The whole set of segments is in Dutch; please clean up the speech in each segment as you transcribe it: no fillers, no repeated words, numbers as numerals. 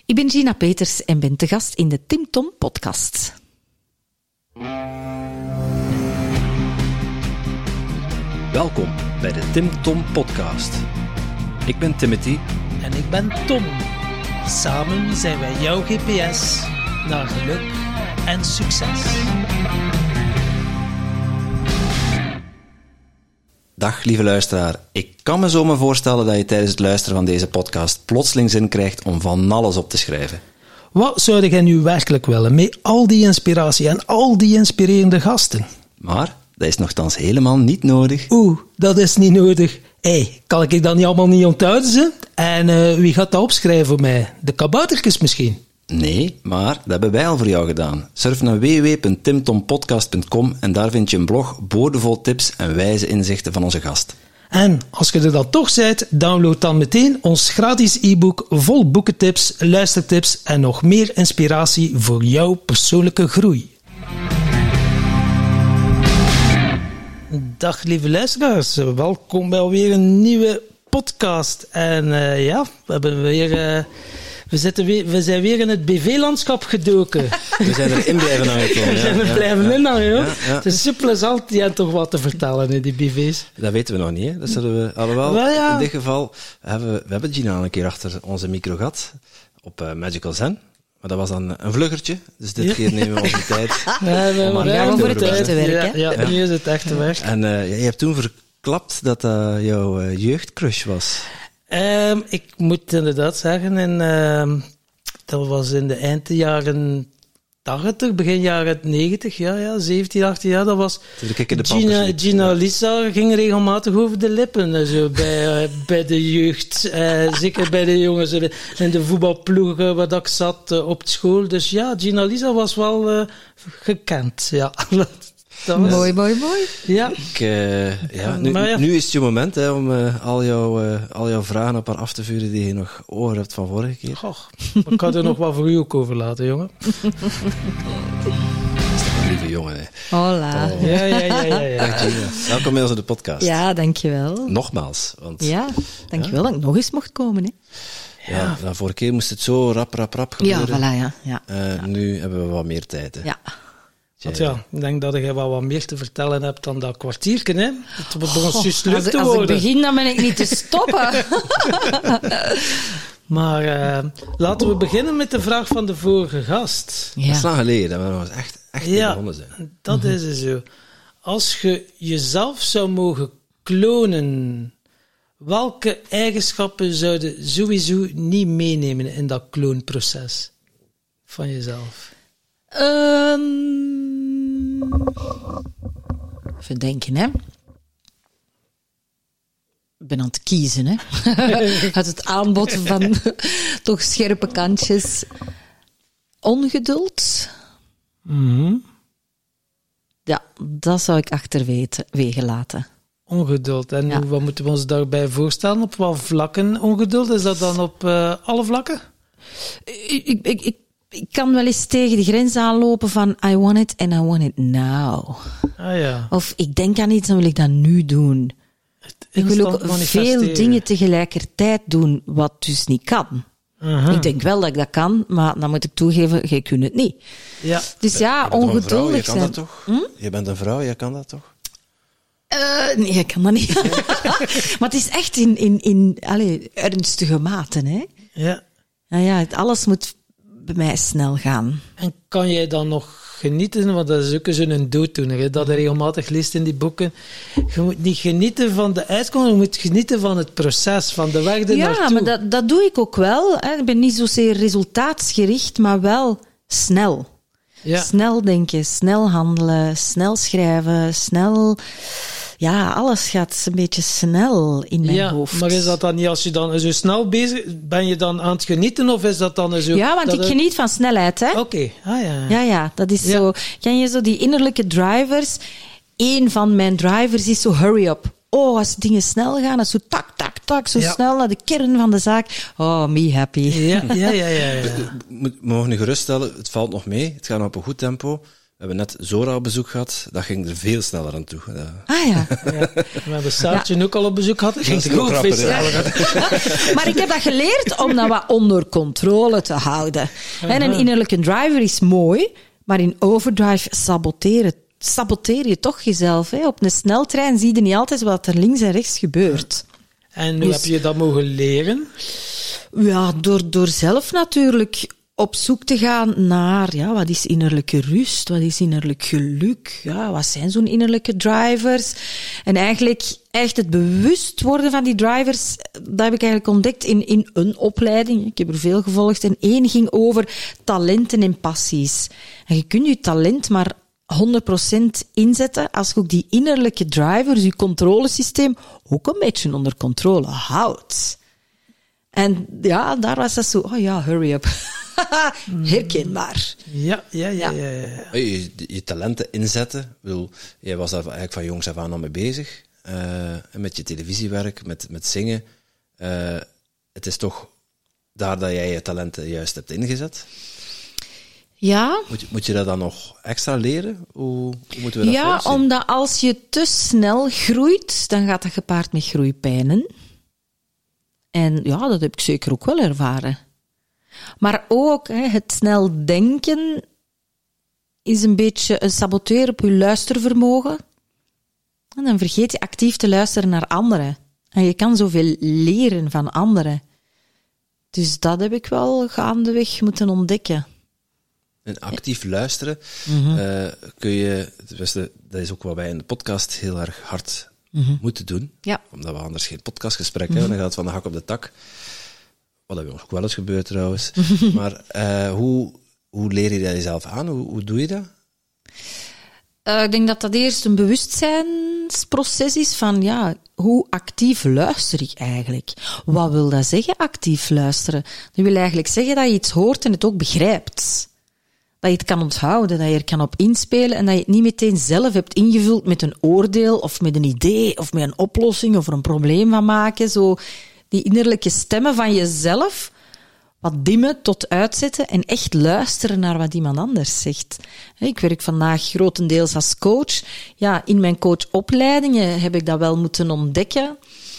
Ik ben Gina Peters en ben te gast in de Tim Tom podcast. Welkom bij de Tim Tom podcast. Ik ben Timothy. En ik ben Tom. Samen zijn wij jouw GPS naar geluk en succes. Dag lieve luisteraar. Ik kan me zo maar voorstellen dat je tijdens het luisteren van deze podcast plotseling zin krijgt om van alles op te schrijven. Wat zou jij nu werkelijk willen met al die inspiratie en al die inspirerende gasten? Maar dat is nogthans helemaal niet nodig. Dat is niet nodig. Kan ik dat niet allemaal niet onthouden? Ze? En wie gaat dat opschrijven voor mij? De kaboutertjes misschien? Nee, maar dat hebben wij al voor jou gedaan. Surf naar www.timtompodcast.com en daar vind je een blog boordevol tips en wijze inzichten van onze gast. En als je er dan toch bent, download dan meteen ons gratis e-book vol boekentips, luistertips en nog meer inspiratie voor jouw persoonlijke groei. Dag lieve luisteraars, welkom bij alweer een nieuwe podcast. En we zijn weer in het BV-landschap gedoken. We zijn erin blijven hangen, Tom. We zijn er blijven in hangen, joh. Ja. Het is super plezant, die hebben toch wat te vertellen in die BV's. Dat weten we nog niet, hè. Dat zullen we alhoewel. In dit geval we hebben Gina al een keer achter onze micro gehad, op Magical Zen. Maar dat was dan een vluggertje, dus dit keer nemen we onze tijd. Gewoon voor het echte werk, hè? Ja, nu is het echte werk. En je hebt toen verklapt dat dat jouw jeugdcrush was. Ik moet inderdaad zeggen, dat was in de eind-jaren 80, begin jaren 90, 17, 18 jaar, dat was Gina Lisa ging regelmatig over de lippen zo, bij de jeugd, zeker bij de jongens in de voetbalploeg waar ik zat op school. Dus ja, Gina Lisa was wel gekend, ja. Mooi. Ja. Nu is het je moment hè, om al jouw vragen op haar af te vuren die je nog over hebt van vorige keer. Goh, ik kan er nog wat voor u ook over laten, jongen. Dat is toch een lieve jongen, hè. Hola. Oh. Ja. Dag Gina. Welkom bij onze podcast. Ja, dankjewel. Nogmaals. Want, ja, dankjewel dat ik nog eens mocht komen, hè. Ja, de vorige keer moest het zo rap gebeuren. Ja, voilà, ja. Nu hebben we wat meer tijd, hè. Ja. Want ik denk dat je wel wat meer te vertellen hebt dan dat kwartiertje, hè? Het begon juist te worden. Als ik begin, dan ben ik niet te stoppen. Maar laten we beginnen met de vraag van de vorige gast. Ja. Dat is lang geleden, dat we nog eens echt begonnen zijn. Dat is het zo. Als je jezelf zou mogen klonen, welke eigenschappen zouden sowieso niet meenemen in dat kloonproces van jezelf? Even denken, hè. Ik ben aan het kiezen, hè. Uit het aanbod van toch scherpe kantjes. Ongeduld. Mm-hmm. Ja, dat zou ik achterwege laten. Ongeduld. En wat moeten we ons daarbij voorstellen? Op wat vlakken ongeduld? Is dat dan op alle vlakken? Ik kan wel eens tegen de grens aanlopen van I want it and I want it now. Ah ja. Of ik denk aan iets, dan wil ik dat nu doen. Ik wil ook veel dingen tegelijkertijd doen, wat dus niet kan. Uh-huh. Ik denk wel dat ik dat kan, maar dan moet ik toegeven, jij kunt het niet. Ja. Dus ja, ongeduldig zijn. Je kan dat toch? Je bent een vrouw, jij kan dat toch? Nee, ik kan dat niet. Maar het is echt in ernstige mate, hè? Ja. Ja, alles moet bij mij snel gaan. En kan jij dan nog genieten, want dat is ook zo'n dooddoener, hè, dat je regelmatig leest in die boeken. Je moet niet genieten van de uitkomst, je moet genieten van het proces, van de weg ernaartoe. Ja, maar dat doe ik ook wel. Hè. Ik ben niet zozeer resultaatsgericht, maar wel snel. Ja. Snel denken, snel handelen, snel schrijven, snel... Ja, alles gaat een beetje snel in mijn hoofd. Maar is dat dan niet, als je dan zo snel bezig ben je dan aan het genieten, of is dat dan zo... Ja, want ik geniet van snelheid, hè. Oké. Ja, dat is zo... Ken je zo die innerlijke drivers? Eén van mijn drivers is zo hurry up. Oh, als dingen snel gaan, dat is zo tak, zo snel naar de kern van de zaak. Oh, me happy. Ja. We mogen nu geruststellen, het valt nog mee, het gaat op een goed tempo. hebben net Zora op bezoek gehad. Dat ging er veel sneller aan toe. Ah ja. We hebben Saartje ook al op bezoek gehad. Dat ging er ook veel sneller aan toe. Maar ik heb dat geleerd om dat wat onder controle te houden. En een innerlijke driver is mooi, maar in overdrive saboteer je toch jezelf. Hè? Op een sneltrein zie je niet altijd wat er links en rechts gebeurt. En hoe heb je dat mogen leren? Ja, door zelf natuurlijk op zoek te gaan naar, ja, wat is innerlijke rust, wat is innerlijk geluk, ja, wat zijn zo'n innerlijke drivers. En eigenlijk echt het bewust worden van die drivers, dat heb ik eigenlijk ontdekt in een opleiding. Ik heb er veel gevolgd en één ging over talenten en passies. En je kunt je talent maar 100% inzetten als je ook die innerlijke drivers, je controlesysteem, ook een beetje onder controle houdt. En ja, daar was dat zo, oh ja, hurry up. Herkenbaar. Ja. Je talenten inzetten. Ik bedoel, jij was daar eigenlijk van jongs af aan al mee bezig. Met je televisiewerk, met zingen. Het is toch daar dat jij je talenten juist hebt ingezet? Ja. Moet je dat dan nog extra leren? Hoe moeten we dat Ja, voorzien? omdat als je te snel groeit, dan gaat dat gepaard met groeipijnen. En ja, dat heb ik zeker ook wel ervaren. Maar ook het snel denken is een beetje een saboteur op je luistervermogen. En dan vergeet je actief te luisteren naar anderen. En je kan zoveel leren van anderen. Dus dat heb ik wel gaandeweg moeten ontdekken. En actief luisteren, kun je... Dat is ook wat wij in de podcast heel erg hard moeten doen. Ja. Omdat we anders geen podcastgesprek hebben. Dan gaat het van de hak op de tak. Wat dat ook wel eens gebeurt trouwens. Maar hoe leer je dat jezelf aan? Hoe doe je dat? Ik denk dat dat eerst een bewustzijnsproces is van, ja, hoe actief luister ik eigenlijk? Wat wil dat zeggen, actief luisteren? Dat wil eigenlijk zeggen dat je iets hoort en het ook begrijpt. Dat je het kan onthouden, dat je er kan op inspelen en dat je het niet meteen zelf hebt ingevuld met een oordeel of met een idee of met een oplossing of er een probleem van maken. Zo die innerlijke stemmen van jezelf wat dimmen tot uitzetten en echt luisteren naar wat iemand anders zegt. Ik werk vandaag grotendeels als coach. Ja, in mijn coachopleidingen heb ik dat wel moeten ontdekken.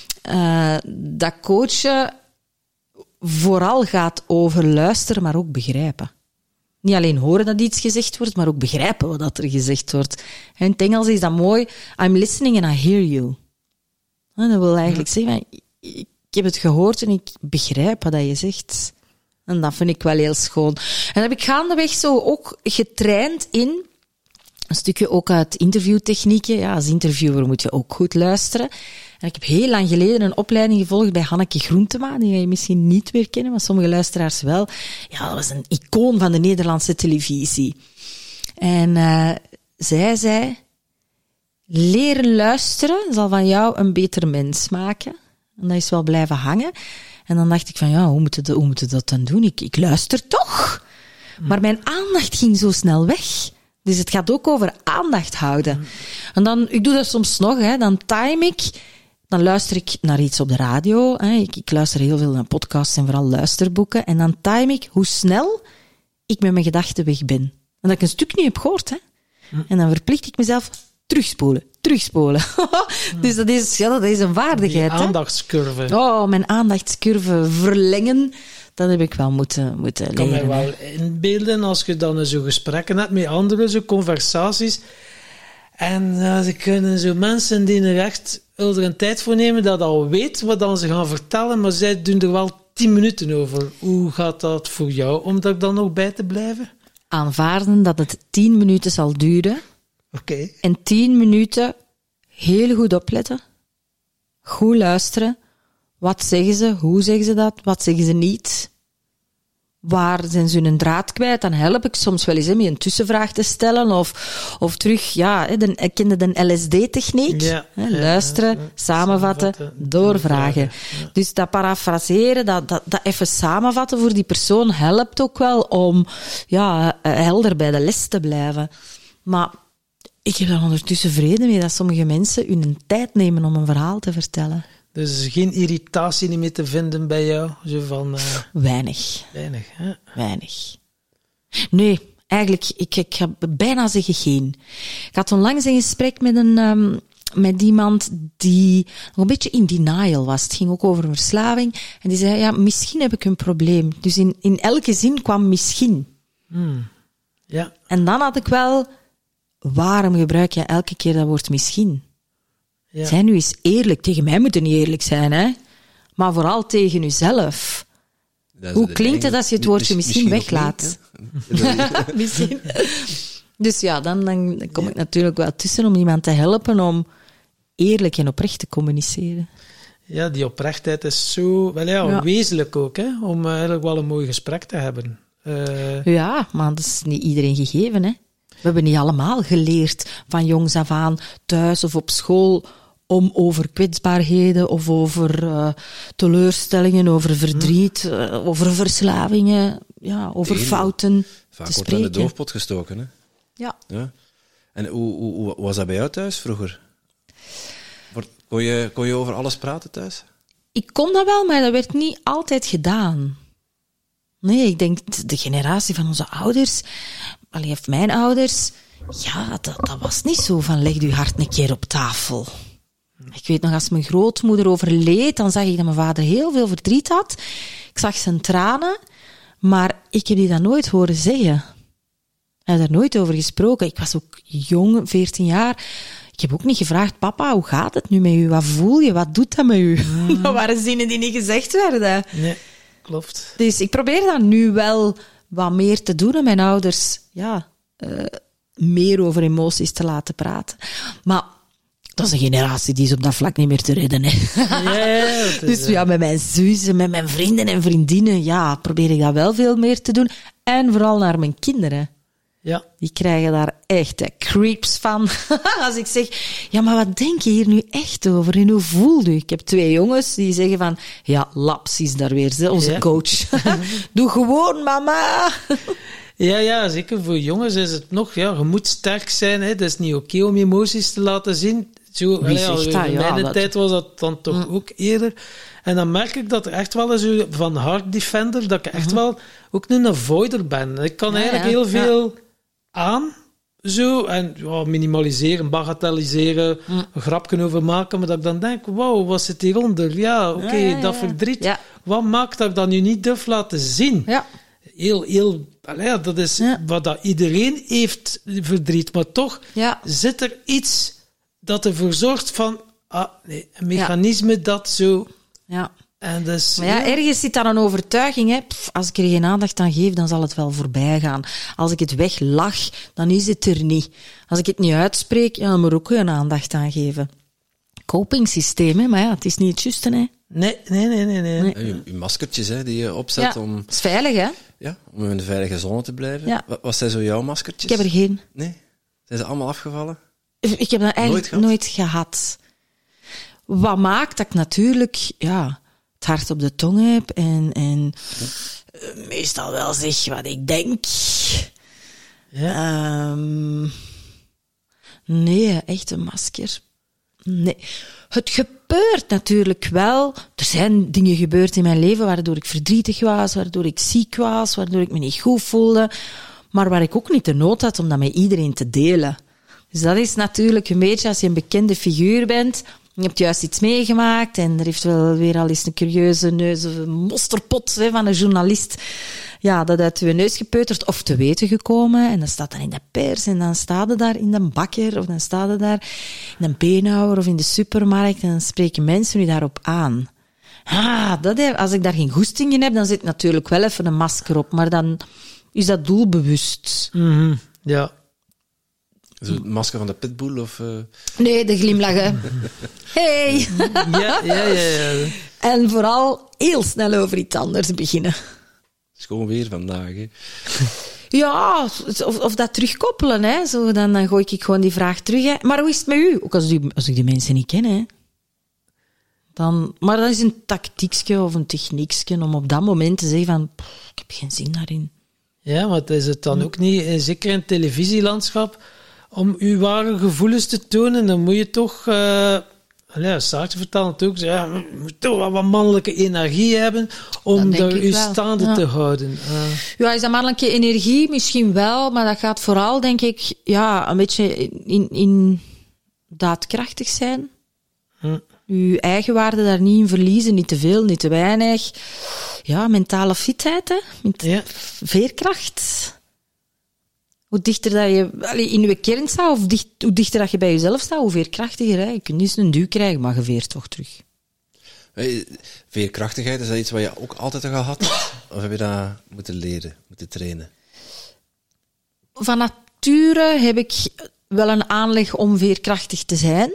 Dat coachen vooral gaat over luisteren, maar ook begrijpen. Niet alleen horen dat iets gezegd wordt, maar ook begrijpen wat dat er gezegd wordt. In het Engels is dat mooi. I'm listening and I hear you. Dat wil eigenlijk zeggen, ik heb het gehoord en ik begrijp wat je zegt. En dat vind ik wel heel schoon. En dat heb ik gaandeweg zo ook getraind in een stukje ook uit interviewtechnieken. Ja, als interviewer moet je ook goed luisteren. En ik heb heel lang geleden een opleiding gevolgd bij Hanneke Groentema, die je misschien niet meer kennen, maar sommige luisteraars wel. Ja, dat was een icoon van de Nederlandse televisie. En zij zei, leren luisteren zal van jou een beter mens maken. En dat is wel blijven hangen. En dan dacht ik van, ja, hoe moet je dat dan doen? Ik luister toch? Maar mijn aandacht ging zo snel weg. Dus het gaat ook over aandacht houden. En dan, ik doe dat soms nog, dan time ik, dan luister ik naar iets op de radio. Ik luister heel veel naar podcasts en vooral luisterboeken. En dan time ik hoe snel ik met mijn gedachten weg ben. En dat ik een stuk niet heb gehoord. En dan verplicht ik mezelf terugspoelen. Dus dat is een vaardigheid. Die aandachtscurve. Oh, mijn aandachtscurve verlengen. Dat heb ik wel moeten leren. Ik kan mij wel inbeelden als je dan zo gesprekken hebt met anderen, zo conversaties. En ze kunnen zo mensen die er echt een tijd voor nemen, dat al weet wat dan ze gaan vertellen, maar zij doen er wel 10 minuten over. Hoe gaat dat voor jou, om daar dan nog bij te blijven? Aanvaarden dat het 10 minuten zal duren. Okay. En 10 minuten heel goed opletten. Goed luisteren. Wat zeggen ze? Hoe zeggen ze dat? Wat zeggen ze niet? Waar zijn ze hun draad kwijt? Dan help ik soms wel eens met een tussenvraag te stellen. Of terug, kende de LSD-techniek. Ja, luisteren, samenvatten, doorvragen. Ja. Dus dat parafraseren, dat even samenvatten voor die persoon helpt ook wel om helder bij de les te blijven. Maar ik heb er ondertussen vrede mee dat sommige mensen hun tijd nemen om een verhaal te vertellen. Dus geen irritatie meer te vinden bij jou? Zo van, Weinig. Weinig, hè? Weinig. Nee, Eigenlijk, ik ga bijna zeggen geen. Ik had onlangs een gesprek met iemand die nog een beetje in denial was. Het ging ook over verslaving. En die zei, ja, misschien heb ik een probleem. Dus in elke zin kwam misschien. Ja. En dan had ik wel, waarom gebruik je elke keer dat woord misschien? Ja. Zijn nu eens eerlijk. Tegen mij moet je niet eerlijk zijn, hè. Maar vooral tegen jezelf. Hoe klinkt het als je het woordje misschien weglaat? Misschien. Dus ja, dan kom ik natuurlijk wel tussen om iemand te helpen om eerlijk en oprecht te communiceren. Ja, die oprechtheid is zo wezenlijk ook, hè, om eigenlijk wel een mooi gesprek te hebben. Ja, maar dat is niet iedereen gegeven, hè. We hebben niet allemaal geleerd van jongs af aan, thuis of op school, om over kwetsbaarheden of over teleurstellingen, over verdriet, over verslavingen, over fouten vaak te wordt spreken. in de doofpot gestoken, hè? Ja. En hoe was dat bij jou thuis vroeger? Kon je over alles praten thuis? Ik kon dat wel, maar dat werd niet altijd gedaan. Nee, ik denk de generatie van onze ouders, of mijn ouders, ja, dat was niet zo van leg je hart een keer op tafel. Ik weet nog, als mijn grootmoeder overleed, dan zag ik dat mijn vader heel veel verdriet had. Ik zag zijn tranen, maar ik heb die dat nooit horen zeggen. Hij had daar nooit over gesproken. Ik was ook jong, 14 jaar. Ik heb ook niet gevraagd, papa, hoe gaat het nu met u? Wat voel je? Wat doet dat met u? Dat waren zinnen die niet gezegd werden. Nee, klopt. Dus ik probeer dat nu wel wat meer te doen en mijn ouders meer over emoties te laten praten. Maar dat is een generatie die is op dat vlak niet meer te redden. Hè. Ja, dus ja, met mijn zussen, met mijn vrienden en vriendinnen, ja, probeer ik dat wel veel meer te doen. En vooral naar mijn kinderen. Ja. Die krijgen daar echt creeps van. Als ik zeg, ja, maar wat denk je hier nu echt over? En hoe voel je? Ik heb 2 jongens die zeggen van, ja, Laps is daar weer, onze coach. Doe gewoon, mama. Ja, zeker voor jongens is het nog, je moet sterk zijn. Hè. Het is niet oké om emoties te laten zien. Zo, Wie zegt dat? in mijn tijd was dat dan toch ook eerder. En dan merk ik dat er echt wel eens van Hard Defender, dat ik echt wel ook een avoider ben. Ik kan eigenlijk heel veel aan, zo, en minimaliseren, bagatelliseren, een grapje over maken, maar dat ik dan denk, wauw, wat zit hieronder? Ja, oké, dat verdriet. Ja. Wat maakt dat ik dat nu niet durf laten zien? Ja. Heel, dat is wat dat iedereen heeft, verdriet, maar toch zit er iets dat ervoor zorgt van, een mechanisme dat zo... Ja. En dus, maar ergens zit daar een overtuiging, hè. Als ik er geen aandacht aan geef, dan zal het wel voorbij gaan. Als ik het weglach, dan is het er niet. Als ik het niet uitspreek, dan moet ik ook geen aandacht aan geven. Copingsysteem, hè, maar het is niet het juiste, hè. Nee. Je maskertjes, hè, die je opzet om... Het is veilig, hè. Ja, om in een veilige zone te blijven. Ja. Wat zijn zo jouw maskertjes? Ik heb er geen. Nee? Zijn ze allemaal afgevallen? Ik heb dat eigenlijk nooit gehad. Wat maakt dat ik natuurlijk, het hart op de tong heb en meestal wel zeg wat ik denk. Ja. Nee, echt een masker. Nee. Het gebeurt natuurlijk wel. Er zijn dingen gebeurd in mijn leven waardoor ik verdrietig was, waardoor ik ziek was, waardoor ik me niet goed voelde. Maar waar ik ook niet de nood had om dat met iedereen te delen. Dus dat is natuurlijk een beetje als je een bekende figuur bent. Je hebt juist iets meegemaakt en er heeft wel weer al eens een curieuze mosterpot van een journalist dat uit je neus gepeuterd of te weten gekomen. En dan staat dat in de pers en dan staat het daar in de bakker of dan staat het daar in een beenhouwer of in de supermarkt en dan spreken mensen u daarop aan. Als ik daar geen goesting in heb, dan zit natuurlijk wel even een masker op, maar dan is dat doelbewust. Mm-hmm. Ja. Is het masker van de pitbull? Of, Nee, de glimlachen. Hey! Ja. En vooral heel snel over iets anders beginnen. Het is gewoon weer vandaag, hè. Ja, of dat terugkoppelen, hè. Zo, dan gooi ik gewoon die vraag terug, hè. Maar hoe is het met u? Ook als ik die mensen niet ken, hè. Maar dan is een tactiekje of een techniekje om op dat moment te zeggen van, ik heb geen zin daarin. Ja, maar is het dan ook niet, zeker in het televisielandschap, om uw ware gevoelens te tonen, dan moet je toch Saartje vertelde het ook. Ja, je moet toch wel wat mannelijke energie hebben om daar je staande te houden. Ja, is dat mannelijke energie? Misschien wel, maar dat gaat vooral, denk ik, een beetje in daadkrachtig zijn. Je eigenwaarde daar niet in verliezen, niet te veel, niet te weinig. Ja, mentale fitheid, hè? Veerkracht. Hoe dichter dat je in je kern staat, of hoe dichter dat je bij jezelf staat, hoe veerkrachtiger. Hè? Je kunt niet eens een duw krijgen, maar je veert toch terug. Veerkrachtigheid, is dat iets wat je ook altijd al gehad hebt? Of heb je dat moeten leren, moeten trainen? Van nature heb ik wel een aanleg om veerkrachtig te zijn.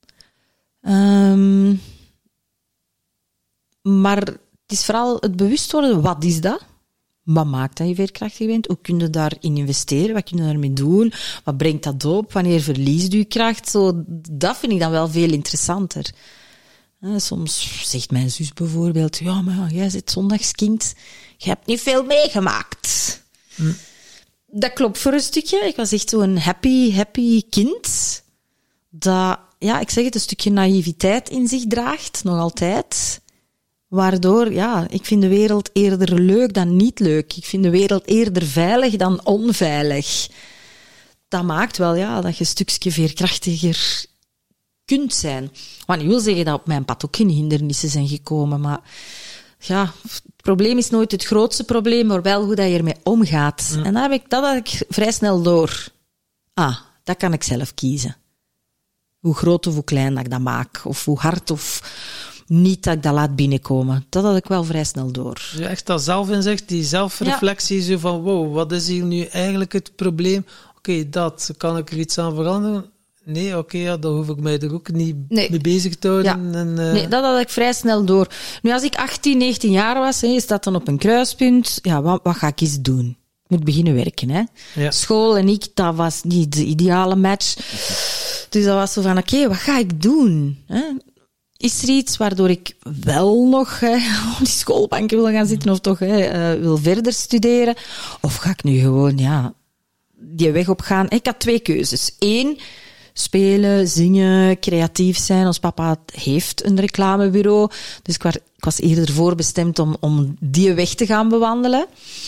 Maar het is vooral het bewust worden, wat is dat? Wat maakt dat je veerkrachtig bent? Hoe kun je daarin investeren? Wat kun je daarmee doen? Wat brengt dat op? Wanneer verliest je kracht? Zo, dat vind ik dan wel veel interessanter. Soms zegt mijn zus bijvoorbeeld, maar jij bent zondagskind, je hebt niet veel meegemaakt. Dat klopt voor een stukje. Ik was echt zo'n happy kind. Dat, ik zeg het, een stukje naïviteit in zich draagt, nog altijd. Waardoor, ik vind de wereld eerder leuk dan niet leuk. Ik vind de wereld eerder veilig dan onveilig. Dat maakt wel, dat je een stukje veerkrachtiger kunt zijn. Want ik wil zeggen dat op mijn pad ook geen hindernissen zijn gekomen, maar het probleem is nooit het grootste probleem, maar wel hoe dat je ermee omgaat. En dat had ik vrij snel door. Dat kan ik zelf kiezen. Hoe groot of hoe klein dat ik dat maak. Of hoe hard of niet dat ik dat laat binnenkomen. Dat had ik wel vrij snel door. Je echt dat zelfinzicht, die zelfreflectie, zo van, wow, wat is hier nu eigenlijk het probleem? Oké, kan ik er iets aan veranderen? Nee, dan hoef ik mij er ook niet mee bezig te houden. Nee, dat had ik vrij snel door. Nu, als ik 18, 19 jaar was, je staat dan op een kruispunt, wat ga ik eens doen? Ik moet beginnen werken, hè. Ja. School en ik, dat was niet de ideale match. Dus dat was zo van, wat ga ik doen? Hè? Is er iets waardoor ik wel nog op die schoolbank wil gaan zitten of toch wil verder studeren? Of ga ik nu gewoon die weg op gaan? Ik had 2 keuzes. 1, spelen, zingen, creatief zijn. Ons papa heeft een reclamebureau, dus ik was eerder voorbestemd om die weg te gaan bewandelen.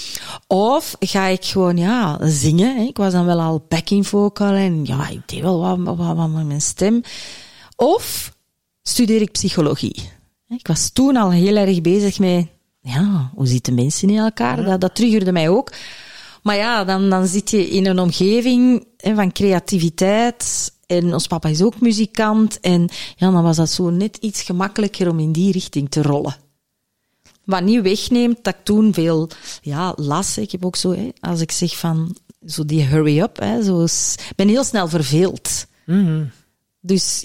Of ga ik gewoon zingen. Ik was dan wel al backing vocal en ik deed wel wat met mijn stem. Of studeer ik psychologie. Ik was toen al heel erg bezig met, hoe zitten mensen in elkaar? Dat triggerde mij ook. Maar dan zit je in een omgeving van creativiteit. En ons papa is ook muzikant. En dan was dat zo net iets gemakkelijker om in die richting te rollen. Wat niet wegneemt dat ik toen veel las. Ik heb ook zo, als ik zeg van, zo die hurry up. Ik ben heel snel verveeld. Mm-hmm. Dus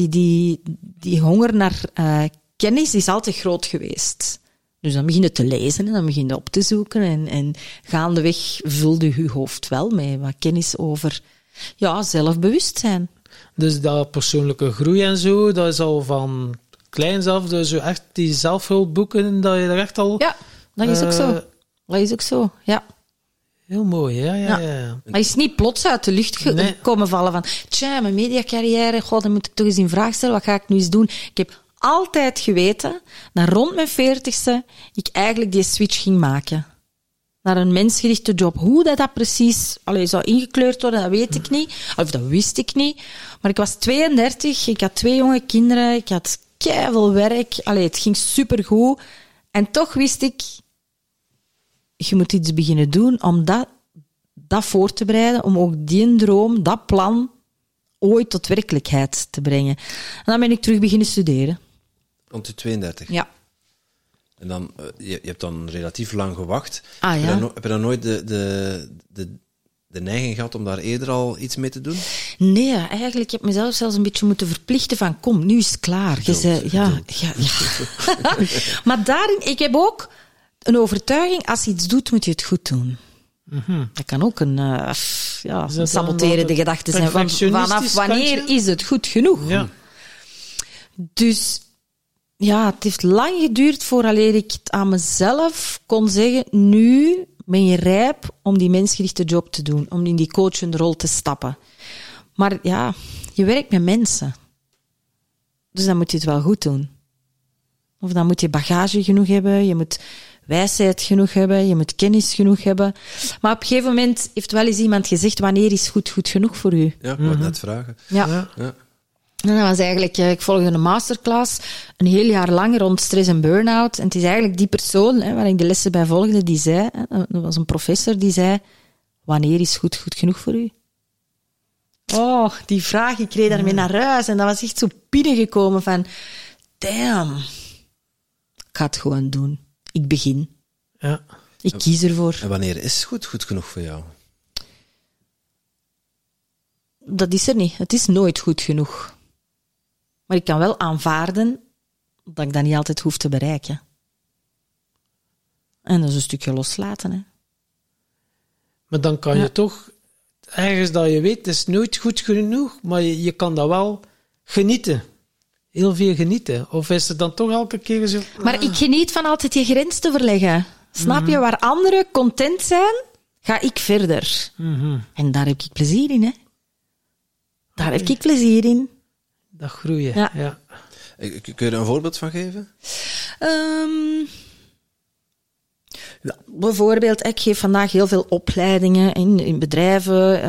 die honger naar kennis is altijd groot geweest. Dus dan begin je te lezen en dan begin je op te zoeken. En gaandeweg vulde je hoofd wel met wat kennis over zelfbewustzijn. Dus dat persoonlijke groei en zo, dat is al van kleins af. Dus echt die zelfhulpboeken, dat je er echt al... Ja, dat is ook zo. Dat is ook zo, ja. Heel mooi, ja. Maar je is niet plots uit de lucht komen vallen van, mijn mediacarrière, dan moet ik toch eens in vraag stellen, wat ga ik nu eens doen? Ik heb altijd geweten, dat rond mijn 40ste, ik eigenlijk die switch ging maken. Naar een mensgerichte job. Hoe dat precies zou ingekleurd worden, dat weet ik niet. Of dat wist ik niet. Maar ik was 32, ik had 2 jonge kinderen, ik had keiveel werk. Het ging supergoed. En toch wist ik, je moet iets beginnen doen om dat voor te bereiden, om ook die droom, dat plan, ooit tot werkelijkheid te brengen. En dan ben ik terug beginnen studeren. Rond de 32? Ja. En dan, je hebt dan relatief lang gewacht. Heb je dan nooit de neiging gehad om daar eerder al iets mee te doen? Nee, eigenlijk heb ik mezelf zelfs een beetje moeten verplichten van, kom, nu is het klaar. Ja. Maar daarin, ik heb ook een overtuiging, als je iets doet, moet je het goed doen. Mm-hmm. Dat kan ook een saboterende gedachte zijn. Vanaf wanneer is het goed genoeg? Ja. Dus het heeft lang geduurd vooraleer ik het aan mezelf kon zeggen, nu ben je rijp om die mensgerichte job te doen, om in die coachende rol te stappen. Maar je werkt met mensen. Dus dan moet je het wel goed doen. Of dan moet je bagage genoeg hebben, je moet wijsheid genoeg hebben, je moet kennis genoeg hebben. Maar op een gegeven moment heeft wel eens iemand gezegd, wanneer is goed genoeg voor u? Ja, ik wou het net vragen. Ja. En dat was eigenlijk, ik volgde een masterclass een heel jaar lang rond stress en burn-out. En het is eigenlijk die persoon, waar ik de lessen bij volgde, die zei, dat was een professor, die zei, wanneer is goed genoeg voor u? Oh, die vraag, ik reed daarmee naar huis en dat was echt zo binnengekomen van, damn, ik ga het gewoon doen. Ik begin. Ja. Ik kies ervoor. En wanneer is goed genoeg voor jou? Dat is er niet. Het is nooit goed genoeg. Maar ik kan wel aanvaarden dat ik dat niet altijd hoef te bereiken. En dat is een stukje loslaten. Hè. Maar dan kan je toch, ergens dat je weet, het is nooit goed genoeg, maar je kan dat wel genieten. Heel veel genieten. Of is het dan toch elke keer zo... Maar ik geniet van altijd je grens te verleggen. Snap je? Waar anderen content zijn, ga ik verder. En daar heb ik plezier in, hè. Daar heb ik plezier in. Dat groeien, ja. Kun je er een voorbeeld van geven? Ja, bijvoorbeeld, ik geef vandaag heel veel opleidingen in bedrijven.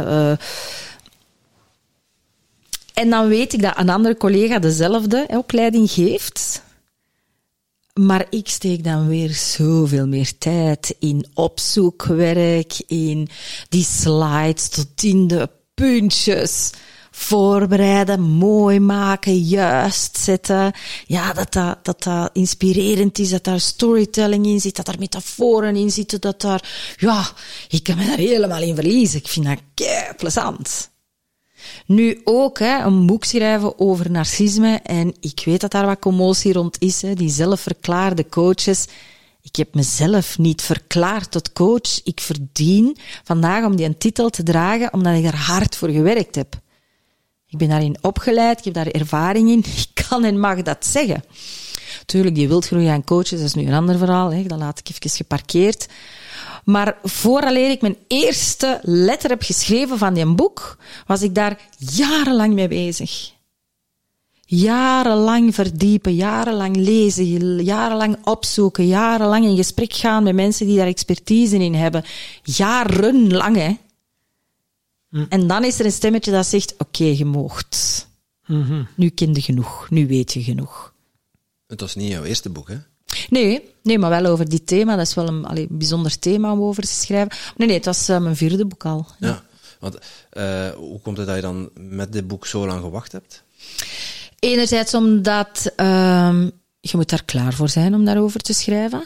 En dan weet ik dat een andere collega dezelfde opleiding geeft. Maar ik steek dan weer zoveel meer tijd in opzoekwerk, in die slides tot in de puntjes. Voorbereiden, mooi maken, juist zetten. Ja, dat inspirerend is, dat daar storytelling in zit, dat daar metaforen in zitten, dat daar... Ja, ik kan me daar helemaal in verliezen. Ik vind dat kei plezant. Nu ook een boek schrijven over narcisme. En ik weet dat daar wat commotie rond is. Die zelfverklaarde coaches. Ik heb mezelf niet verklaard tot coach. Ik verdien vandaag om die een titel te dragen, omdat ik daar hard voor gewerkt heb. Ik ben daarin opgeleid, ik heb daar ervaring in. Ik kan en mag dat zeggen. Tuurlijk, die wildgroei aan coaches, dat is nu een ander verhaal. Dat laat ik even geparkeerd. Maar vooraleer ik mijn eerste letter heb geschreven van die boek, was ik daar jarenlang mee bezig. Jarenlang verdiepen, jarenlang lezen, jarenlang opzoeken, jarenlang in gesprek gaan met mensen die daar expertise in hebben. Jarenlang, hè. En dan is er een stemmetje dat zegt, oké, je moogt. Nu ken je genoeg, nu weet je genoeg. Het was niet jouw eerste boek, hè? Nee, maar wel over dit thema. Dat is wel een bijzonder thema om over te schrijven. Nee, het was mijn 4e boek al. Ja, want hoe komt het dat je dan met dit boek zo lang gewacht hebt? Enerzijds omdat je moet daar klaar voor zijn om daarover te schrijven.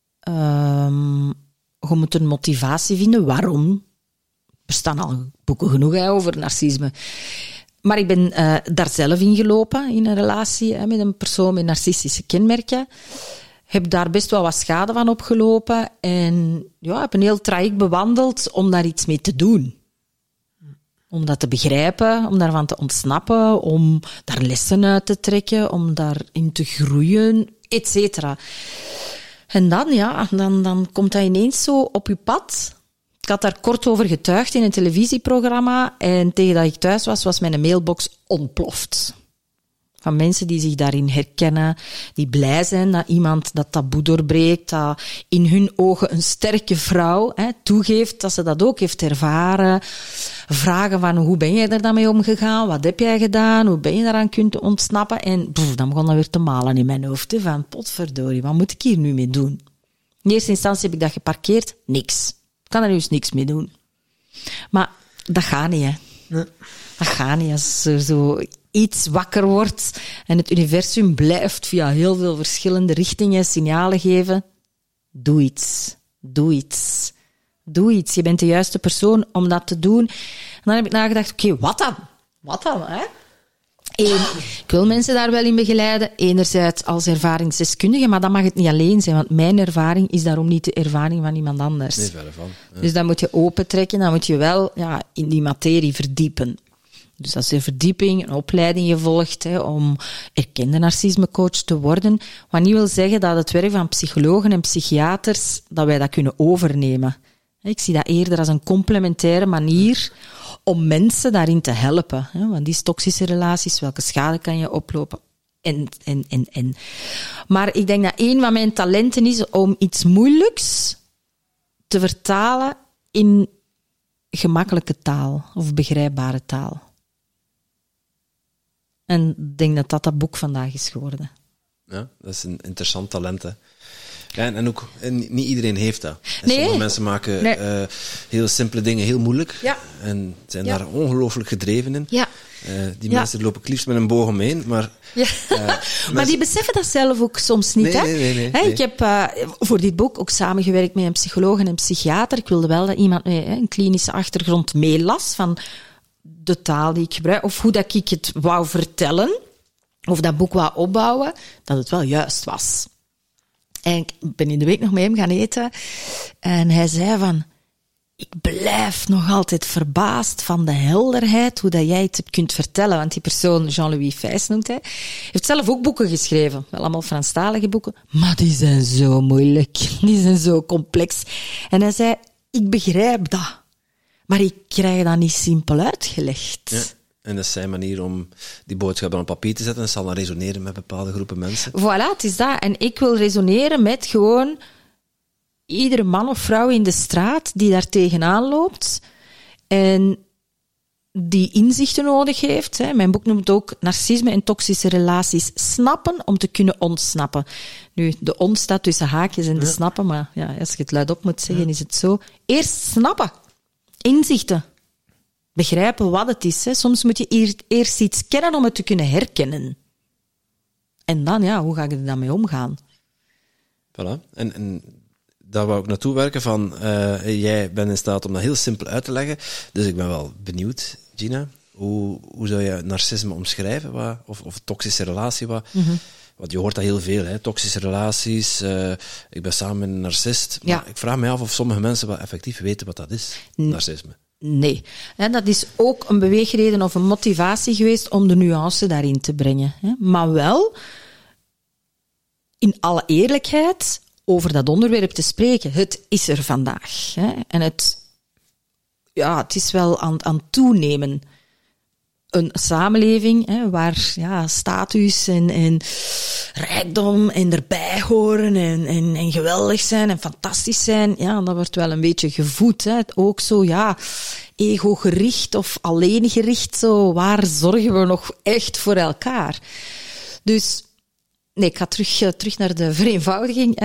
Je moet een motivatie vinden. Waarom? Er bestaan al boeken genoeg over narcisme. Maar ik ben daar zelf in gelopen, in een relatie met een persoon met narcistische kenmerken. Heb daar best wel wat schade van opgelopen. En ja, heb een heel traject bewandeld om daar iets mee te doen. Om dat te begrijpen, om daarvan te ontsnappen, om daar lessen uit te trekken, om daarin te groeien, et cetera. En dan komt dat ineens zo op je pad. Ik had daar kort over getuigd in een televisieprogramma en tegen dat ik thuis was mijn mailbox ontploft. Van mensen die zich daarin herkennen, die blij zijn dat iemand dat taboe doorbreekt, dat in hun ogen een sterke vrouw toegeeft dat ze dat ook heeft ervaren. Vragen van hoe ben jij er dan mee omgegaan, wat heb jij gedaan, hoe ben je daaraan kunnen ontsnappen. En dan begon dat weer te malen in mijn hoofd. Van potverdorie, wat moet ik hier nu mee doen? In eerste instantie heb ik dat geparkeerd, niks. Ik kan er dus niks mee doen. Maar dat gaat niet, hè. Nee. Dat gaat niet als er zo iets wakker wordt en het universum blijft via heel veel verschillende richtingen signalen geven. Doe iets. Doe iets. Doe iets. Je bent de juiste persoon om dat te doen. En dan heb ik nagedacht, oké, wat dan? Wat dan, hè? Ik wil mensen daar wel in begeleiden. Enerzijds als ervaringsdeskundige, maar dan mag het niet alleen zijn, want mijn ervaring is daarom niet de ervaring van iemand anders. Nee, verre van. Ja. Dus dan moet je opentrekken, dan moet je wel in die materie verdiepen. Dus dat is een verdieping, een opleiding gevolgd om erkende narcismecoach te worden. Wat niet wil zeggen dat het werk van psychologen en psychiaters, dat wij dat kunnen overnemen. Ik zie dat eerder als een complementaire manier om mensen daarin te helpen. Want die toxische relaties, welke schade kan je oplopen? En. Maar ik denk dat een van mijn talenten is om iets moeilijks te vertalen in gemakkelijke taal of begrijpbare taal. En ik denk dat boek vandaag is geworden. Ja, dat is een interessant talent, hè. Ja, en ook, niet iedereen heeft dat. En nee. Sommige mensen maken heel simpele dingen heel moeilijk. Ja. En zijn daar ongelooflijk gedreven in. Ja. Die mensen lopen het liefst met een boog omheen. Maar, maar die beseffen dat zelf ook soms niet. Nee. Ik heb voor dit boek ook samengewerkt met een psycholoog en een psychiater. Ik wilde wel dat iemand met een klinische achtergrond meelas van de taal die ik gebruik, of hoe dat ik het wou vertellen, of dat boek wou opbouwen, dat het wel juist was. En ik ben in de week nog met hem gaan eten en hij zei van, ik blijf nog altijd verbaasd van de helderheid, hoe dat jij het kunt vertellen. Want die persoon, Jean-Louis Feijs noemt hij, heeft zelf ook boeken geschreven. Wel allemaal Franstalige boeken. Maar die zijn zo moeilijk. Die zijn zo complex. En hij zei, ik begrijp dat. Maar ik krijg dat niet simpel uitgelegd. Ja. En dat is zijn manier om die boodschap op papier te zetten. En zal dan resoneren met bepaalde groepen mensen. Voilà, het is dat. En ik wil resoneren met gewoon iedere man of vrouw in de straat die daar tegenaan loopt en die inzichten nodig heeft. Mijn boek noemt ook narcisme en toxische relaties snappen om te kunnen ontsnappen. Nu, de on staat tussen haakjes en de snappen, maar ja, als je het luidop moet zeggen, is het zo. Eerst snappen. Inzichten. Begrijpen wat het is. Soms moet je eerst iets kennen om het te kunnen herkennen. En dan, hoe ga je er dan mee omgaan? Voilà. En daar wou ik naartoe werken van, jij bent in staat om dat heel simpel uit te leggen. Dus ik ben wel benieuwd, Gina, hoe zou je narcisme omschrijven? Of toxische relatie? Want je hoort dat heel veel, hè? Toxische relaties, ik ben samen met een narcist. Maar ik vraag me af of sommige mensen wel effectief weten wat dat is, narcisme. Nee. Dat is ook een beweegreden of een motivatie geweest om de nuance daarin te brengen. Maar wel, in alle eerlijkheid, over dat onderwerp te spreken. Het is er vandaag. En het is wel aan toenemen. Een samenleving waar status en rijkdom en erbij horen en geweldig zijn en fantastisch zijn, dat wordt wel een beetje gevoed. Ook zo, ego-gericht of alleengericht. Zo, waar zorgen we nog echt voor elkaar? Dus, nee, ik ga terug naar de vereenvoudiging.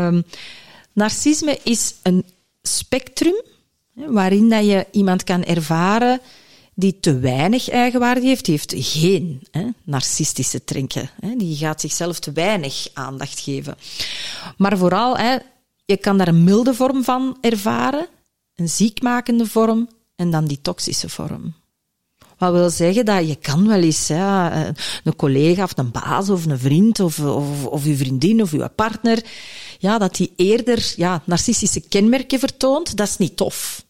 Narcisme is een spectrum waarin dat je iemand kan ervaren die te weinig eigenwaarde heeft. Die heeft geen narcistische trekken. Die gaat zichzelf te weinig aandacht geven. Maar vooral, je kan daar een milde vorm van ervaren, een ziekmakende vorm en dan die toxische vorm. Wat wil zeggen dat je kan wel eens een collega of een baas of een vriend of uw vriendin of uw partner, dat die eerder narcistische kenmerken vertoont, dat is niet tof.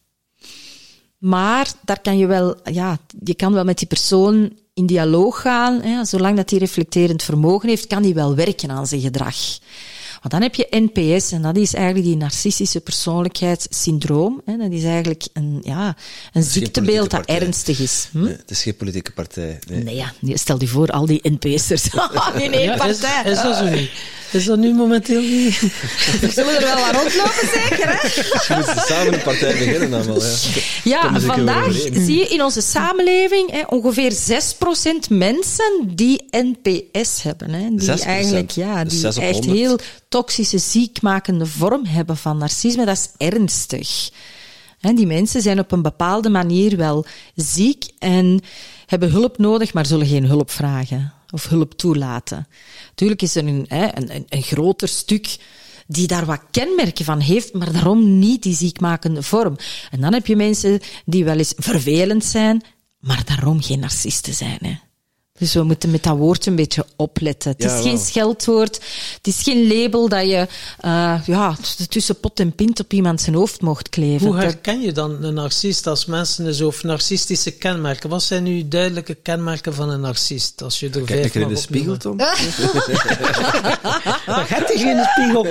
Maar daar kan je kan wel met die persoon in dialoog gaan. Zolang dat die reflecterend vermogen heeft, kan die wel werken aan zijn gedrag. Want dan heb je NPS, en dat is eigenlijk die narcistische persoonlijkheidssyndroom. Dat is eigenlijk een ziektebeeld dat ernstig is. Nee, het is geen politieke partij. Nee, stel je voor, al die NPS'ers in één partij. Is dat zo niet? Is dat nu momenteel niet? We zullen er wel aan rondlopen, zeker, hè? Je moet samen een partij beginnen dan wel, Ja, vandaag zie je in onze samenleving ongeveer 6% mensen die NPS hebben. Hè, die 6%? eigenlijk, die echt heel toxische, ziekmakende vorm hebben van narcisme. Dat is ernstig. Die mensen zijn op een bepaalde manier wel ziek en hebben hulp nodig, maar zullen geen hulp vragen of hulp toelaten. Natuurlijk is er een groter stuk die daar wat kenmerken van heeft, maar daarom niet die ziekmakende vorm. En dan heb je mensen die wel eens vervelend zijn, maar daarom geen narcisten zijn. Hè. Dus we moeten met dat woord een beetje opletten. Het is geen scheldwoord, het is geen label dat je tussen pot en pint op iemand zijn hoofd mocht kleven. Hoe herken je dan een narcist als mensen of narcistische kenmerken? Wat zijn nu duidelijke kenmerken van een narcist? Als je er Kijk in de spiegel, Tom. Dan gaat hij geen spiegel.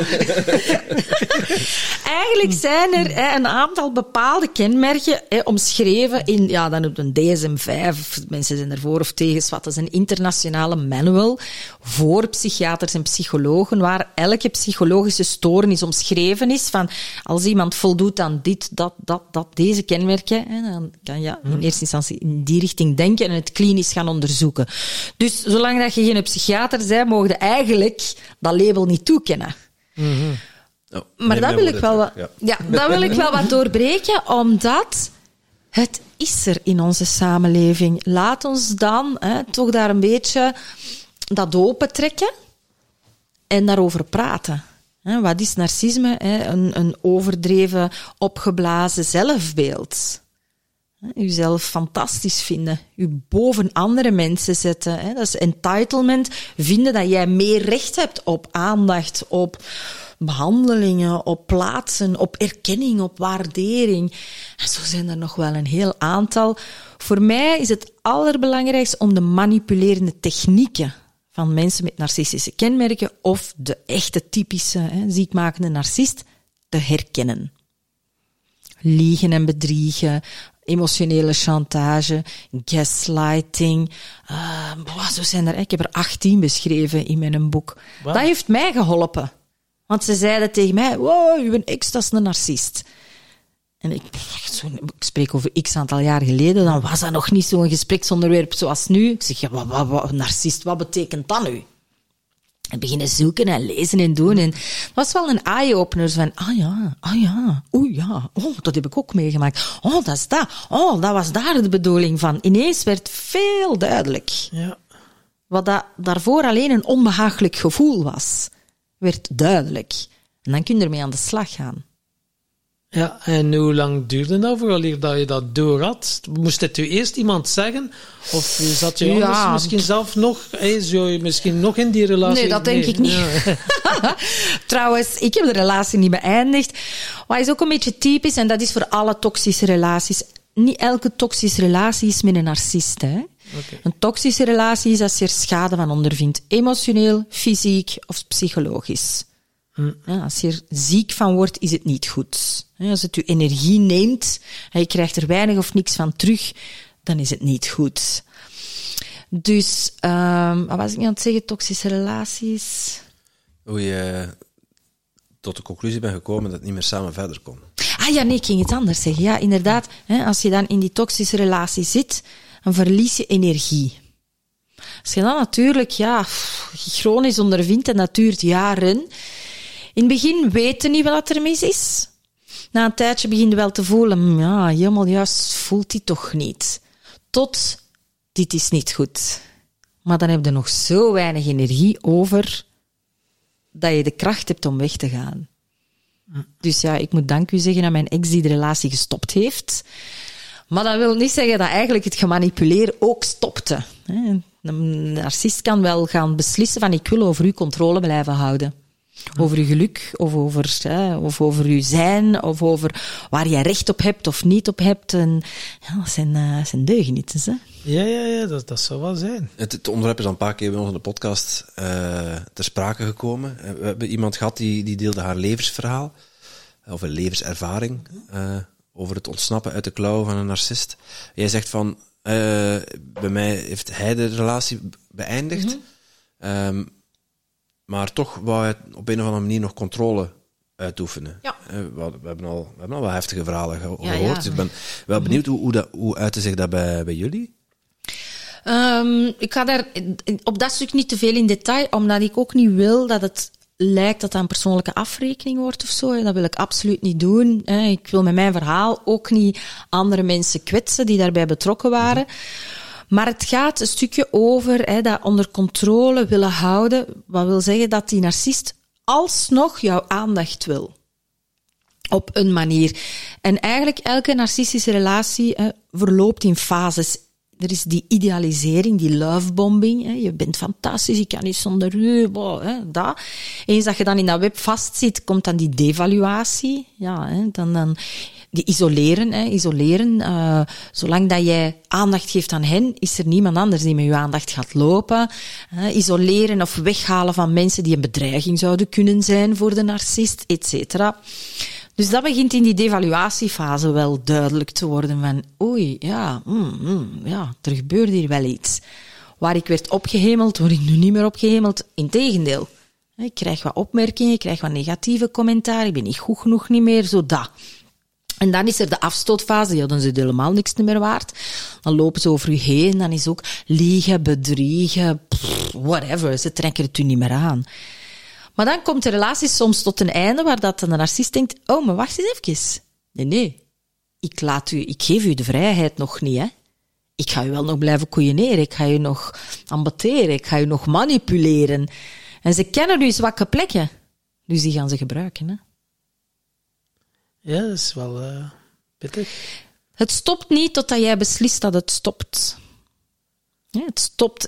Eigenlijk zijn er een aantal bepaalde kenmerken omschreven in, dan op een DSM-5, mensen zijn ervoor of tegen, wat zijn een internationale manual voor psychiaters en psychologen, waar elke psychologische stoornis omschreven is van als iemand voldoet aan dit, dat, deze kenmerken, dan kan je in eerste instantie in die richting denken en het klinisch gaan onderzoeken. Dus zolang dat je geen psychiater bent, mogen je eigenlijk dat label niet toekennen. Mm-hmm. Oh, maar dat wil ik wel dat wil ik wel wat doorbreken, omdat het is er in onze samenleving. Laat ons dan toch daar een beetje dat opentrekken en daarover praten. Wat is narcisme? Een overdreven, opgeblazen zelfbeeld. Uzelf fantastisch vinden. U boven andere mensen zetten. Dat is entitlement. Vinden dat jij meer recht hebt op aandacht, op behandelingen, op plaatsen, op erkenning, op waardering. En zo zijn er nog wel een heel aantal. Voor mij is het allerbelangrijkste om de manipulerende technieken van mensen met narcistische kenmerken of de echte typische ziekmakende narcist te herkennen. Liegen en bedriegen, emotionele chantage, gaslighting. Zo zijn er, ik heb er 18 beschreven in mijn boek. Wow. Dat heeft mij geholpen. Want ze zeiden tegen mij, wow, uw ex, dat is een narcist. En ik spreek over x aantal jaar geleden, dan was dat nog niet zo'n gespreksonderwerp zoals nu. Ik zeg, wat narcist, wat betekent dat nu? En beginnen zoeken en lezen en doen. En het was wel een eye-opener van, dat heb ik ook meegemaakt. Oh, dat is dat. Oh, dat was daar de bedoeling van. Ineens werd veel duidelijk. Ja. Wat dat daarvoor alleen een onbehagelijk gevoel was, werd duidelijk. En dan kun je ermee aan de slag gaan. Ja, en hoe lang duurde dat vooraleer dat je dat door had? Moest het u eerst iemand zeggen? Of zat je anders misschien zelf nog, zou je misschien nog in die relatie? Nee, dat denk ik niet. Ja. Trouwens, ik heb de relatie niet beëindigd. Wat is ook een beetje typisch, en dat is voor alle toxische relaties. Niet elke toxische relatie is met een narcist, hè. Okay. Een toxische relatie is als je er schade van ondervindt. Emotioneel, fysiek of psychologisch. Ja, als je er ziek van wordt, is het niet goed. Als het je energie neemt en je krijgt er weinig of niks van terug, dan is het niet goed. Dus, wat was ik niet aan het zeggen? Toxische relaties. Hoe je tot de conclusie bent gekomen dat het niet meer samen verder kon. Ik ging het anders zeggen. Ja, inderdaad. Als je dan in die toxische relatie zit, dan verlies je energie. Als je dan natuurlijk chronisch ondervindt, en dat duurt jaren. In het begin weet je niet wat er mis is. Na een tijdje begin je wel te voelen, helemaal juist voelt hij toch niet. Tot, dit is niet goed. Maar dan heb je nog zo weinig energie over, dat je de kracht hebt om weg te gaan. Dus ik moet dank u zeggen aan mijn ex die de relatie gestopt heeft. Maar dat wil niet zeggen dat eigenlijk het gemanipuleer ook stopte. Een narcist kan wel gaan beslissen van ik wil over uw controle blijven houden. Over uw geluk, of over uw zijn, of over waar je recht op hebt of niet op hebt. En, dat zijn deugenietjes, hè. Ja, dat zou wel zijn. Het onderwerp is al een paar keer bij ons in de podcast ter sprake gekomen. We hebben iemand gehad die deelde haar levensverhaal, of een levenservaring, over het ontsnappen uit de klauwen van een narcist. Jij zegt van, bij mij heeft hij de relatie beëindigd, maar toch wou hij op een of andere manier nog controle uitoefenen. Ja. We hebben al wel heftige verhalen gehoord. Ja. Dus ik ben wel benieuwd, hoe uitte zich dat bij jullie? Ik ga daar op dat stuk niet te veel in detail, omdat ik ook niet wil dat het lijkt dat dat een persoonlijke afrekening wordt of zo. Dat wil ik absoluut niet doen. Ik wil met mijn verhaal ook niet andere mensen kwetsen die daarbij betrokken waren. Maar het gaat een stukje over dat onder controle willen houden. Wat wil zeggen dat die narcist alsnog jouw aandacht wil. Op een manier. En eigenlijk elke narcistische relatie verloopt in fases. Er is die idealisering, die lovebombing. Je bent fantastisch, ik kan niet zonder u. Dat. Eens dat je dan in dat web vastzit, komt dan die devaluatie. Dan die isoleren. Zolang dat jij aandacht geeft aan hen, is er niemand anders die met je aandacht gaat lopen. Isoleren of weghalen van mensen die een bedreiging zouden kunnen zijn voor de narcist, et cetera. Dus dat begint in die devaluatiefase wel duidelijk te worden van, er gebeurt hier wel iets. Waar ik werd opgehemeld, word ik nu niet meer opgehemeld. Integendeel. Ik krijg wat opmerkingen, ik krijg wat negatieve commentaar, ik ben niet goed genoeg niet meer, zo dat. En dan is er de afstootfase, ja, dan is het helemaal niks meer waard. Dan lopen ze over u heen, dan is ook liegen, bedriegen, whatever, ze trekken het u niet meer aan. Maar dan komt de relatie soms tot een einde waar dat de narcist denkt, oh, maar wacht eens even. Nee, ik geef u de vrijheid nog niet, hè. Ik ga u wel nog blijven koeieneren, ik ga u nog ambeteren, ik ga u nog manipuleren. En ze kennen uw zwakke plekken, dus die gaan ze gebruiken, hè. Ja, dat is wel pittig. Het stopt niet totdat jij beslist dat het stopt. Ja, het stopt.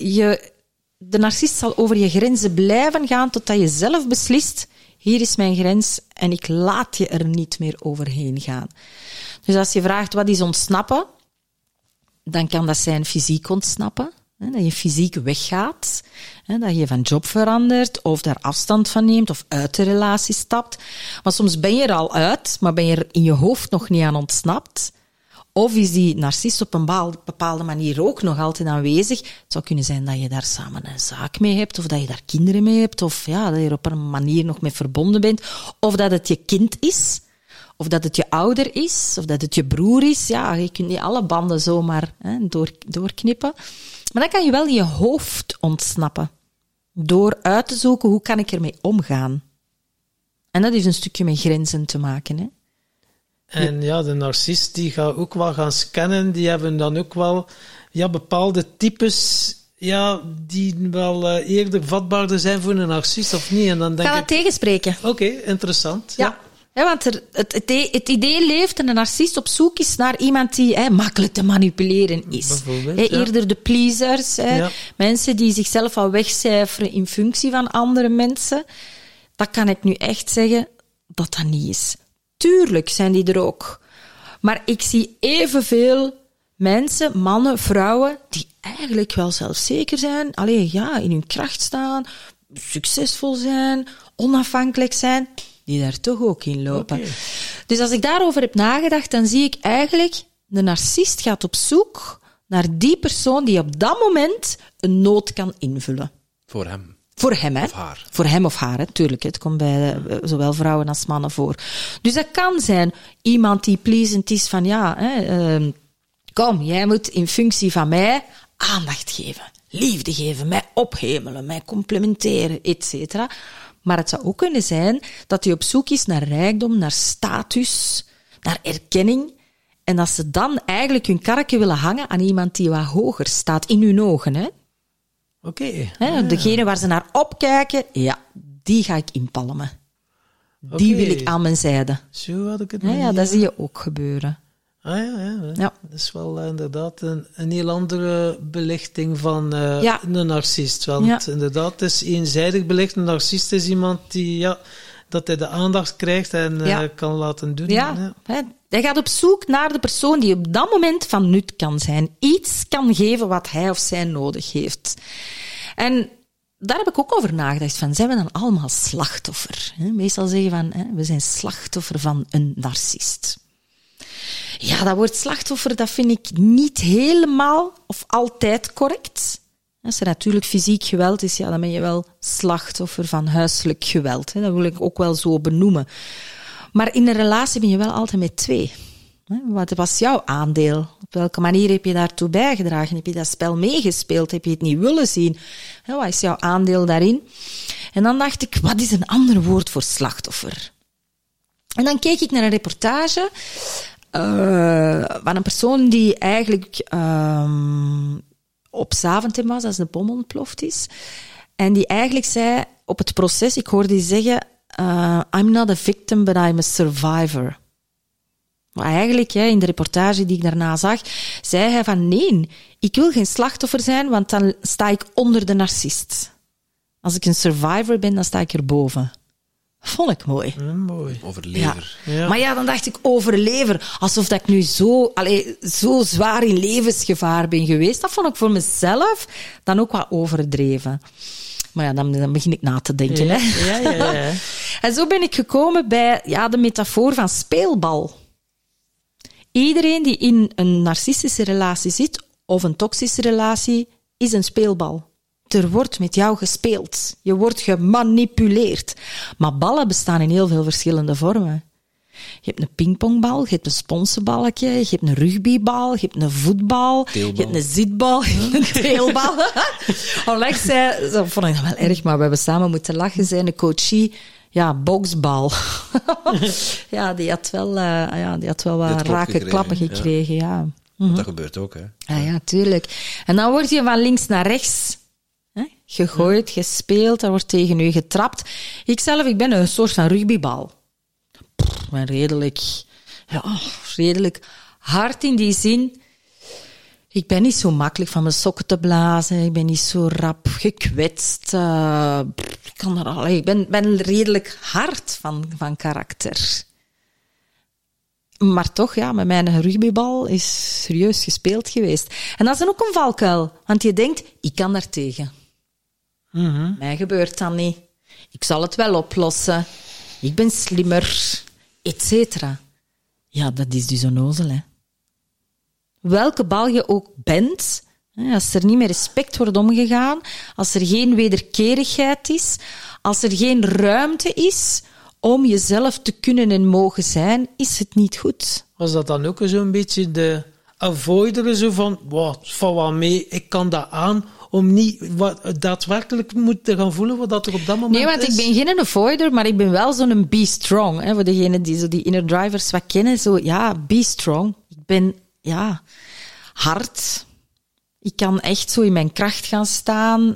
De narcist zal over je grenzen blijven gaan totdat je zelf beslist, hier is mijn grens en ik laat je er niet meer overheen gaan. Dus als je vraagt wat is ontsnappen, dan kan dat zijn fysiek ontsnappen. Dat je fysiek weggaat, dat je van job verandert of daar afstand van neemt of uit de relatie stapt. Maar soms ben je er al uit, maar ben je er in je hoofd nog niet aan ontsnapt. Of is die narcist op een bepaalde manier ook nog altijd aanwezig. Het zou kunnen zijn dat je daar samen een zaak mee hebt, of dat je daar kinderen mee hebt, of ja, dat je er op een manier nog mee verbonden bent. Of dat het je kind is, of dat het je ouder is, of dat het je broer is. Ja, je kunt niet alle banden zomaar doorknippen. Maar dan kan je wel in je hoofd ontsnappen. Door uit te zoeken, hoe kan ik ermee omgaan? En dat heeft een stukje met grenzen te maken, hè. En ja, de narcist die gaat ook wel gaan scannen. Die hebben dan ook wel bepaalde types die wel eerder vatbaarder zijn voor een narcist of niet. En dan denk ik ga het tegenspreken. Oké, interessant. Ja. Ja, want het idee leeft en de narcist op zoek is naar iemand die makkelijk te manipuleren is. Eerder de pleasers, mensen die zichzelf al wegcijferen in functie van andere mensen. Dat kan ik nu echt zeggen dat dat niet is. Tuurlijk zijn die er ook. Maar ik zie evenveel mensen, mannen, vrouwen, die eigenlijk wel zelfzeker zijn, in hun kracht staan, succesvol zijn, onafhankelijk zijn, die daar toch ook in lopen. Okay. Dus als ik daarover heb nagedacht, dan zie ik eigenlijk, de narcist gaat op zoek naar die persoon die op dat moment een nood kan invullen. Voor hem. Voor hem, hè? Of haar. Voor hem of haar, hè? Tuurlijk. Het komt bij zowel vrouwen als mannen voor. Dus dat kan zijn iemand die pleasend is van, kom, jij moet in functie van mij aandacht geven, liefde geven, mij ophemelen, mij complimenteren, etc. Maar het zou ook kunnen zijn dat hij op zoek is naar rijkdom, naar status, naar erkenning. En dat ze dan eigenlijk hun karretje willen hangen aan iemand die wat hoger staat in hun ogen, hè? Oké. Degene waar ze naar opkijken, die ga ik inpalmen. Okay. Die wil ik aan mijn zijde. Zo had ik het niet. Dat zie je ook gebeuren. Ja. Dat is wel inderdaad een heel andere belichting van een narcist. Want inderdaad, het is eenzijdig belicht. Een narcist is iemand die, dat hij de aandacht krijgt en kan laten doen. Ja. Hij gaat op zoek naar de persoon die op dat moment van nut kan zijn. Iets kan geven wat hij of zij nodig heeft. En daar heb ik ook over nagedacht. Zijn we dan allemaal slachtoffer? Meestal zeggen van, we zijn slachtoffer van een narcist. Ja, dat woord slachtoffer, dat vind ik niet helemaal of altijd correct. Als er natuurlijk fysiek geweld is, dan ben je wel slachtoffer van huiselijk geweld. Dat wil ik ook wel zo benoemen. Maar in een relatie ben je wel altijd met twee. Wat was jouw aandeel? Op welke manier heb je daartoe bijgedragen? Heb je dat spel meegespeeld? Heb je het niet willen zien? Wat is jouw aandeel daarin? En dan dacht ik, wat is een ander woord voor slachtoffer? En dan keek ik naar een reportage van een persoon die eigenlijk op Zaventem was, als de bom ontploft is. En die eigenlijk zei op het proces, ik hoorde die zeggen, I'm not a victim, but I'm a survivor. Maar eigenlijk, in de reportage die ik daarna zag, zei hij van nee, ik wil geen slachtoffer zijn, want dan sta ik onder de narcist. Als ik een survivor ben, dan sta ik erboven. Vond ik mooi. Mooi. Overlever. Ja. Maar dan dacht ik overlever. Alsof dat ik nu zo zwaar in levensgevaar ben geweest. Dat vond ik voor mezelf dan ook wat overdreven. Maar dan begin ik na te denken. Ja. Hè? Ja. En zo ben ik gekomen bij de metafoor van speelbal. Iedereen die in een narcistische relatie zit, of een toxische relatie, is een speelbal. Er wordt met jou gespeeld. Je wordt gemanipuleerd. Maar ballen bestaan in heel veel verschillende vormen. Je hebt een pingpongbal, je hebt een sponsenballetje, je hebt een rugbybal, je hebt een voetbal, teelbal. Je hebt een zitbal, je hebt een teelbal. Alex zei, dat vond ik wel erg, maar we hebben samen moeten lachen, zei een coachie, ja, boksbal. Ja, die had wel wat rake klappen gekregen, ja. Dat gebeurt ook, hè. Ja, tuurlijk. En dan word je van links naar rechts gegooid, gespeeld, er wordt tegen u getrapt. Ik ben een soort van rugbybal. Ik ben redelijk hard in die zin. Ik ben niet zo makkelijk van mijn sokken te blazen. Ik ben niet zo rap gekwetst. Ik ben redelijk hard van karakter. Maar toch, ja, met mijn rugbybal is serieus gespeeld geweest. En dat is dan ook een valkuil. Want je denkt, ik kan daar tegen. Mij gebeurt dat niet. Ik zal het wel oplossen. Ik ben slimmer. Etcetera. Ja, dat is dus onnozel, hè. Welke bal je ook bent, als er niet met respect wordt omgegaan, als er geen wederkerigheid is, als er geen ruimte is om jezelf te kunnen en mogen zijn, is het niet goed. Was dat dan ook zo'n beetje de avoider, zo van, val wel mee, ik kan dat aan, om niet daadwerkelijk moeten gaan voelen wat dat er op dat moment is? Nee, want ik ben geen avoider, maar ik ben wel zo'n be strong. Hè, voor degenen die zo die inner drivers wat kennen, zo, ja, be strong. Ik ben, ja, hard. Ik kan echt zo in mijn kracht gaan staan.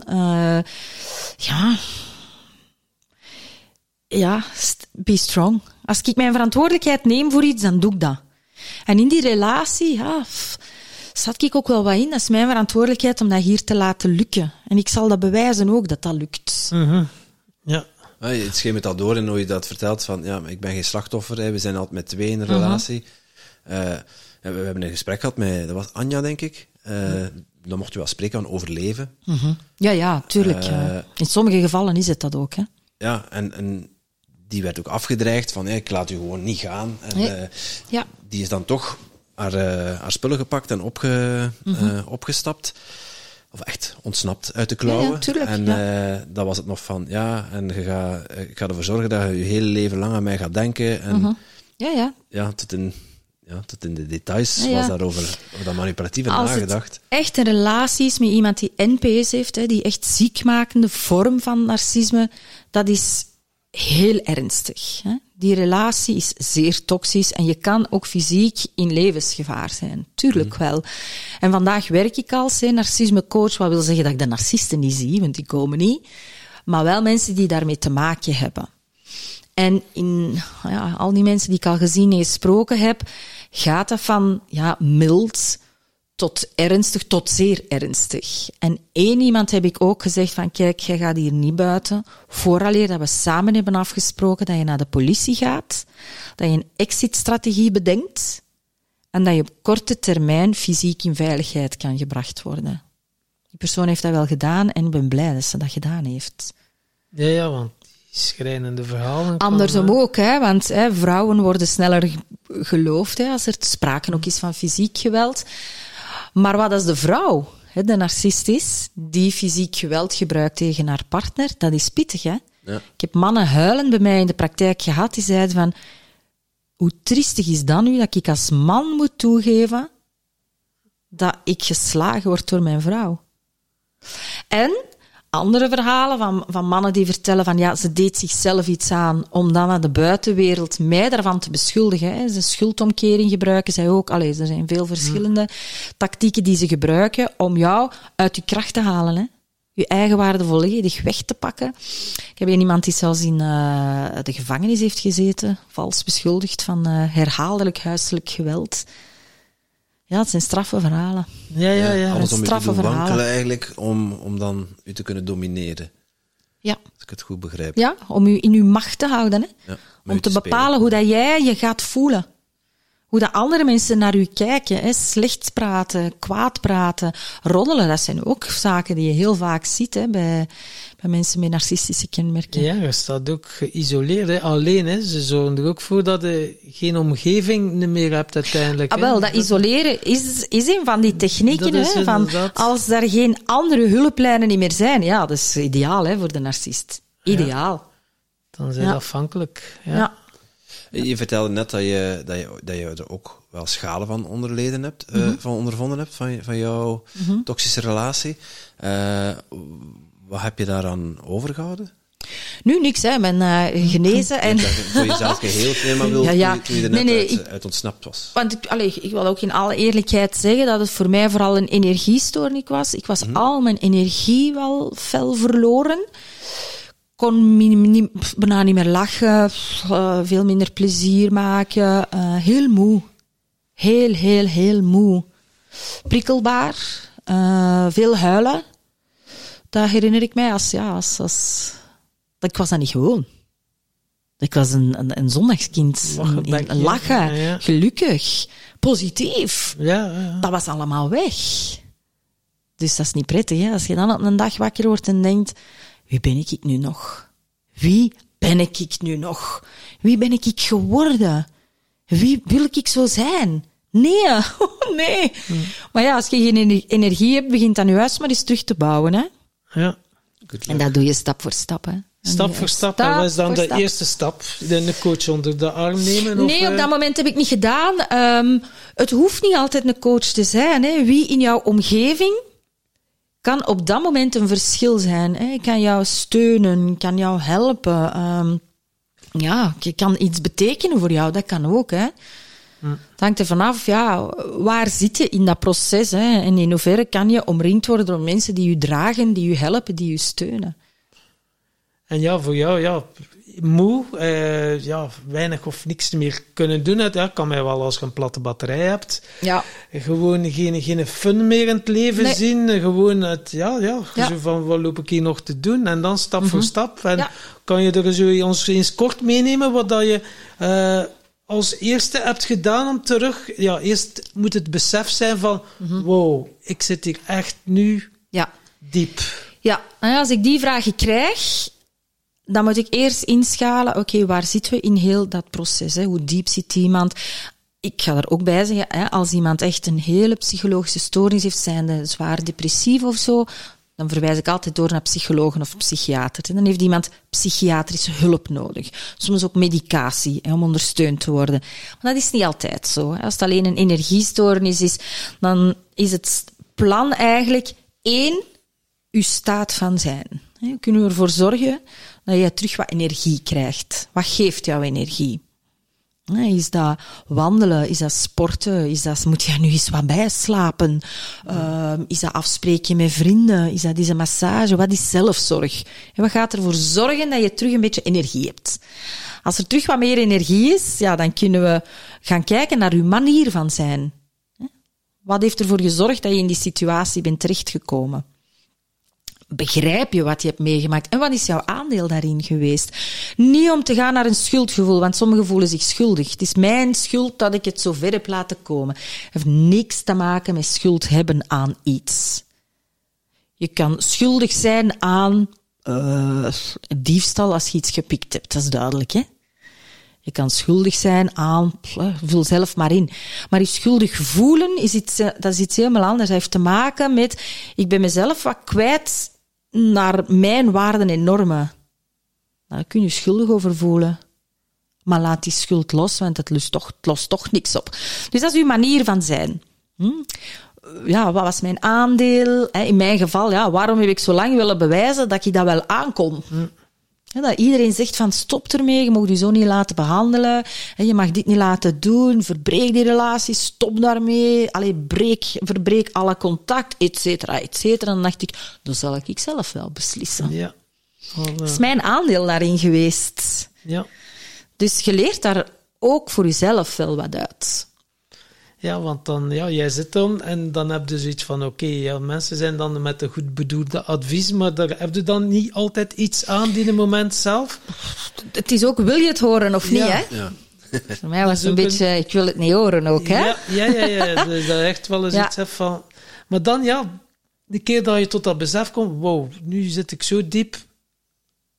Be strong. Als ik mijn verantwoordelijkheid neem voor iets, dan doe ik dat. En in die relatie, zat ik ook wel wat in. Dat is mijn verantwoordelijkheid om dat hier te laten lukken. En ik zal dat bewijzen ook, dat dat lukt. Ja. Het schemert al door en hoe je dat vertelt, van, ja, ik ben geen slachtoffer, hè. We zijn altijd met twee in een relatie. We hebben een gesprek gehad met, dat was Anja, denk ik. Dan mocht je wel spreken van overleven. Ja, tuurlijk. In sommige gevallen is het dat ook, hè. Ja, en die werd ook afgedreigd van, ik laat u gewoon niet gaan. En die is dan toch haar spullen gepakt en opgestapt. Of echt ontsnapt uit de klauwen. Ja, tuurlijk, en dat was het nog van, ik ga ervoor zorgen dat je je hele leven lang aan mij gaat denken. En tot in de details was daarover over dat manipulatieve nagedacht. Het echt een relatie is met iemand die NPS heeft, die echt ziekmakende vorm van narcisme, dat is heel ernstig. Hè. Die relatie is zeer toxisch en je kan ook fysiek in levensgevaar zijn. Tuurlijk wel. En vandaag werk ik als narcismecoach, wat wil zeggen dat ik de narcisten niet zie, want die komen niet, maar wel mensen die daarmee te maken hebben. En in al die mensen die ik al gezien en gesproken heb, gaat dat van mild tot ernstig, tot zeer ernstig. En één iemand heb ik ook gezegd van, kijk, jij gaat hier niet buiten, vooraleer dat we samen hebben afgesproken dat je naar de politie gaat, dat je een exit-strategie bedenkt en dat je op korte termijn fysiek in veiligheid kan gebracht worden. Die persoon heeft dat wel gedaan en ik ben blij dat ze dat gedaan heeft. Ja, want schrijnende verhalen. Andersom ook, hè, want vrouwen worden sneller geloofd als er sprake ook is van fysiek geweld. Maar wat als de vrouw, de narcist is, die fysiek geweld gebruikt tegen haar partner, dat is pittig, hè? Ja. Ik heb mannen huilen bij mij in de praktijk gehad, die zeiden van, hoe triestig is dat nu, dat ik als man moet toegeven dat ik geslagen word door mijn vrouw. En andere verhalen van mannen die vertellen van, ze deed zichzelf iets aan om dan aan de buitenwereld mij daarvan te beschuldigen. Hè. Ze schuldomkering gebruiken zij ook. Er zijn veel verschillende tactieken die ze gebruiken om jou uit je kracht te halen. Hè. Je eigenwaarde volledig weg te pakken. Ik heb iemand die zelfs in de gevangenis heeft gezeten, vals beschuldigd van herhaaldelijk huiselijk geweld. Ja, het zijn straffe verhalen. Ja. Alles om je te doen wankelen eigenlijk, om dan u te kunnen domineren. Ja. Als ik het goed begrijp. Ja, om u in uw macht te houden. Hè? Ja, om te bepalen hoe dat jij je gaat voelen. Hoe dat andere mensen naar u kijken. Hè? Slecht praten, kwaad praten, roddelen. Dat zijn ook zaken die je heel vaak ziet, hè, bij mensen met narcistische kenmerken. Ja, je staat ook geïsoleerd, hè. Alleen. Hè. Ze zorgen er ook voor dat je geen omgeving meer hebt uiteindelijk. Ah, wel, dat isoleren is een van die technieken. Hè, van als er geen andere hulplijnen niet meer zijn, ja, dat is ideaal hè, voor de narcist. Ideaal. Ja. Dan zijn ze afhankelijk. Ja. Je vertelde net dat je er ook wel schalen van onderleden hebt, van ondervonden hebt van jouw toxische relatie. Wat heb je daaraan overgehouden? Nu niks, hè. Ik ben genezen. En voor jezelf geheeld, nee, maar toen je er net uit ontsnapt was. Want ik wil ook in alle eerlijkheid zeggen dat het voor mij vooral een energiestoornis was. Ik was al mijn energie wel fel verloren. Kon bijna niet meer lachen, veel minder plezier maken. Heel moe. Heel moe. Prikkelbaar. Veel huilen. Dat herinner ik mij als ik was dat niet gewoon. Ik was een zondagskind. Lachen, gelukkig, positief. Ja. Dat was allemaal weg. Dus dat is niet prettig, hè? Als je dan op een dag wakker wordt en denkt, wie ben ik nu nog? Wie ben ik nu nog? Wie ben ik geworden? Wie wil ik zo zijn? Nee. Maar ja, als je geen energie hebt, begint dat nu huis maar eens terug te bouwen, hè? Ja. En dat doe je stap voor stap, hè? Stap voor stap. En wat is dan de eerste stap? De coach onder de arm nemen? Nee, op dat moment heb ik niet gedaan. Het hoeft niet altijd een coach te zijn. Hè. Wie in jouw omgeving kan op dat moment een verschil zijn. Hè. Kan jou steunen, kan jou helpen. Je kan iets betekenen voor jou, dat kan ook. Hè. Het hangt er vanaf, waar zit je in dat proces? Hè? En in hoeverre kan je omringd worden door mensen die je dragen, die je helpen, die je steunen? En voor jou, moe, weinig of niks meer kunnen doen. Dat kan mij wel als je een platte batterij hebt. Ja. Gewoon geen fun meer in het leven zien. Gewoon zo van, wat loop ik hier nog te doen? En dan stap voor stap. En kan je er zo ons eens kort meenemen wat dat je als eerste hebt gedaan om terug... Ja, eerst moet het besef zijn van, wow, ik zit hier echt nu diep. Ja, als ik die vragen krijg... Dan moet ik eerst inschalen, oké, waar zitten we in heel dat proces? Hè? Hoe diep zit iemand? Ik ga er ook bij zeggen, hè, als iemand echt een hele psychologische stoornis heeft, zijnde zwaar depressief of zo, dan verwijs ik altijd door naar psychologen of psychiater. Dan heeft iemand psychiatrische hulp nodig. Soms ook medicatie, om ondersteund te worden. Maar dat is niet altijd zo. Hè. Als het alleen een energiestoornis is, dan is het plan eigenlijk 1, uw staat van zijn. Kunnen we ervoor zorgen dat je terug wat energie krijgt? Wat geeft jou energie? Is dat wandelen? Is dat sporten? Moet je nu eens wat bijslapen? Is dat afspreken met vrienden? Is dat een massage? Wat is zelfzorg? En wat gaat ervoor zorgen dat je terug een beetje energie hebt? Als er terug wat meer energie is, dan kunnen we gaan kijken naar uw manier van zijn. Wat heeft ervoor gezorgd dat je in die situatie bent terechtgekomen? Begrijp je wat je hebt meegemaakt? En wat is jouw aandeel daarin geweest? Niet om te gaan naar een schuldgevoel, want sommigen voelen zich schuldig. Het is mijn schuld dat ik het zo ver heb laten komen. Het heeft niks te maken met schuld hebben aan iets. Je kan schuldig zijn aan diefstal als je iets gepikt hebt. Dat is duidelijk, hè? Je kan schuldig zijn aan, vul zelf maar in. Maar je schuldig voelen, dat is iets helemaal anders. Dat heeft te maken met, ik ben mezelf wat kwijt naar mijn waarden en normen. Daar kun je schuldig over voelen. Maar laat die schuld los, want het lost toch niks op. Dus dat is uw manier van zijn. Wat was mijn aandeel? In mijn geval, waarom heb ik zo lang willen bewijzen dat ik dat wel aankon? Dat iedereen zegt van stop ermee, je mag je zo niet laten behandelen, je mag dit niet laten doen, verbreek die relatie, stop daarmee, verbreek alle contact, et cetera. En dan dacht ik, dat zal ik zelf wel beslissen. Ja. Dat is mijn aandeel daarin geweest. Ja. Dus je leert daar ook voor jezelf wel wat uit. Ja, want dan, jij zit dan en dan heb je zoiets van, mensen zijn dan met een goed bedoelde advies, maar daar heb je dan niet altijd iets aan in het moment zelf? Het is ook, wil je het horen of niet, hè? Ja. Voor mij was het een beetje, ik wil het niet horen ook, hè? Ja. Dus dat echt wel eens iets hebt van... Maar dan, de keer dat je tot dat besef komt, wow, nu zit ik zo diep,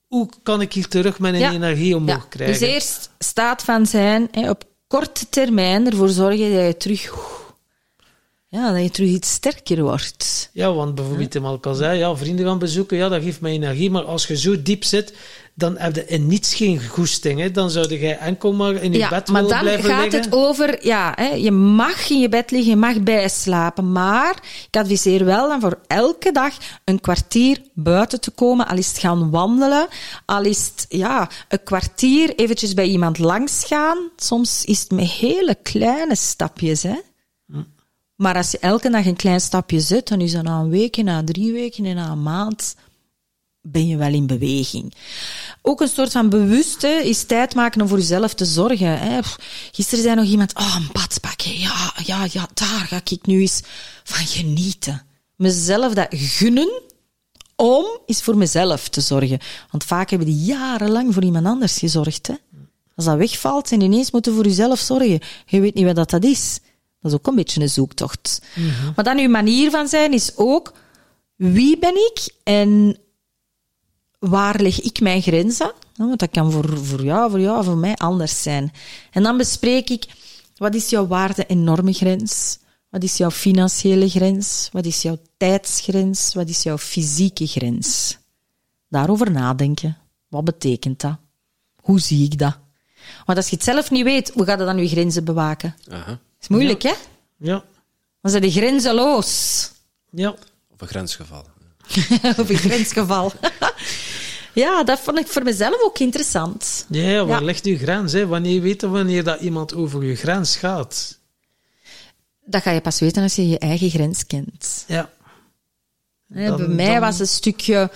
hoe kan ik hier terug mijn energie omhoog krijgen? Dus eerst staat van zijn, op korte termijn ervoor zorgen dat je terug... Ja, dat je terug iets sterker wordt. Ja, want bijvoorbeeld, ik al zei, vrienden gaan bezoeken, dat geeft mij energie. Maar als je zo diep zit, dan heb je in niets geen goesting. Hè. Dan zou je enkel maar in je bed willen blijven liggen. Maar dan gaat het over... je mag in je bed liggen, je mag bijslapen. Maar ik adviseer wel dan voor elke dag een kwartier buiten te komen. Al is het gaan wandelen. Al is het een kwartier eventjes bij iemand langs gaan. Soms is het met hele kleine stapjes, hè. Maar als je elke dag een klein stapje zet, dan is dat na een week, na 3 weken en na een maand, ben je wel in beweging. Ook een soort van bewuste is tijd maken om voor jezelf te zorgen. Hè. Gisteren zei nog iemand, een badpakje, ja, daar ga ik nu eens van genieten. Mezelf dat gunnen om eens voor mezelf te zorgen. Want vaak hebben die jarenlang voor iemand anders gezorgd. Hè. Als dat wegvalt en ineens moeten voor jezelf zorgen. Je weet niet wat dat is. Dat is ook een beetje een zoektocht. Mm-hmm. Maar dan uw manier van zijn is ook, wie ben ik en waar leg ik mijn grenzen? Want dat kan voor jou, voor mij anders zijn. En dan bespreek ik, wat is jouw waarde- en normengrens? Wat is jouw financiële grens? Wat is jouw tijdsgrens? Wat is jouw fysieke grens? Daarover nadenken. Wat betekent dat? Hoe zie ik dat? Want als je het zelf niet weet, hoe gaat je dan je grenzen bewaken? Aha. Is moeilijk, hè? Ja. Dan zijn die grenzeloos. Ja. Op een grensgeval. Op een grensgeval. Ja, dat vond ik voor mezelf ook interessant. Ja, waar ligt uw grens? Hè? Wanneer dat iemand over je grens gaat? Dat ga je pas weten als je je eigen grens kent. Ja. Bij mij was het een stukje...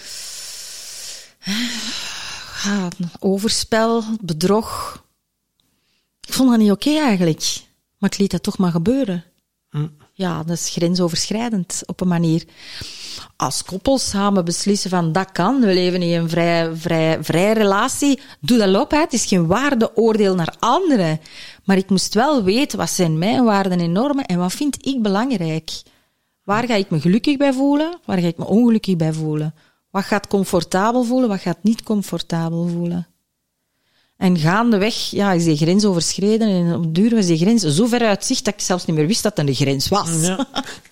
overspel, bedrog. Ik vond dat niet oké eigenlijk. Maar ik liet dat toch maar gebeuren. Ja, dat is grensoverschrijdend op een manier. Als koppel samen beslissen van dat kan, we leven in een vrij relatie, doe dat op. Hè. Het is geen waardeoordeel naar anderen. Maar ik moest wel weten, wat zijn mijn waarden en normen en wat vind ik belangrijk? Waar ga ik me gelukkig bij voelen? Waar ga ik me ongelukkig bij voelen? Wat gaat comfortabel voelen? Wat gaat niet comfortabel voelen? En gaandeweg is die grens overschreden en op duur was die grens zo ver uit zicht dat ik zelfs niet meer wist dat dat een grens was. Ja.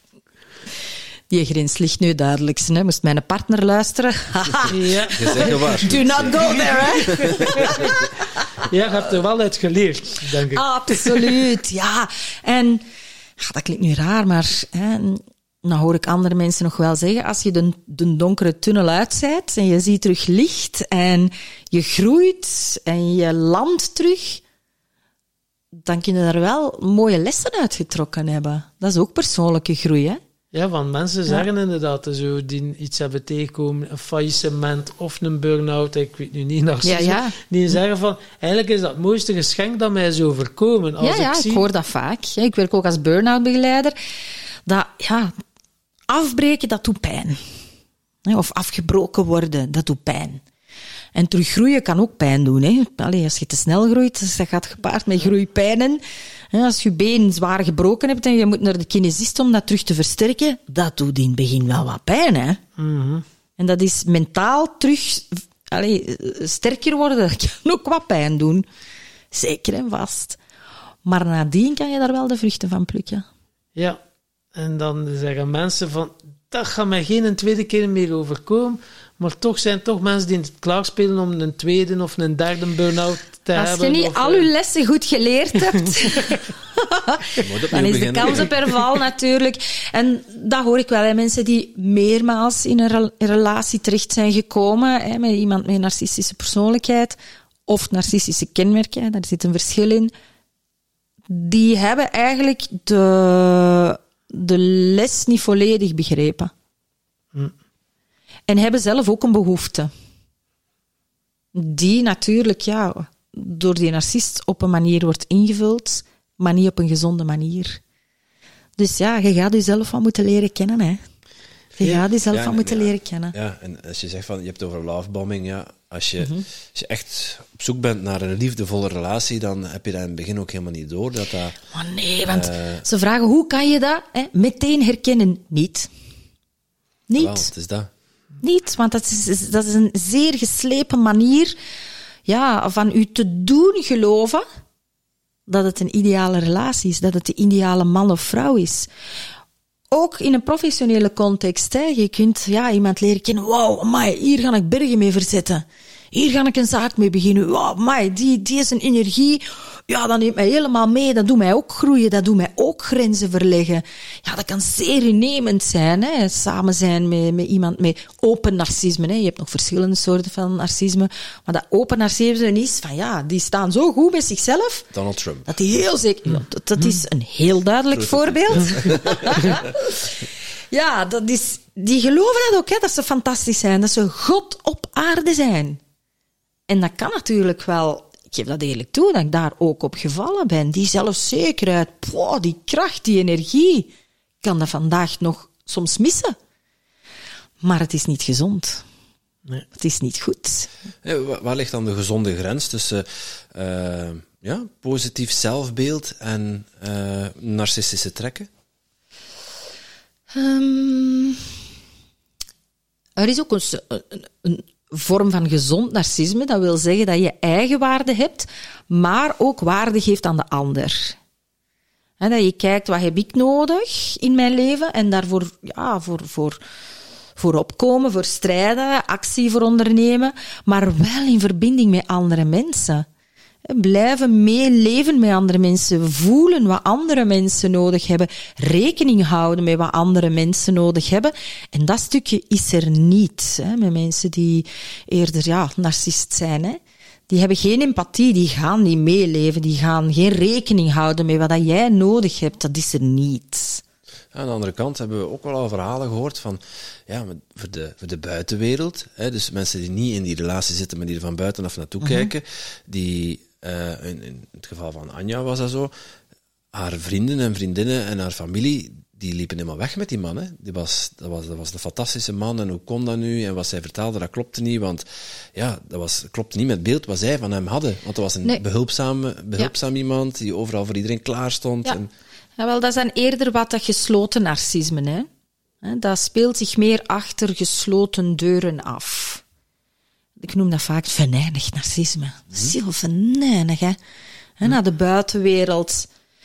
Die grens ligt nu duidelijk. Hè. Moest mijn partner luisteren? Ja. Do not go there, hè? Ja, je hebt er wel uit geleerd, denk ik. Absoluut, ja. En dat klinkt nu raar, maar... Dan hoor ik andere mensen nog wel zeggen, als je de donkere tunnel uitzet en je ziet terug licht en je groeit en je landt terug, dan kun je daar wel mooie lessen uitgetrokken hebben. Dat is ook persoonlijke groei, hè? Ja, want mensen zeggen inderdaad, zo, die iets hebben tegengekomen, een faillissement of een burn-out, ik weet nu niet, die zeggen van, eigenlijk is dat het mooiste geschenk dat mij is overkomen. Als ik hoor dat vaak. Ik werk ook als burn-out begeleider. Dat, afbreken, dat doet pijn. Of afgebroken worden, dat doet pijn. En teruggroeien kan ook pijn doen. Hè. Allee, als je te snel groeit, dus dat gaat gepaard met groeipijnen. Als je been zwaar gebroken hebt en je moet naar de kinesist om dat terug te versterken, dat doet in het begin wel wat pijn. Hè. Mm-hmm. En dat is mentaal terug sterker worden, dat kan ook wat pijn doen. Zeker en vast. Maar nadien kan je daar wel de vruchten van plukken. Ja. En dan zeggen mensen van, dat gaat mij geen tweede keer meer overkomen. Maar toch zijn toch mensen die het klaarspelen om een tweede of een derde burn-out te hebben. Als je niet al je lessen goed geleerd hebt, dan is de kans op herval natuurlijk. En dat hoor ik wel, hè, mensen die meermaals in een relatie terecht zijn gekomen, hè, met iemand met een narcistische persoonlijkheid of narcistische kenmerken, daar zit een verschil in. Die hebben eigenlijk de les niet volledig begrepen. En hebben zelf ook een behoefte. Die natuurlijk, door die narcist op een manier wordt ingevuld, maar niet op een gezonde manier. Dus je gaat jezelf wel moeten leren kennen, hè. Je gaat jezelf wel moeten leren kennen. Ja, en als je zegt van, je hebt het over lovebombing, als je echt op zoek bent naar een liefdevolle relatie, dan heb je dat in het begin ook helemaal niet door. Maar nee, want ze vragen, hoe kan je dat meteen herkennen? Niet. Wel, het is dat. Niet, want dat is een zeer geslepen manier van u te doen geloven dat het een ideale relatie is, dat het de ideale man of vrouw is. Ook in een professionele context. Hè. Je kunt iemand leren kennen. Wow, amai, hier ga ik bergen mee verzetten. Hier ga ik een zaak mee beginnen. Wow, amai, die is een energie. Ja, dat neemt mij helemaal mee. Dat doet mij ook groeien. Dat doet mij ook grenzen verleggen. Ja, dat kan zeer innemend zijn. Hè. Samen zijn met iemand met open narcisme. Hè. Je hebt nog verschillende soorten van narcisme. Maar dat open narcisme is van die staan zo goed bij zichzelf. Donald Trump. Dat die heel zeker... Ja, dat is een heel duidelijk voorbeeld. Ja, die geloven dat ook, hè, dat ze fantastisch zijn. Dat ze God op aarde zijn. En dat kan natuurlijk wel... Ik geef dat eerlijk toe, dat ik daar ook op gevallen ben. Die zelfzekerheid, die kracht, die energie. Ik kan dat vandaag nog soms missen. Maar het is niet gezond. Nee. Het is niet goed. Waar ligt dan de gezonde grens tussen positief zelfbeeld en narcistische trekken? Er is ook een vorm van gezond narcisme. Dat wil zeggen dat je eigen waarde hebt, maar ook waarde geeft aan de ander. He, dat je kijkt, wat heb ik nodig in mijn leven? En daarvoor voor opkomen, voor strijden, actie voor ondernemen, maar wel in verbinding met andere mensen. Blijven meeleven met andere mensen, voelen wat andere mensen nodig hebben, rekening houden met wat andere mensen nodig hebben. En dat stukje is er niet, hè, met mensen die eerder narcist zijn. Hè. Die hebben geen empathie, die gaan niet meeleven, die gaan geen rekening houden met wat jij nodig hebt. Dat is er niet. Aan de andere kant hebben we ook wel al verhalen gehoord van, voor de buitenwereld, hè, dus mensen die niet in die relatie zitten, maar die er van buitenaf naartoe kijken, die, in het geval van Anja was dat zo, haar vrienden en vriendinnen en haar familie, die liepen helemaal weg met die man. Hè. Dat was de fantastische man en hoe kon dat nu? En wat zij vertelde, dat klopte niet, want klopte niet met het beeld wat zij van hem hadden. Want dat was een behulpzaam iemand die overal voor iedereen klaar stond. Ja. Ja, wel, dat is dan eerder wat dat gesloten narcisme. Hè. Dat speelt zich meer achter gesloten deuren af. Ik noem dat vaak venijnig narcisme. Dat is heel venijnig, hè. Naar de buitenwereld,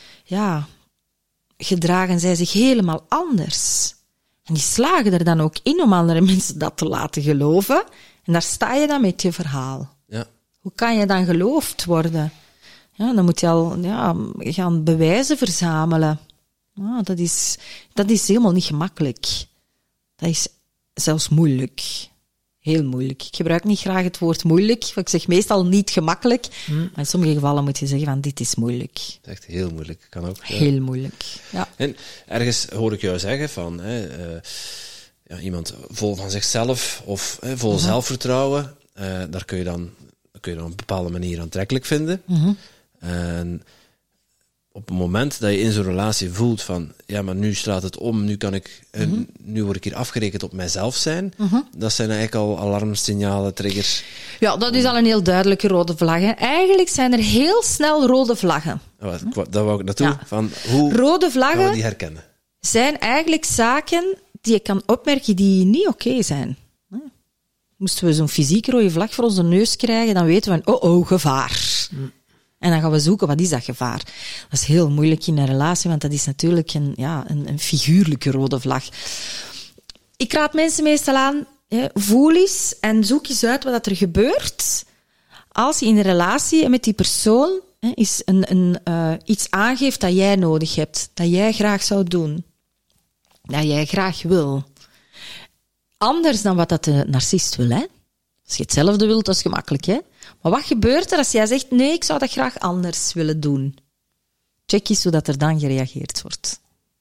gedragen zij zich helemaal anders. En die slagen er dan ook in om andere mensen dat te laten geloven. En daar sta je dan met je verhaal. Ja. Hoe kan je dan geloofd worden? Ja, dan moet je al gaan bewijzen verzamelen. Dat is helemaal niet gemakkelijk. Dat is zelfs moeilijk. Heel moeilijk. Ik gebruik niet graag het woord moeilijk. Ik zeg meestal niet gemakkelijk. Maar in sommige gevallen moet je zeggen van dit is moeilijk. Dat is echt heel moeilijk. Kan ook. Ja. Heel moeilijk, ja. En ergens hoor ik jou zeggen van iemand vol van zichzelf of vol zelfvertrouwen. Daar kun je dan op een bepaalde manier aantrekkelijk vinden. En op het moment dat je in zo'n relatie voelt van, maar nu slaat het om, nu word ik hier afgerekend op mijzelf zijn, dat zijn eigenlijk al alarmsignalen, triggers. Ja, dat is al een heel duidelijke rode vlag. Hè. Eigenlijk zijn er heel snel rode vlaggen. Daar wou ik naartoe. Ja. Van hoe rode vlaggen gaan we die herkennen? Zijn eigenlijk zaken die je kan opmerken die niet oké zijn. Moesten we zo'n fysiek rode vlag voor onze neus krijgen, dan weten we, gevaar. En dan gaan we zoeken, wat is dat gevaar? Dat is heel moeilijk in een relatie, want dat is natuurlijk een figuurlijke rode vlag. Ik raad mensen meestal aan, voel eens en zoek eens uit wat er gebeurt als je in een relatie met die persoon iets aangeeft dat jij nodig hebt, dat jij graag zou doen, dat jij graag wil. Anders dan wat dat de narcist wil, hè? Als je hetzelfde wilt, dat is gemakkelijk, hè? Maar wat gebeurt er als jij zegt, nee, ik zou dat graag anders willen doen? Check eens hoe dat er dan gereageerd wordt.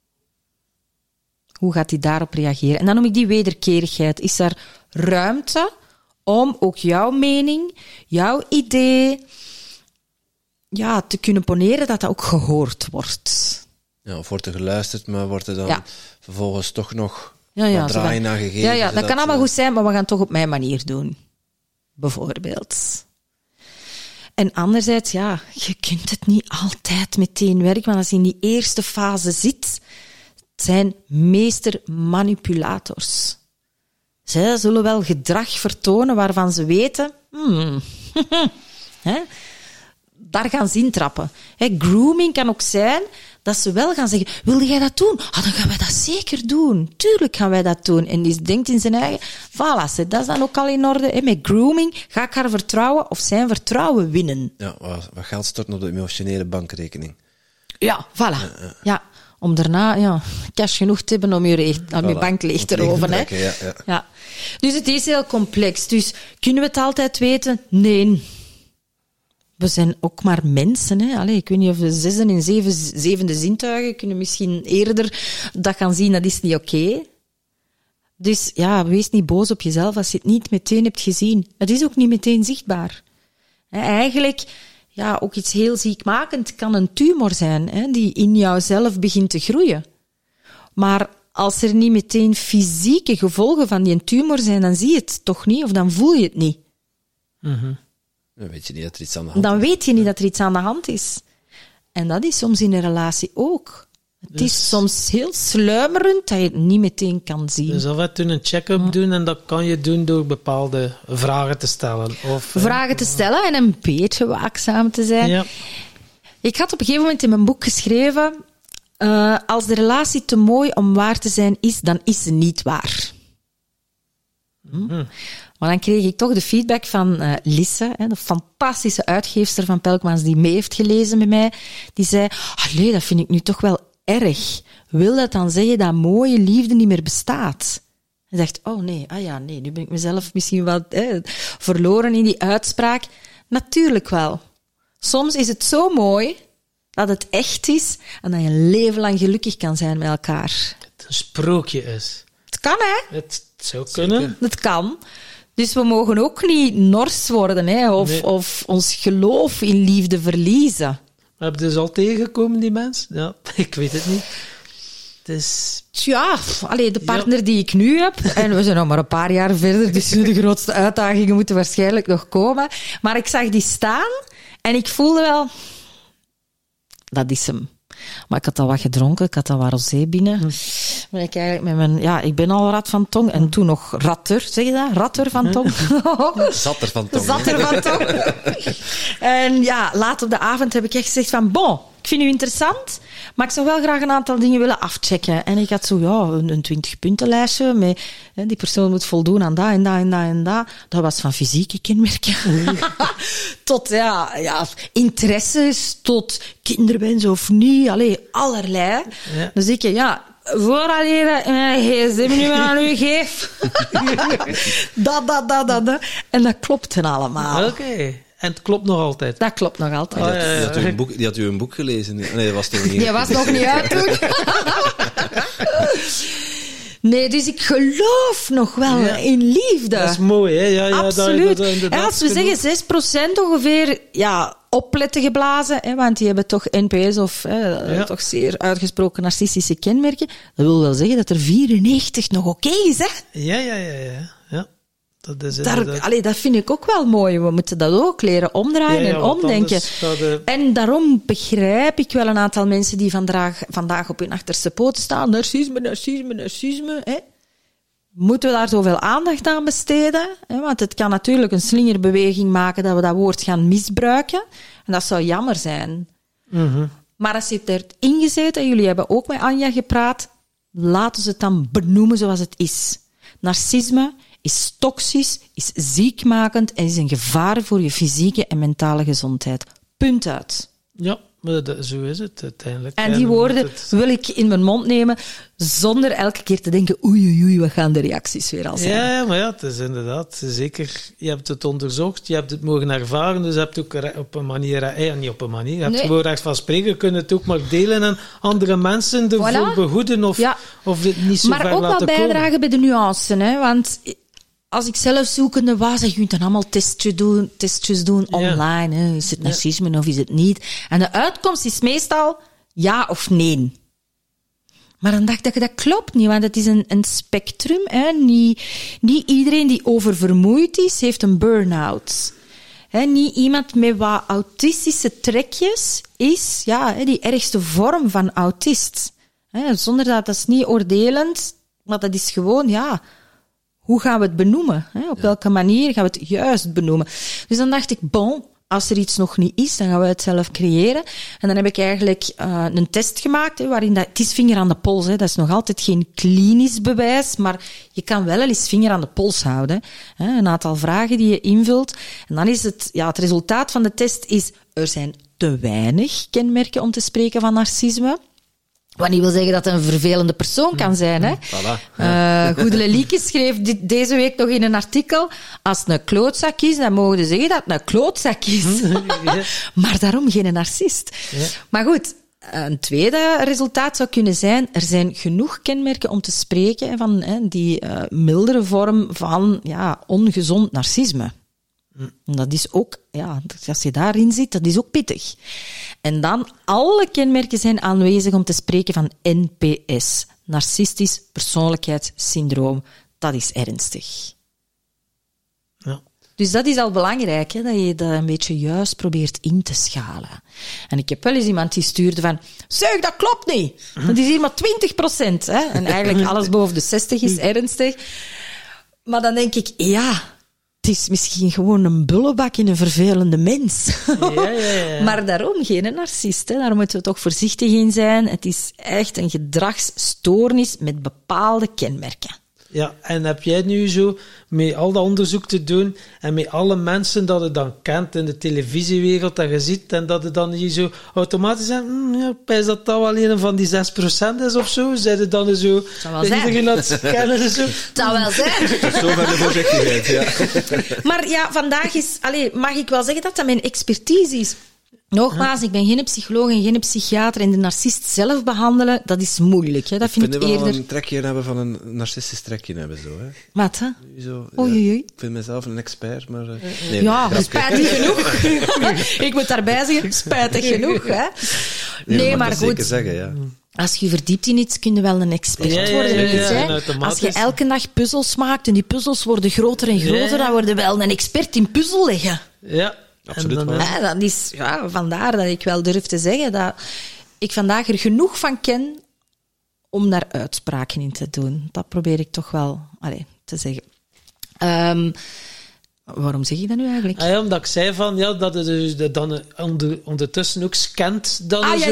Hoe gaat hij daarop reageren? En dan noem ik die wederkerigheid. Is er ruimte om ook jouw mening, jouw idee, te kunnen poneren, dat ook gehoord wordt? Ja, of wordt er geluisterd, maar wordt er dan vervolgens toch nog wat draaien aan gegeven? Ja, dat kan allemaal goed zijn, maar we gaan het toch op mijn manier doen. Bijvoorbeeld. En anderzijds, je kunt het niet altijd meteen werken, want als je in die eerste fase zit, het zijn meester manipulators. Zij zullen wel gedrag vertonen waarvan ze weten... daar gaan ze intrappen. Grooming kan ook zijn dat ze wel gaan zeggen... Wilde jij dat doen? Dan gaan wij dat zeker doen. Tuurlijk gaan wij dat doen. En die denkt in zijn eigen... Voilà, dat is dan ook al in orde. Met grooming ga ik haar vertrouwen of zijn vertrouwen winnen. Ja, wat geld storten op de emotionele bankrekening. Ja, voilà. Ja. Om daarna cash genoeg te hebben om je bank leeg te roven. Ja. Dus het is heel complex. Dus kunnen we het altijd weten? Nee. We zijn ook maar mensen. Hè. Allee, ik weet niet of de 6e en 7e zintuigen kunnen misschien eerder dat gaan zien. Dat is niet oké. Dus wees niet boos op jezelf als je het niet meteen hebt gezien. Het is ook niet meteen zichtbaar. Eigenlijk... ook iets heel ziekmakend kan een tumor zijn, die in jouzelf begint te groeien. Maar als er niet meteen fysieke gevolgen van die tumor zijn, dan zie je het toch niet, of dan voel je het niet. Mm-hmm. Dan weet je niet dat er iets aan de hand is. Dan weet je niet dat er iets aan de hand is. En dat is soms in een relatie ook. Het is soms heel sluimerend dat je het niet meteen kan zien. Dus af en toe een check-up doen, en dat kan je doen door bepaalde vragen te stellen. Vragen te stellen en een beetje waakzaam te zijn. Ja. Ik had op een gegeven moment in mijn boek geschreven... als de relatie te mooi om waar te zijn is, dan is ze niet waar. Maar dan kreeg ik toch de feedback van Lisse, de fantastische uitgeefster van Pelkmans, die mee heeft gelezen met mij. Die zei, allee, dat vind ik nu toch wel erg. Wil dat dan zeggen dat mooie liefde niet meer bestaat? Hij zegt, nee, nu ben ik mezelf misschien wel verloren in die uitspraak. Natuurlijk wel. Soms is het zo mooi dat het echt is en dat je een leven lang gelukkig kan zijn met elkaar. Het een sprookje is. Het kan, hè? Het zou kunnen. Het kan. Dus we mogen ook niet nors worden, of ons geloof in liefde verliezen. Heb je dus al tegengekomen, die mens? Ja, ik weet het niet. De partner die ik nu heb, en we zijn nog maar een paar jaar verder, dus de grootste uitdagingen moeten waarschijnlijk nog komen. Maar ik zag die staan en ik voelde wel, dat is hem. Maar ik had al wat gedronken, ik had al wat rosé binnen. Ben ik eigenlijk met mijn... ik ben al rat van tong. En toen nog ratter, zeg je dat? Ratter van tong. Zatter van tong. Zatter van tong. En laat op de avond heb ik echt gezegd van... Bon, ik vind u interessant, maar ik zou wel graag een aantal dingen willen afchecken. En ik had zo, een 20-puntenlijstje met... die persoon moet voldoen aan dat en dat en dat en dat. Dat was van fysieke kenmerken. Tot, interesses, tot kinderwens of niet. Allee, allerlei. Ja. Dus ik, voordat je een gsm-nummer aan u geeft. dat. En dat klopte allemaal. Oké. En het klopt nog altijd? Dat klopt nog altijd. Die had u een boek gelezen? Nee, dat was toch niet... Die was nog niet uit toen. Nee, dus ik geloof nog wel in liefde. Dat is mooi, hè? Ja, absoluut. Als we zeggen 6% ongeveer, opletten geblazen, want die hebben toch NPS of toch zeer uitgesproken narcistische kenmerken. Dat wil wel zeggen dat er 94 nog oké is, hè? Ja. Dat is dat vind ik ook wel mooi. We moeten dat ook leren omdraaien en omdenken. En daarom begrijp ik wel een aantal mensen die vandaag op hun achterste poten staan. Narcisme. Hè. Moeten we daar zoveel aandacht aan besteden? Hè? Want het kan natuurlijk een slingerbeweging maken dat we dat woord gaan misbruiken. En dat zou jammer zijn. Mm-hmm. Maar als je het erin gezet en jullie hebben ook met Anja gepraat, laten ze het dan benoemen zoals het is. Narcisme is toxisch, is ziekmakend en is een gevaar voor je fysieke en mentale gezondheid. Punt uit. Ja, maar zo is het uiteindelijk. En die woorden wil ik in mijn mond nemen, zonder elke keer te denken, oei, wat gaan de reacties weer al zijn? Ja, maar het is inderdaad, zeker, je hebt het onderzocht, je hebt het mogen ervaren, dus je hebt ook op een manier, niet op een manier, je hebt gewoon recht van spreken, je kunt het ook maar delen en andere mensen ervoor behoeden of het niet zo maar ver ook laten wel bijdragen komen. Bij de nuance, hè, want... Als ik zelf zoekende was, je kunt dan allemaal testjes doen online. Hè. Is het narcisme of is het niet? En de uitkomst is meestal ja of nee. Maar dan dacht ik, dat klopt niet, want het is een spectrum. Hè. Niet iedereen die oververmoeid is, heeft een burn-out. Niet iemand met wat autistische trekjes is die ergste vorm van autist. Zonder dat is niet oordelend, maar dat is gewoon, hoe gaan we het benoemen? Hè? Op welke manier gaan we het juist benoemen? Dus dan dacht ik, als er iets nog niet is, dan gaan we het zelf creëren. En dan heb ik eigenlijk een test gemaakt, waarin het is vinger aan de pols. Dat is nog altijd geen klinisch bewijs, maar je kan wel eens vinger aan de pols houden. Een aantal vragen die je invult. En dan is het resultaat van de test is, er zijn te weinig kenmerken om te spreken van narcisme. Wat niet wil zeggen dat het een vervelende persoon kan zijn. Hè? Voilà. Goedele Lieke schreef deze week nog in een artikel, als het een klootzak is, dan mogen we zeggen dat het een klootzak is. Maar daarom geen narcist. Ja. Maar goed, een tweede resultaat zou kunnen zijn, er zijn genoeg kenmerken om te spreken van die mildere vorm van ongezond narcisme. Dat is ook, als je daarin zit, dat is ook pittig. En dan, alle kenmerken zijn aanwezig om te spreken van NPS. Narcistisch persoonlijkheidssyndroom. Dat is ernstig. Ja. Dus dat is al belangrijk, hè, dat je dat een beetje juist probeert in te schalen. En ik heb wel eens iemand die stuurde van, zeg, dat klopt niet. Dat is hier maar 20%. Hè. En eigenlijk alles boven de 60 is ernstig. Maar dan denk ik, het is misschien gewoon een bullebak in een vervelende mens. Ja. Maar daarom geen narcist. Hè. Daar moeten we toch voorzichtig in zijn. Het is echt een gedragsstoornis met bepaalde kenmerken. Ja, en heb jij nu zo, met al dat onderzoek te doen, en met alle mensen dat je dan kent in de televisiewereld, dat je ziet, en dat je dan hier zo automatisch zegt, pijs dat dat wel een van die 6% is of zo? Zijn er dan zo... Iedereen dat kennen en zo? Het zou wel zijn. Tot zover de voorzichtigheid, ja. Maar vandaag is... mag ik wel zeggen dat dat mijn expertise is? Nogmaals, ik ben geen psycholoog en geen psychiater en de narcist zelf behandelen, dat is moeilijk. Hè? Dat vind ik eerder... wel een trekje hebben van een narcistisch trekje hebben, zo. Hè? Wat, hè? Zo, Oei. Ik vind mezelf een expert, maar... Spijtig genoeg. Ik moet daarbij zeggen, spijtig genoeg. Hè? Nee, maar goed. Zeker zeggen, ja. Als je verdiept in iets, kun je wel een expert worden in iets. Hè? Als je elke dag puzzels maakt en die puzzels worden groter en groter, dan word je wel een expert in puzzel leggen. Ja. Absoluut dan, wel. Dat is, vandaar dat ik wel durf te zeggen dat ik vandaag er genoeg van ken om daar uitspraken in te doen. Dat probeer ik toch wel te zeggen. Waarom zeg je dat nu eigenlijk? Omdat ik zei van, dat het dus dan ondertussen ook scant. Dan de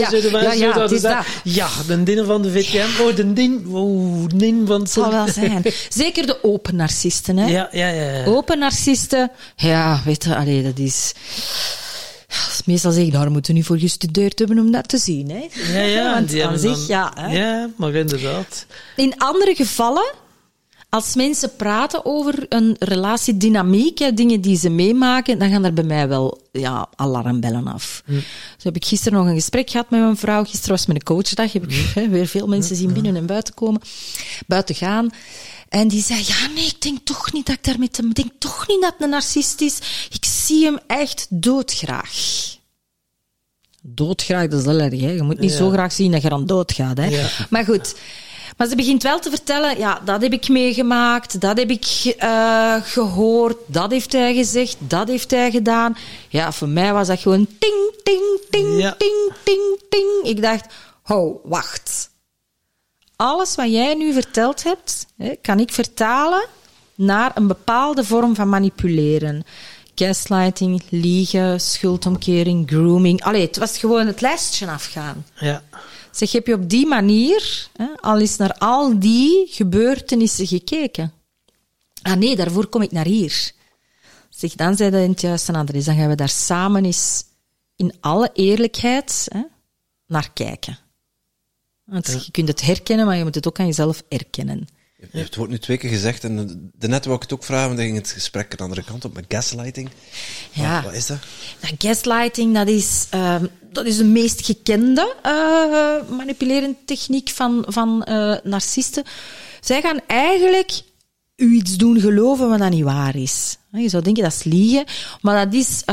ding van de VTM. De ding van... Het zal wel zijn. Zeker de open narcisten, hè? Ja. Open narcisten, weet je, dat is... Meestal zeg ik, daar moeten we niet voor gestudeerd hebben om dat te zien, hè? Ja. Want aan zich, hè? Ja, maar inderdaad. In andere gevallen... Als mensen praten over een relatiedynamiek, dingen die ze meemaken, dan gaan er bij mij wel alarmbellen af. Dus heb ik gisteren nog een gesprek gehad met mijn vrouw. Gisteren was mijn coachdag. Heb ik weer veel mensen zien binnen en buiten gaan. En die zei, ik denk toch niet dat ik daarmee ik denk toch niet dat het een narcist is. Ik zie hem echt doodgraag. Doodgraag, dat is wel erg, hè. Je moet niet zo graag zien dat je dan doodgaat, hè. Ja. Maar goed... Maar ze begint wel te vertellen, dat heb ik meegemaakt, dat heb ik gehoord, dat heeft hij gezegd, dat heeft hij gedaan. Ja, voor mij was dat gewoon ting, ting, ting, ting, ting, ting. Ik dacht, wacht. Alles wat jij nu verteld hebt, kan ik vertalen naar een bepaalde vorm van manipuleren. Gaslighting, liegen, schuldomkering, grooming. Het was gewoon het lijstje afgaan. Ja. Zeg, heb je op die manier al eens naar al die gebeurtenissen gekeken? Nee, daarvoor kom ik naar hier. Zeg, dan zijn dat in het juiste adres. Dan gaan we daar samen eens in alle eerlijkheid naar kijken. Want je kunt het herkennen, maar je moet het ook aan jezelf erkennen. Het wordt nu 2 keer gezegd en daarnet wou ik het ook vragen, want dan ging het gesprek de andere kant op met gaslighting. Ja. Wat is dat? Gaslighting, dat is de meest gekende manipulerende techniek van narcisten. Zij gaan eigenlijk u iets doen geloven wat dat niet waar is. Je zou denken dat is liegen, maar dat is...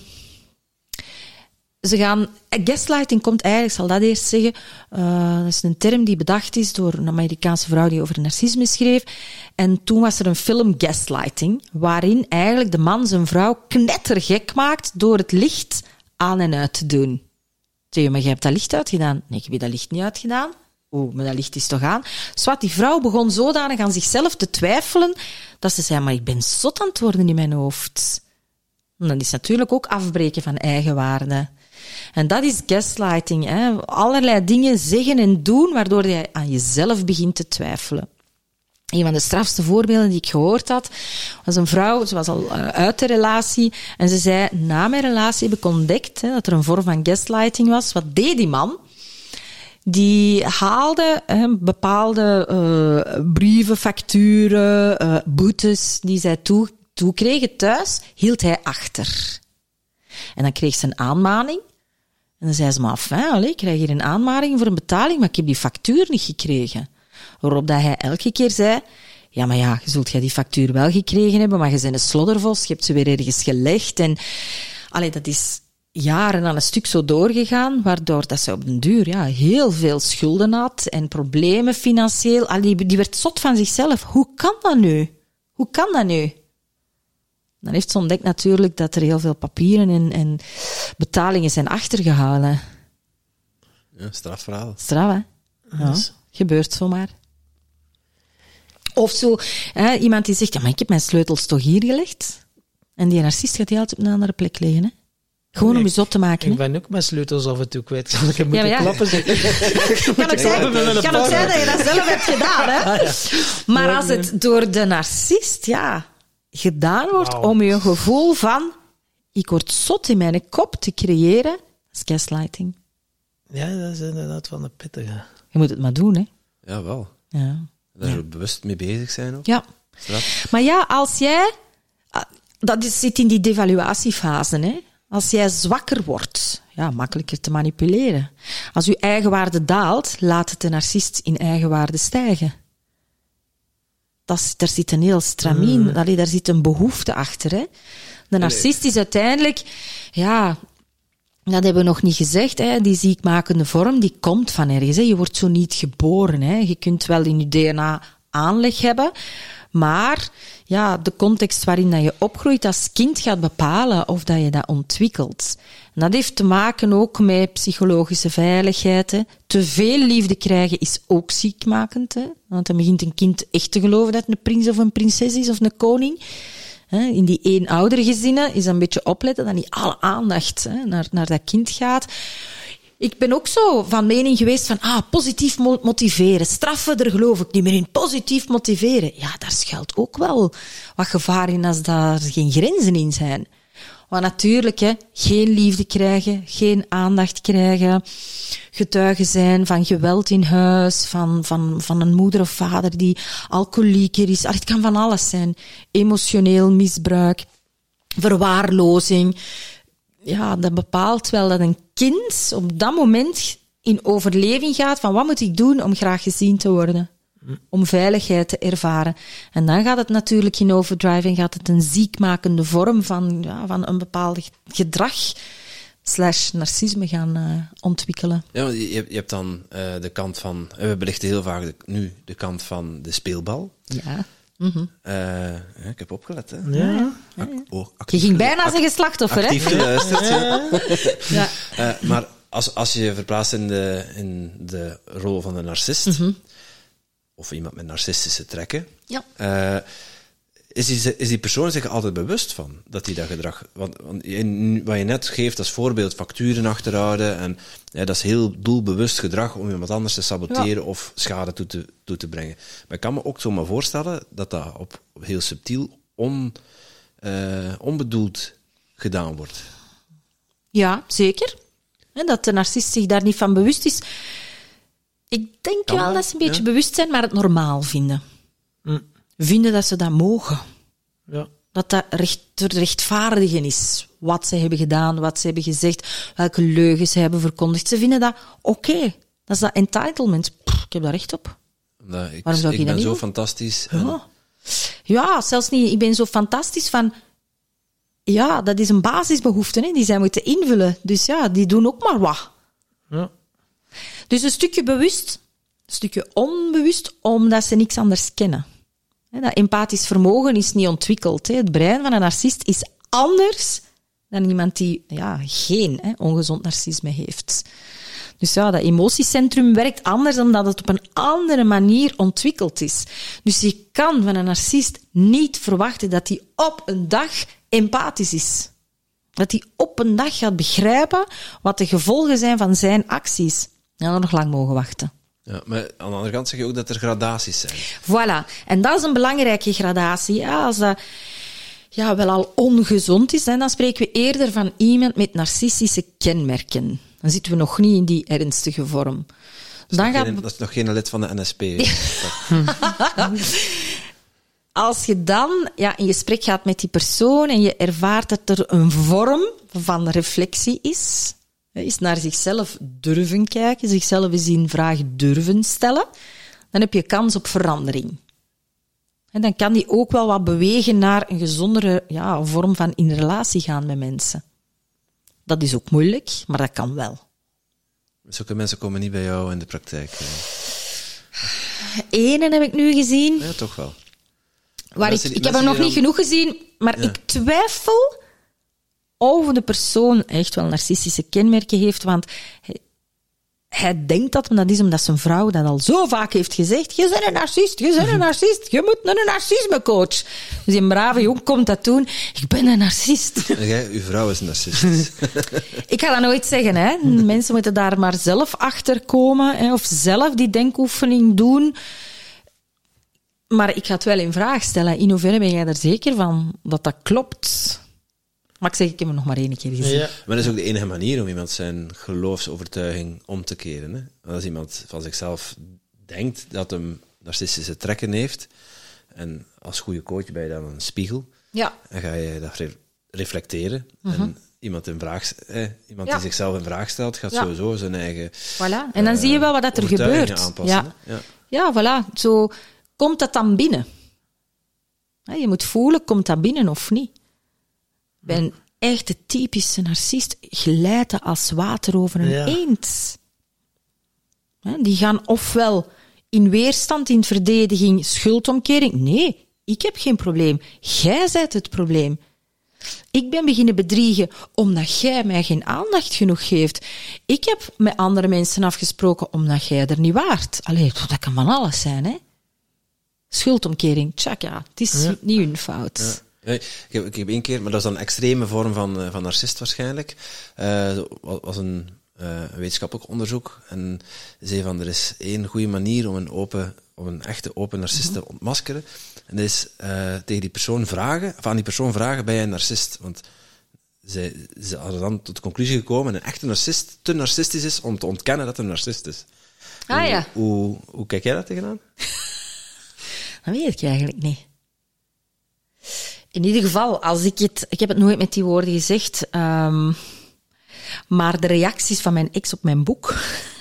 Gaslighting komt eigenlijk, ik zal dat eerst zeggen, dat is een term die bedacht is door een Amerikaanse vrouw die over narcisme schreef. En toen was er een film Gaslighting, waarin eigenlijk de man zijn vrouw knettergek maakt door het licht aan en uit te doen. Zeg je, maar jij hebt dat licht uitgedaan? Nee, ik heb dat licht niet uitgedaan. maar dat ligt is toch aan. Zwat, die vrouw begon zodanig aan zichzelf te twijfelen, dat ze zei, maar ik ben zot aan het worden in mijn hoofd. En dat is natuurlijk ook afbreken van eigenwaarde. En dat is gaslighting. Hè? Allerlei dingen zeggen en doen, waardoor je aan jezelf begint te twijfelen. Een van de strafste voorbeelden die ik gehoord had, was een vrouw, ze was al uit de relatie, en ze zei, na mijn relatie heb ik ontdekt dat er een vorm van gaslighting was. Wat deed die man? Die haalde bepaalde brieven, facturen, boetes die zij toekregen thuis, hield hij achter. En dan kreeg ze een aanmaning. En dan zei ze, maar ik krijg hier een aanmaning voor een betaling, maar ik heb die factuur niet gekregen. Waarop dat hij elke keer zei, ja, maar ja, je zult die factuur wel gekregen hebben, maar je bent een sloddervos, je hebt ze weer ergens gelegd. En dat is jaren aan een stuk zo doorgegaan, waardoor dat ze op den duur heel veel schulden had en problemen financieel. Die werd zot van zichzelf. Hoe kan dat nu? Dan heeft ze ontdekt natuurlijk dat er heel veel papieren en betalingen zijn achtergehouden. Ja, strafverhaal. Straf, hè? Ja, gebeurt zomaar. Of zo, iemand die zegt, ja, maar ik heb mijn sleutels toch hier gelegd? En die narcist gaat die altijd op een andere plek liggen, hè? Gewoon om je zot te maken. Ik ben ook mijn sleutels af en toe kwijt. Kan ik moeten klappen? Kan ook zijn dat je dat zelf hebt gedaan, hè? Ah, ja. Maar als het door de narcist, gedaan wordt om je een gevoel van, ik word zot in mijn kop te creëren, dat is gaslighting. Ja, dat is inderdaad van de pittige. Je moet het maar doen, hè? Ja, wel. Ja. Daar zo bewust mee bezig zijn ook. Ja. Maar als jij... Dat zit in die devaluatiefase, hè. Als jij zwakker wordt, makkelijker te manipuleren. Als je eigenwaarde daalt, laat het de narcist in eigenwaarde stijgen. Daar zit een heel stramien, daar zit een behoefte achter, hè. De narcist is uiteindelijk... Dat hebben we nog niet gezegd, hè. Die ziekmakende vorm, die komt van ergens, hè. Je wordt zo niet geboren, hè. Je kunt wel in je DNA aanleg hebben, maar de context waarin dat je opgroeit als kind gaat bepalen of dat je dat ontwikkelt. En dat heeft te maken ook met psychologische veiligheid, hè. Te veel liefde krijgen is ook ziekmakend, hè. Want dan begint een kind echt te geloven dat het een prins of een prinses is of een koning. In die eenoudergezinnen is een beetje opletten dat niet alle aandacht naar dat kind gaat. Ik ben ook zo van mening geweest van, positief motiveren. Straffen, daar geloof ik niet meer in. Positief motiveren. Ja, daar schuilt ook wel wat gevaar in als daar geen grenzen in zijn. Maar natuurlijk, geen liefde krijgen, geen aandacht krijgen, getuigen zijn van geweld in huis, van een moeder of vader die alcoholieker is. Het kan van alles zijn. Emotioneel misbruik, verwaarlozing. Ja, dat bepaalt wel dat een kind op dat moment in overleving gaat van wat moet ik doen om graag gezien te worden? Om veiligheid te ervaren. En dan gaat het natuurlijk in overdrive en gaat het een ziekmakende vorm van een bepaald gedrag / narcisme gaan ontwikkelen. Ja, je hebt dan de kant van... We belichten heel vaak nu de kant van de speelbal. Ja. Ik heb opgelet, hè. Ja. Je ging bijna zeggen slachtoffer, actief hè? Geluisterd, ja. Maar als je verplaatst in de rol van de narcist... of iemand met narcistische trekken, is die persoon zich altijd bewust van dat hij dat gedrag... Want wat je net geeft als voorbeeld, facturen achterhouden, en dat is heel doelbewust gedrag om iemand anders te saboteren of schade toe te brengen. Maar ik kan me ook zomaar voorstellen dat dat op heel subtiel, onbedoeld gedaan wordt. Ja, zeker. En dat de narcist zich daar niet van bewust is... Ik denk wel dat ze een beetje bewust zijn, maar het normaal vinden. Vinden dat ze dat mogen. Ja. Dat te rechtvaardigen is. Wat ze hebben gedaan, wat ze hebben gezegd, welke leugens ze hebben verkondigd. Ze vinden dat oké. Dat is dat entitlement. Ik heb daar recht op. Ik ben zo fantastisch. Ja, zelfs niet. Ik ben zo fantastisch van... Ja, dat is een basisbehoefte, hè, die zij moeten invullen. Dus die doen ook maar wat. Ja. Dus een stukje bewust, een stukje onbewust, omdat ze niks anders kennen. Dat empathisch vermogen is niet ontwikkeld. Het brein van een narcist is anders dan iemand die geen ongezond narcisme heeft. Dus ja, dat emotiecentrum werkt anders omdat het op een andere manier ontwikkeld is. Dus je kan van een narcist niet verwachten dat hij op een dag empathisch is. Dat hij op een dag gaat begrijpen wat de gevolgen zijn van zijn acties. Ja, dan nog lang mogen wachten. Ja, maar aan de andere kant zeg je ook dat er gradaties zijn. Voilà. En dat is een belangrijke gradatie. Ja, als dat wel al ongezond is, dan spreken we eerder van iemand met narcistische kenmerken. Dan zitten we nog niet in die ernstige vorm. Dat is nog geen lid van de NSP. Als je dan in gesprek gaat met die persoon en je ervaart dat er een vorm van reflectie is naar zichzelf durven kijken, zichzelf eens in vraag durven stellen, dan heb je kans op verandering. En dan kan die ook wel wat bewegen naar een gezondere vorm van in relatie gaan met mensen. Dat is ook moeilijk, maar dat kan wel. Zulke mensen komen niet bij jou in de praktijk? Ene heb ik nu gezien. Ja, toch wel. Ik heb er nog niet genoeg gezien, maar ik twijfel of de persoon echt wel narcistische kenmerken heeft, want hij denkt dat is omdat zijn vrouw dat al zo vaak heeft gezegd. Je bent een narcist, je bent een narcist, je moet naar een narcismecoach. Dus die brave jongen komt dat doen. Ik ben een narcist. En jij, uw vrouw is een narcist. Ik ga dat nooit zeggen, hè. Mensen moeten daar maar zelf achter komen, hè, of zelf die denkoefening doen. Maar ik ga het wel in vraag stellen. In hoeverre ben jij er zeker van dat dat klopt? Maar ik heb hem nog maar 1 keer gezien. Ja. Maar dat is ook de enige manier om iemand zijn geloofsovertuiging om te keren. Hè? Als iemand van zichzelf denkt dat hem narcistische trekken heeft, en als goede coach ben je dan een spiegel, en ga je dat reflecteren. En iemand die zichzelf in vraag stelt, gaat sowieso zijn eigen voilà. En dan zie je wel wat er gebeurt. Aanpassen. Ja, voilà. Zo komt dat dan binnen. Je moet voelen, komt dat binnen of niet? Bij een echte typische narcist glijdt dat als water over een eend. Die gaan ofwel in weerstand, in verdediging, schuldomkering. Nee, ik heb geen probleem. Jij bent het probleem. Ik ben beginnen bedriegen omdat jij mij geen aandacht genoeg geeft. Ik heb met andere mensen afgesproken omdat jij er niet waart. Allee, dat kan van alles zijn, hè. Schuldomkering, tjaka, het is niet hun fout. Ja. Ik heb 1 keer, maar dat is dan een extreme vorm van narcist waarschijnlijk. Was een wetenschappelijk onderzoek. En zei van, er is 1 goede manier om een echte open narcist te ontmaskeren. En dat is tegen die persoon vragen, of aan die persoon vragen, ben jij een narcist? Want ze hadden dan tot de conclusie gekomen, een echte narcist te narcistisch is om te ontkennen dat hij een narcist is. Hoe kijk jij daar tegenaan? Dat weet ik eigenlijk niet. In ieder geval, ik heb het nooit met die woorden gezegd, maar de reacties van mijn ex op mijn boek...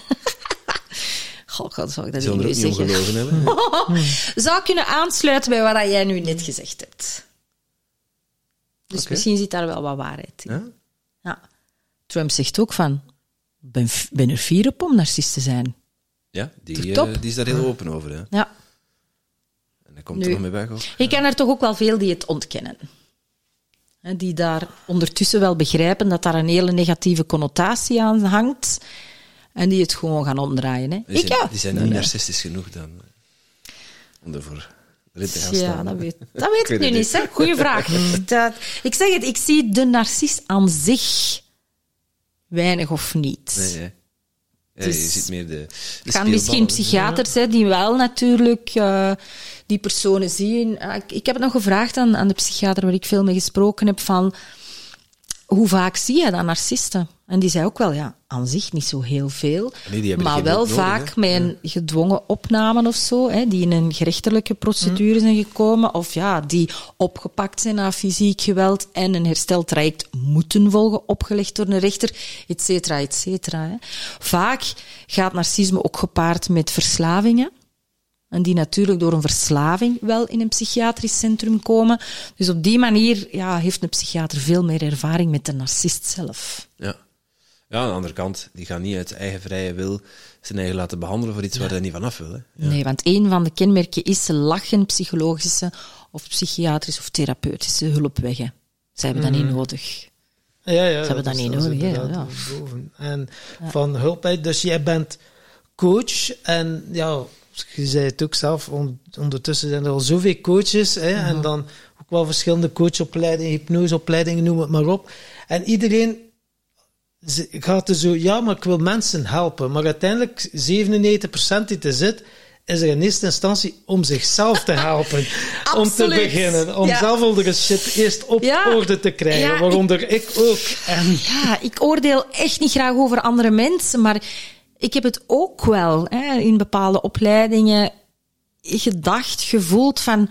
God, zou ik dat niet zeggen? Zou kunnen aansluiten bij wat jij nu net gezegd hebt. Dus misschien zit daar wel wat waarheid in. Ja. Trump zegt ook van, ben er fier op om narcist te zijn. Ja, die is daar heel open over. Hè? Ja. En hij komt er nog mee weg. Ook. Ik ken er toch ook wel veel die het ontkennen. Die daar ondertussen wel begrijpen dat daar een hele negatieve connotatie aan hangt. En die het gewoon gaan omdraaien. Hè. Die zijn niet narcistisch genoeg dan. Om ervoor erin te gaan staan. Ja, dat weet ik nu niet. Hè. Goeie vraag. Ik zeg het, ik zie de narcist aan zich weinig of niet. Nee. Ja, je ziet meer de kan misschien psychiaters die wel natuurlijk die personen zien. Ik heb het nog gevraagd aan de psychiater waar ik veel mee gesproken heb, van hoe vaak zie je dan narcisten? En die zei ook wel, aan zich niet zo heel veel, maar wel vaak met een gedwongen opname of zo, die in een gerechtelijke procedure zijn gekomen, of die opgepakt zijn na fysiek geweld en een hersteltraject moeten volgen, opgelegd door een rechter, et cetera, et cetera. Vaak gaat narcisme ook gepaard met verslavingen. En die natuurlijk door een verslaving wel in een psychiatrisch centrum komen. Dus op die manier heeft een psychiater veel meer ervaring met de narcist zelf. Ja, aan de andere kant, die gaat niet uit eigen vrije wil zijn eigen laten behandelen voor iets waar hij niet vanaf wil. Hè? Ja. Nee, want een van de kenmerken is, ze lachen psychologische of psychiatrische of therapeutische hulp weg. Hè. Ze hebben dat niet nodig. Ze hebben dat niet nodig. En van hulp, dus jij bent coach en ja, je zei het ook zelf, ondertussen zijn er al zoveel coaches en dan ook wel verschillende coachopleidingen, hypnoseopleidingen, noem het maar op. En iedereen gaat er zo, maar ik wil mensen helpen. Maar uiteindelijk, 97% die er zit, is er in eerste instantie om zichzelf te helpen. Om te beginnen. Om zelf al de shit eerst op orde te krijgen. Waaronder ik ook. Ja, ik oordeel echt niet graag over andere mensen, maar ik heb het ook wel in bepaalde opleidingen gedacht, gevoeld van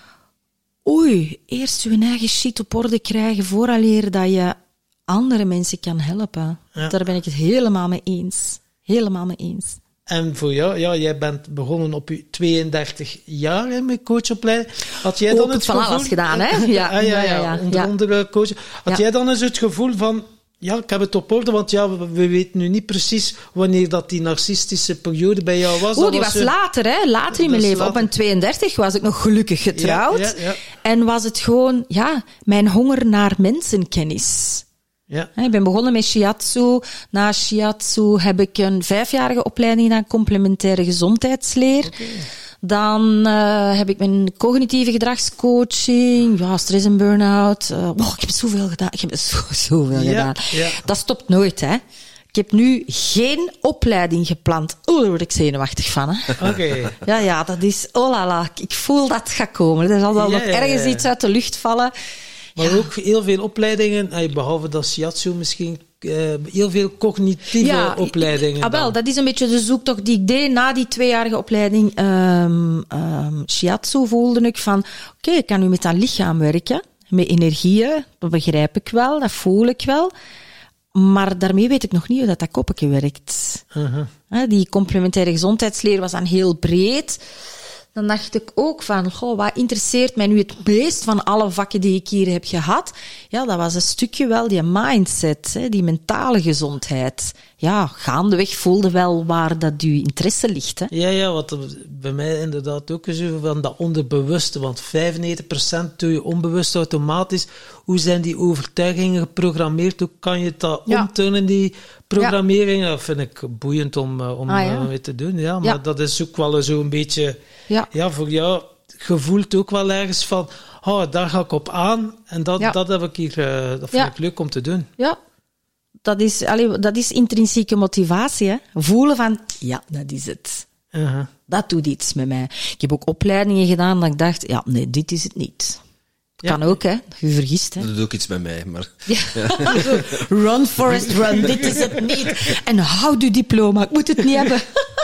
eerst je eigen shit op orde krijgen vooraleer dat je andere mensen kan helpen. Ja. Daar ben ik het helemaal mee eens. Helemaal mee eens. En voor jou, jij bent begonnen op je 32 jaar met coachopleiding. Had jij dan ook het van gevoel, alles gedaan, hè? Ja. Onder andere coach. Had jij dan eens het gevoel van, ik heb het op orde, want we weten nu niet precies wanneer dat die narcistische periode bij jou was. Die was later, hè? Later in mijn leven. Later. Op mijn 32 was ik nog gelukkig getrouwd. Ja. En was het gewoon, mijn honger naar mensenkennis. Ja. Ik ben begonnen met shiatsu. Na shiatsu heb ik een 5-jarige opleiding gedaan, complementaire gezondheidsleer. Okay. Dan heb ik mijn cognitieve gedragscoaching, stress en burn-out. Ik heb zoveel gedaan. Zoveel gedaan. Ja. Dat stopt nooit, hè. Ik heb nu geen opleiding gepland. Daar word ik zenuwachtig van, hè. Okay. Ja, dat is, oh la la. Ik voel dat het gaat komen. Er zal wel nog ergens iets uit de lucht vallen. Maar ook heel veel opleidingen, behalve dat shiatsu misschien, heel veel cognitieve opleidingen. Wel, dat is een beetje de zoektocht die ik deed na die 2-jarige opleiding shiatsu. Voelde ik van, ik kan nu met dat lichaam werken, met energieën, dat begrijp ik wel, dat voel ik wel. Maar daarmee weet ik nog niet hoe dat koppetje werkt. Die complementaire gezondheidsleer was dan heel breed. Dan dacht ik ook van, wat interesseert mij nu het meest van alle vakken die ik hier heb gehad? Ja, dat was een stukje wel die mindset, die mentale gezondheid. Ja, gaandeweg voelde wel waar dat uw interesse ligt. Hè. Ja, wat bij mij inderdaad ook is van dat onderbewuste, want 95% doe je onbewust automatisch. Hoe zijn die overtuigingen geprogrammeerd? Hoe kan je dat omturnen, die programmering? Dat vind ik boeiend om mee te doen. Ja, maar dat is ook wel zo'n beetje... Ja, voor jou gevoelt ook wel ergens van, daar ga ik op aan. En dat heb ik hier, dat vind ik leuk om te doen. Ja, dat is intrinsieke motivatie. Hè? Voelen van, dat is het. Dat doet iets met mij. Ik heb ook opleidingen gedaan dat ik dacht, nee, dit is het niet. Kan ook, hè. Je vergist, hè. Dat doet ook iets met mij, maar... Run, Forrest, run. Dit is het niet. En houd uw diploma. Ik moet het niet hebben.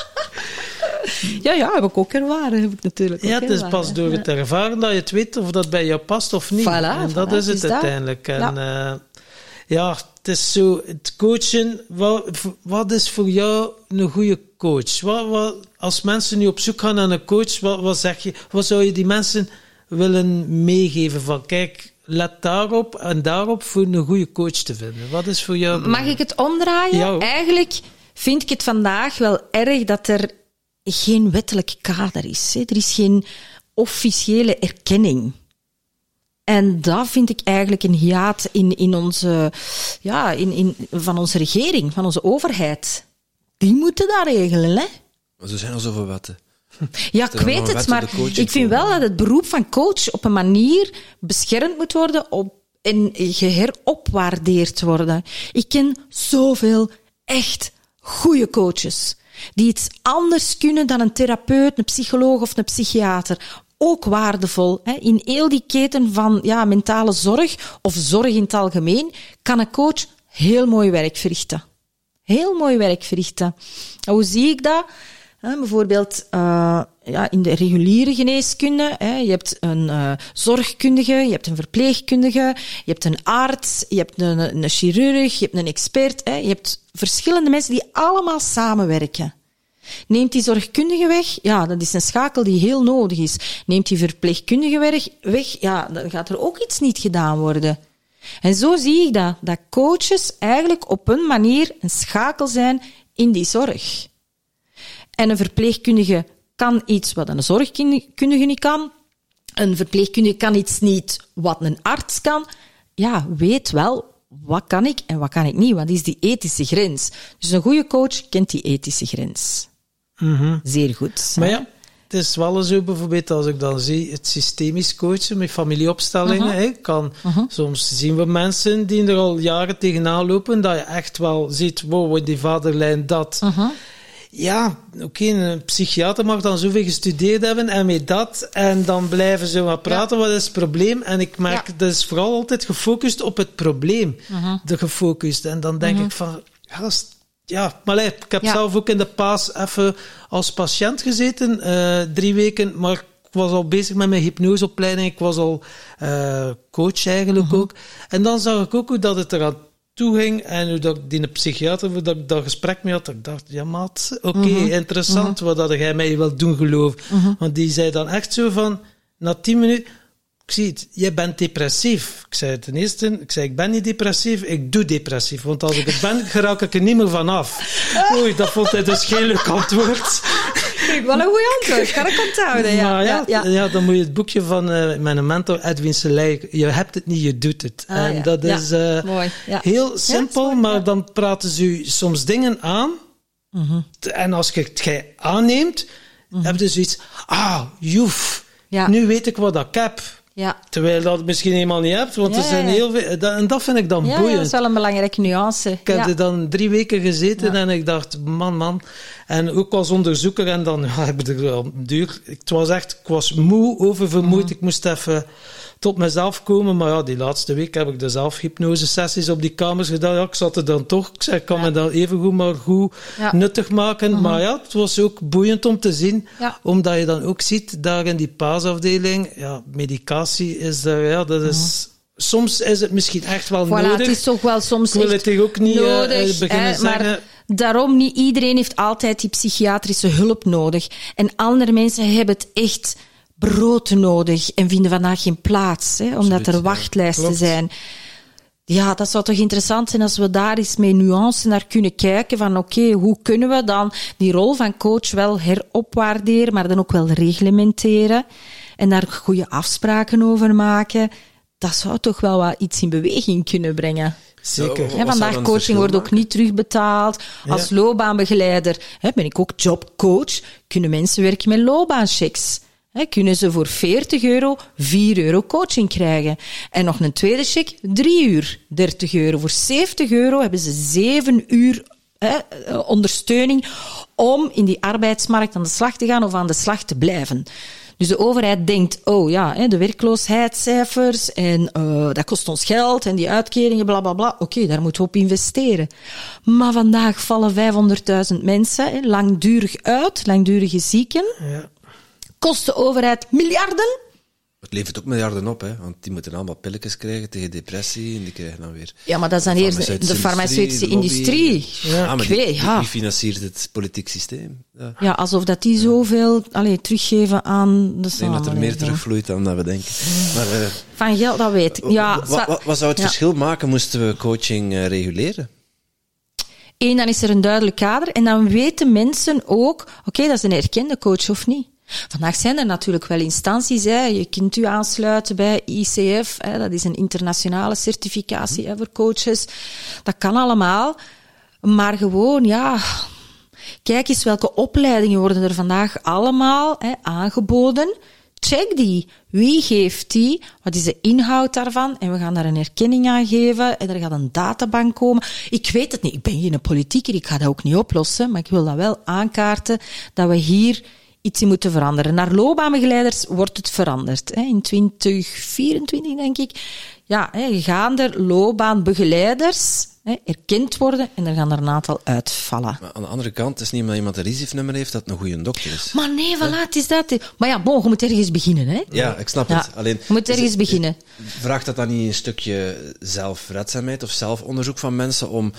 Ja, heb ik ook ervaren. Heb ik natuurlijk ook het is pas door het ervaren dat je het weet of dat bij jou past of niet. En dat is het uiteindelijk. En het is zo, het coachen, wat is voor jou een goede coach? Wat, als mensen nu op zoek gaan naar een coach, wat zeg je? Wat zou je die mensen willen meegeven van, kijk, let daarop en daarop voor een goede coach te vinden? Wat is voor jou... Mag ik het omdraaien? Ja. Eigenlijk vind ik het vandaag wel erg dat er geen wettelijk kader is. Er is geen officiële erkenning. En dat vind ik eigenlijk een hiaat in onze, van onze regering, van onze overheid. Die moeten dat regelen, hè? Maar zo zijn er zoveel wetten. Ja, ik weet het, maar ik vind wel dat het beroep van coach op een manier beschermd moet worden en geheropwaardeerd worden. Ik ken zoveel echt goede coaches die iets anders kunnen dan een therapeut, een psycholoog of een psychiater. Ook waardevol. Hè? In heel die keten van mentale zorg of zorg in het algemeen kan een coach heel mooi werk verrichten. Heel mooi werk verrichten. En hoe zie ik dat? Bijvoorbeeld in de reguliere geneeskunde. Je hebt een zorgkundige, je hebt een verpleegkundige, je hebt een arts, je hebt een chirurg, je hebt een expert. Je hebt verschillende mensen die allemaal samenwerken. Neemt die zorgkundige weg? Ja, dat is een schakel die heel nodig is. Neemt die verpleegkundige weg? Ja, dan gaat er ook iets niet gedaan worden. En zo zie ik dat coaches eigenlijk op een manier een schakel zijn in die zorg. En een verpleegkundige kan iets wat een zorgkundige niet kan. Een verpleegkundige kan iets niet wat een arts kan. Ja, weet wel wat kan ik en wat kan ik niet? Wat is die ethische grens? Dus een goede coach kent die ethische grens. Zeer goed. Maar ja, het is wel zo bijvoorbeeld als ik dan zie het systemisch coachen met familieopstellingen. Soms zien we mensen die er al jaren tegenaan lopen, dat je echt wel ziet, wow, in die vaderlijn dat. Ja, oké, een psychiater mag dan zoveel gestudeerd hebben en met dat, en dan blijven ze maar praten, wat is het probleem? En ik merk, dat is vooral altijd gefocust op het probleem. Gefocust. En dan denk ik van, maar ik heb zelf ook in de paas even als patiënt gezeten, 3 weken, maar ik was al bezig met mijn hypnoseopleiding, ik was al coach eigenlijk ook. En dan zag ik ook hoe dat het eraan toe ging en hoe dat die psychiater, hoe dat ik dat gesprek mee had, ik dacht, ja maat, oké, interessant wat dat jij mij wil doen geloven. Want die zei dan echt zo van, na 10 minuten, ik zie het, jij bent depressief. Ik zei ten eerste, ik ben niet depressief, ik doe depressief. Want als ik het ben, geraak ik er niet meer vanaf. Oei, dat vond hij dus geen leuk antwoord. Wel een goed antwoord, kan ik onthouden. Maar dan moet je het boekje van mijn mentor Edwin Selei, je hebt het niet, je doet het. En dat is mooi. heel simpel, mooi, maar dan praten ze u soms dingen aan. En als je het aanneemt, heb je zoiets, nu weet ik wat ik heb. Ja. Terwijl dat misschien helemaal niet hebt, want er zijn heel veel... En dat vind ik dan boeiend. Ja, dat is wel een belangrijke nuance. Ik heb er dan 3 weken gezeten en ik dacht, man. En ook als onderzoeker en dan heb ik er wel duur... Ik was moe, oververmoeid. Ik moest even tot mezelf komen. Maar ja, die laatste week heb ik de zelfhypnose-sessies op die kamers gedaan. Ja, ik zat er dan toch. Ik zei, ik kan me dat even goed maar goed nuttig maken. Maar ja, het was ook boeiend om te zien. Ja. Omdat je dan ook ziet, daar in die paasafdeling, medicatie is er, dat is... Soms is het misschien echt wel nodig. Het is toch wel soms ik wil het ook niet nodig, beginnen zeggen... Maar daarom, niet iedereen heeft altijd die psychiatrische hulp nodig. En andere mensen hebben het echt brood nodig en vinden vandaag geen plaats, omdat er wachtlijsten zijn. Ja, dat zou toch interessant zijn als we daar eens met nuance naar kunnen kijken van oké, hoe kunnen we dan die rol van coach wel heropwaarderen, maar dan ook wel reglementeren en daar goede afspraken over maken. Dat zou toch wel wat iets in beweging kunnen brengen. Zeker. Vandaag coaching wordt ook niet terugbetaald. Als loopbaanbegeleider ben ik ook jobcoach. Kunnen mensen werken met loopbaanchecks? Kunnen ze voor €40 €4 coaching krijgen. En nog een tweede check, 3 uur, €30. Voor €70 hebben ze 7 uur ondersteuning om in die arbeidsmarkt aan de slag te gaan of aan de slag te blijven. Dus de overheid denkt, de werkloosheidscijfers en dat kost ons geld en die uitkeringen, blablabla. Oké, daar moeten we op investeren. Maar vandaag vallen 500.000 mensen langdurig uit, langdurige zieken. Ja. Kost de overheid miljarden. Het levert ook miljarden op, want die moeten allemaal pilletjes krijgen tegen depressie en die krijgen dan weer... Ja, maar dat is dan eerst de farmaceutische industrie. Ja, maar die financiert het politiek systeem. Ja, alsof dat die zoveel teruggeven aan de samenleving. Ik denk dat er meer terugvloeit dan dat we denken. Maar, van geld, dat weet ik. Ja, wat zou het verschil maken moesten we coaching reguleren? Eén, dan is er een duidelijk kader en dan weten mensen ook, oké, dat is een erkende coach of niet. Vandaag zijn er natuurlijk wel instanties. Je kunt u aansluiten bij ICF. Dat is een internationale certificatie voor coaches. Dat kan allemaal. Maar gewoon, kijk eens welke opleidingen worden er vandaag allemaal aangeboden. Check die. Wie geeft die? Wat is de inhoud daarvan? En we gaan daar een erkenning aan geven. En er gaat een databank komen. Ik weet het niet. Ik ben geen politieker. Ik ga dat ook niet oplossen. Maar ik wil dat wel aankaarten dat we hier iets in moeten veranderen. Naar loopbaanbegeleiders wordt het veranderd. In 2024, denk ik. Gaan er loopbaanbegeleiders erkend worden en er gaan er een aantal uitvallen. Maar aan de andere kant, het is niet omdat iemand een RISIF-nummer heeft dat het een goede dokter is. Maar nee, voilà, het is dat. Maar je moet ergens beginnen, hè? Ja, ik snap het. Alleen, je moet ergens beginnen. Vraagt dat dan niet een stukje zelfredzaamheid of zelfonderzoek van mensen om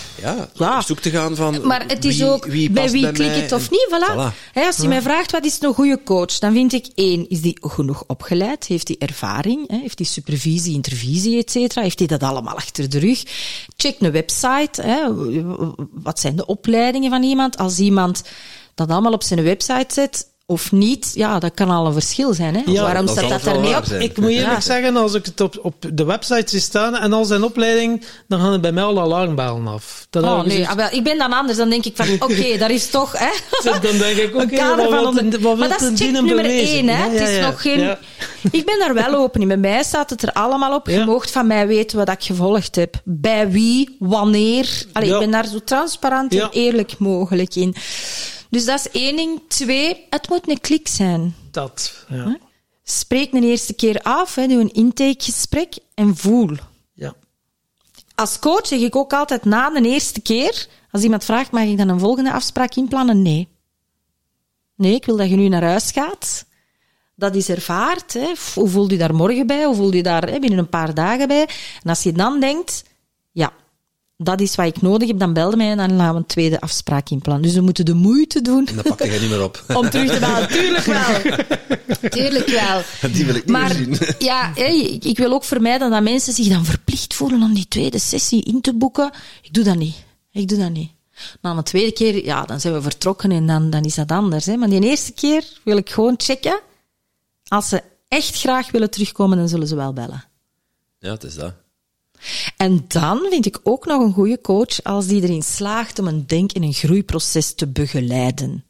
op zoek te gaan van maar het is ook, bij wie klikt het of niet, voilà. Als je mij vraagt, wat is een goede coach? Dan vind ik, 1, is die genoeg opgeleid? Heeft die ervaring? Heeft die supervisie, intervisie, et cetera? Heeft die dat allemaal achter de rug? Check een website. Wat zijn de opleidingen van iemand? Als iemand dat allemaal op zijn website zet, of niet, ja, dat kan al een verschil zijn. Hè? Ja, waarom staat dat er niet op? Ik moet eerlijk zeggen, als ik het op de website zie staan en al zijn opleiding, dan gaan er bij mij al alarmbellen af. Ik ben dan anders. Dan denk ik van, oké, dat is toch... Hè? Dan denk ik, wat maar dat is check nummer 1. Hè? Het is nog geen... Ja. Ik ben daar wel open in. Bij mij staat het er allemaal op. Je moogt van mij weten wat ik gevolgd heb. Bij wie, wanneer. Ik ben daar zo transparant en eerlijk mogelijk in. Dus dat is 1 ding. 2, het moet een klik zijn. Dat, ja. Spreek een eerste keer af, doe een intakegesprek en voel. Ja. Als coach zeg ik ook altijd na de eerste keer, als iemand vraagt, mag ik dan een volgende afspraak inplannen? Nee. Nee, ik wil dat je nu naar huis gaat. Dat is ervaard. Hè. Hoe voel je daar morgen bij? Hoe voel je daar binnen een paar dagen bij? En als je dan denkt, ja, dat is wat ik nodig heb, dan belde mij en dan laten we een tweede afspraak inplannen. Dus we moeten de moeite doen. En dan pak je niet meer op. Om terug te bellen. Tuurlijk wel. Tuurlijk wel. Die wil ik niet meer zien. Ja, ik wil ook vermijden dat mensen zich dan verplicht voelen om die tweede sessie in te boeken. Ik doe dat niet. Na de tweede keer, ja, dan zijn we vertrokken en dan is dat anders. Hè. Maar die eerste keer wil ik gewoon checken. Als ze echt graag willen terugkomen, dan zullen ze wel bellen. Ja, het is dat. En dan vind ik ook nog een goede coach als die erin slaagt om een denk- en een groeiproces te begeleiden.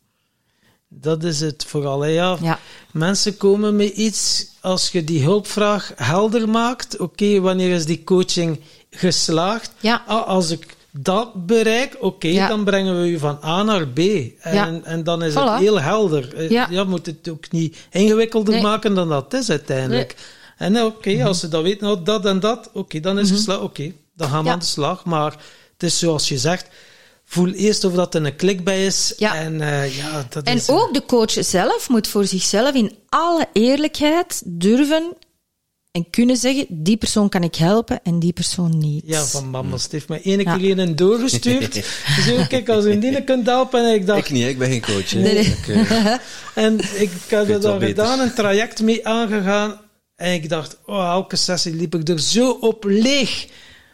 Dat is het vooral, hè? Ja. Mensen komen met iets, als je die hulpvraag helder maakt, oké, wanneer is die coaching geslaagd? Ja. Als ik dat bereik, dan brengen we u van A naar B. En dan is het heel helder. Je moet het ook niet ingewikkelder maken dan dat is uiteindelijk. Nee. En als ze dat weten, nou, dat en dat, dan is het geslaagd. Dan gaan we aan de slag. Maar het is zoals je zegt, voel eerst of dat er een klik bij is. Ja. En ook de coach zelf moet voor zichzelf in alle eerlijkheid durven en kunnen zeggen, die persoon kan ik helpen en die persoon niet. Ja, van mama, Steve heeft mij 1 keer in doorgestuurd. Zo, kijk, als u die kunt helpen. En ik dacht... Ik niet, ik ben geen coach. Nee. En ik heb het dan gedaan, een traject mee aangegaan. En ik dacht, elke sessie liep ik er zo op leeg.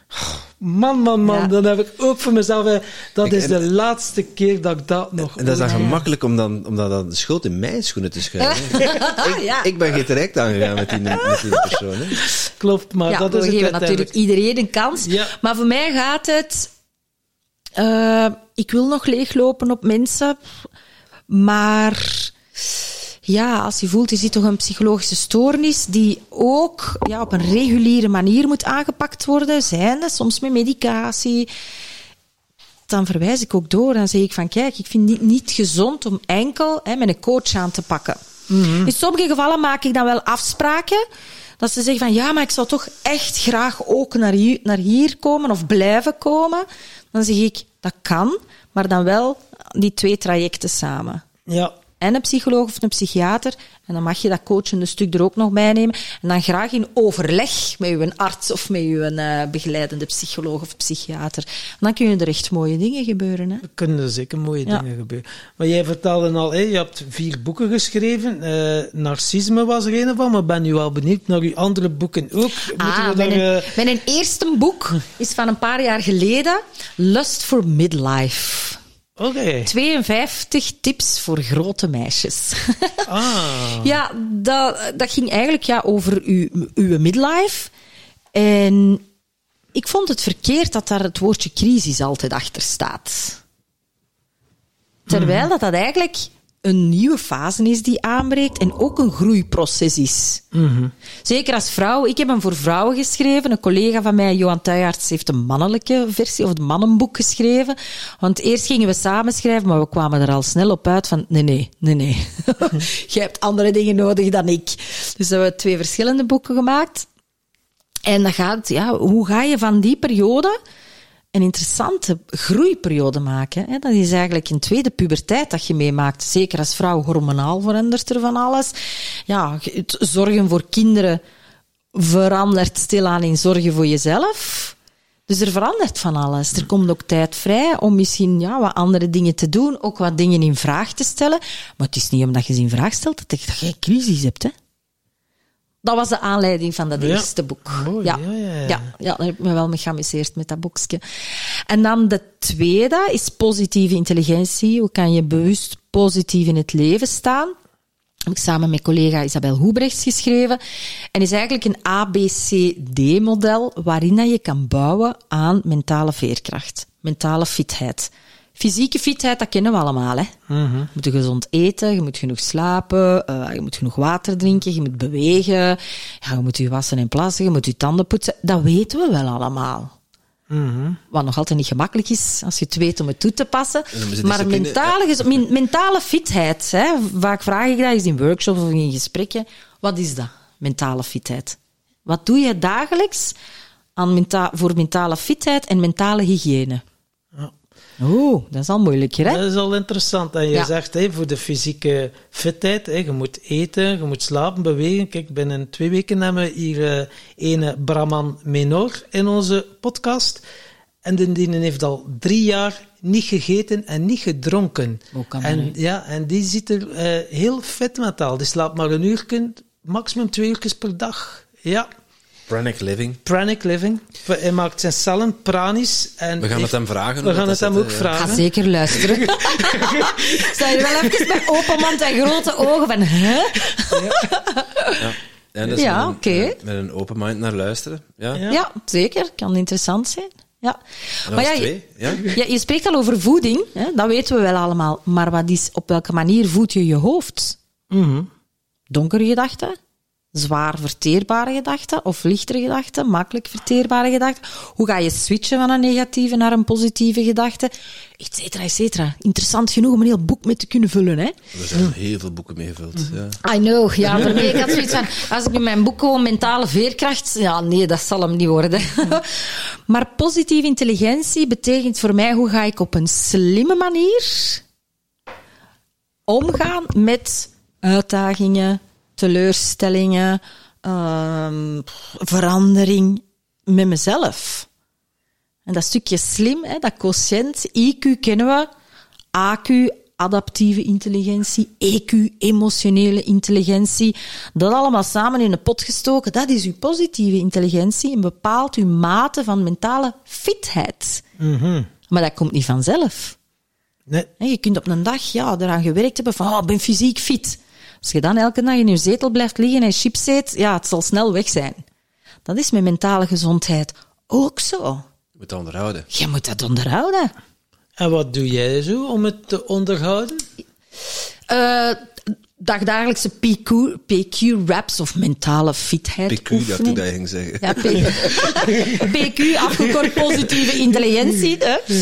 Man, dan heb ik ook voor mezelf... Dat is de laatste keer dat ik dat nog... En dat is dan gemakkelijk om dan de schuld in mijn schoenen te schuiven. Ik ben geen traject aangegaan met die persoon. Hè. Klopt, maar dat is het. We geven natuurlijk iedereen een kans. Ja. Maar voor mij gaat het... ik wil nog leeglopen op mensen, maar... Ja, als je voelt, je ziet toch een psychologische stoornis die ook op een reguliere manier moet aangepakt worden, zijnde soms met medicatie. Dan verwijs ik ook door. Dan zeg ik van, kijk, ik vind het niet gezond om enkel met een coach aan te pakken. Mm-hmm. In sommige gevallen maak ik dan wel afspraken, dat ze zeggen van, ja, maar ik zou toch echt graag ook naar hier komen of blijven komen. Dan zeg ik, dat kan, maar dan wel die 2 trajecten samen. Ja. En een psycholoog of een psychiater. En dan mag je dat coachende stuk er ook nog bij nemen. En dan graag in overleg met je arts of met je begeleidende psycholoog of psychiater. En dan kunnen er echt mooie dingen gebeuren. Hè? Er kunnen er zeker mooie dingen gebeuren. Maar jij vertelde al, je hebt 4 boeken geschreven. Narcisme was er een van, maar ben nu wel benieuwd naar uw andere boeken ook. Mijn eerste boek is van een paar jaar geleden. Lust for Midlife. 52 tips voor grote meisjes. Ja, dat ging eigenlijk over uw midlife. En ik vond het verkeerd dat daar het woordje crisis altijd achter staat. Terwijl dat eigenlijk een nieuwe fase is die aanbreekt en ook een groeiproces is. Mm-hmm. Zeker als vrouw. Ik heb hem voor vrouwen geschreven. Een collega van mij, Johan Tuijaerts, heeft een mannelijke versie, of het mannenboek geschreven. Want eerst gingen we samen schrijven, maar we kwamen er al snel op uit van, nee. Jij hebt andere dingen nodig dan ik. Dus hebben we 2 verschillende boeken gemaakt. En dan gaat hoe ga je van die periode een interessante groeiperiode maken. Hè? Dat is eigenlijk een tweede puberteit dat je meemaakt. Zeker als vrouw, hormonaal verandert er van alles. Ja, het zorgen voor kinderen verandert stilaan in zorgen voor jezelf. Dus er verandert van alles. Er komt ook tijd vrij om misschien wat andere dingen te doen, ook wat dingen in vraag te stellen. Maar het is niet omdat je ze in vraag stelt dat je een crisis hebt, hè. Dat was de aanleiding van dat eerste boek. Mooi, ja, daar heb ik me wel mee geamuseerd met dat boekje. En dan de tweede is positieve intelligentie. Hoe kan je bewust positief in het leven staan? Heb ik samen met collega Isabel Hoebrechts geschreven. En is eigenlijk een ABCD-model waarin dat je kan bouwen aan mentale veerkracht, mentale fitheid. Fysieke fitheid, dat kennen we allemaal. Hè? Je moet gezond eten, je moet genoeg slapen, je moet genoeg water drinken, je moet bewegen, ja, je moet je wassen en plassen, je moet je tanden poetsen. Dat weten we wel allemaal. Wat nog altijd niet gemakkelijk is, als je het weet om het toe te passen. Maar mentale fitheid, hè, vaak vraag ik dat eens in workshops of in gesprekken, wat is dat, mentale fitheid? Wat doe je dagelijks voor mentale fitheid en mentale hygiëne? Ja. Oeh, dat is al moeilijker, hè? Dat is al interessant. En je zegt, voor de fysieke fitheid, je moet eten, je moet slapen, bewegen. Kijk, binnen 2 weken hebben we hier ene Brahman Menor in onze podcast. En die heeft al 3 jaar niet gegeten en niet gedronken. En die ziet er heel fit mentaal. Die slaapt maar 1 uur, maximum 2 uur per dag. Ja. Pranic living. Hij maakt zijn cellen pranisch. En we gaan het hem vragen. We gaan het hem ook vragen. Ga zeker luisteren. Sta je wel even met open mond en grote ogen van, hè? Ja, oké. Met een open mind naar luisteren. Ja, zeker. Kan interessant zijn. Ja. Maar je spreekt al over voeding, hè? Dat weten we wel allemaal. Maar op welke manier voed je je hoofd? Donkere gedachten? Zwaar verteerbare gedachten of lichtere gedachten, makkelijk verteerbare gedachten. Hoe ga je switchen van een negatieve naar een positieve gedachte? Etcetera, etcetera. Interessant genoeg om een heel boek mee te kunnen vullen, hè? Er zijn heel veel boeken mee gevuld. Ja. I know. Ja, voor mij had zoiets van, als ik in mijn boek gewoon mentale veerkracht, ja, nee, dat zal hem niet worden. Maar positieve intelligentie betekent voor mij, hoe ga ik op een slimme manier omgaan met uitdagingen, teleurstellingen, verandering met mezelf. En dat stukje slim, hè, dat quotient, IQ kennen we, AQ, adaptieve intelligentie, EQ, emotionele intelligentie, dat allemaal samen in een pot gestoken, dat is uw positieve intelligentie en bepaalt uw mate van mentale fitheid. Maar dat komt niet vanzelf. Nee. Je kunt op een dag eraan gewerkt hebben van, ik ben fysiek fit. Als je dan elke dag in je zetel blijft liggen en chips eet, het zal snel weg zijn. Dat is met mentale gezondheid ook zo. Je moet dat onderhouden. Je moet dat onderhouden. En wat doe jij zo om het te onderhouden? Dagdagelijkse PQ-raps of mentale fitheid PQ, dat ik dat ging zeggen. Ja, PQ, afgekort positieve intelligentie.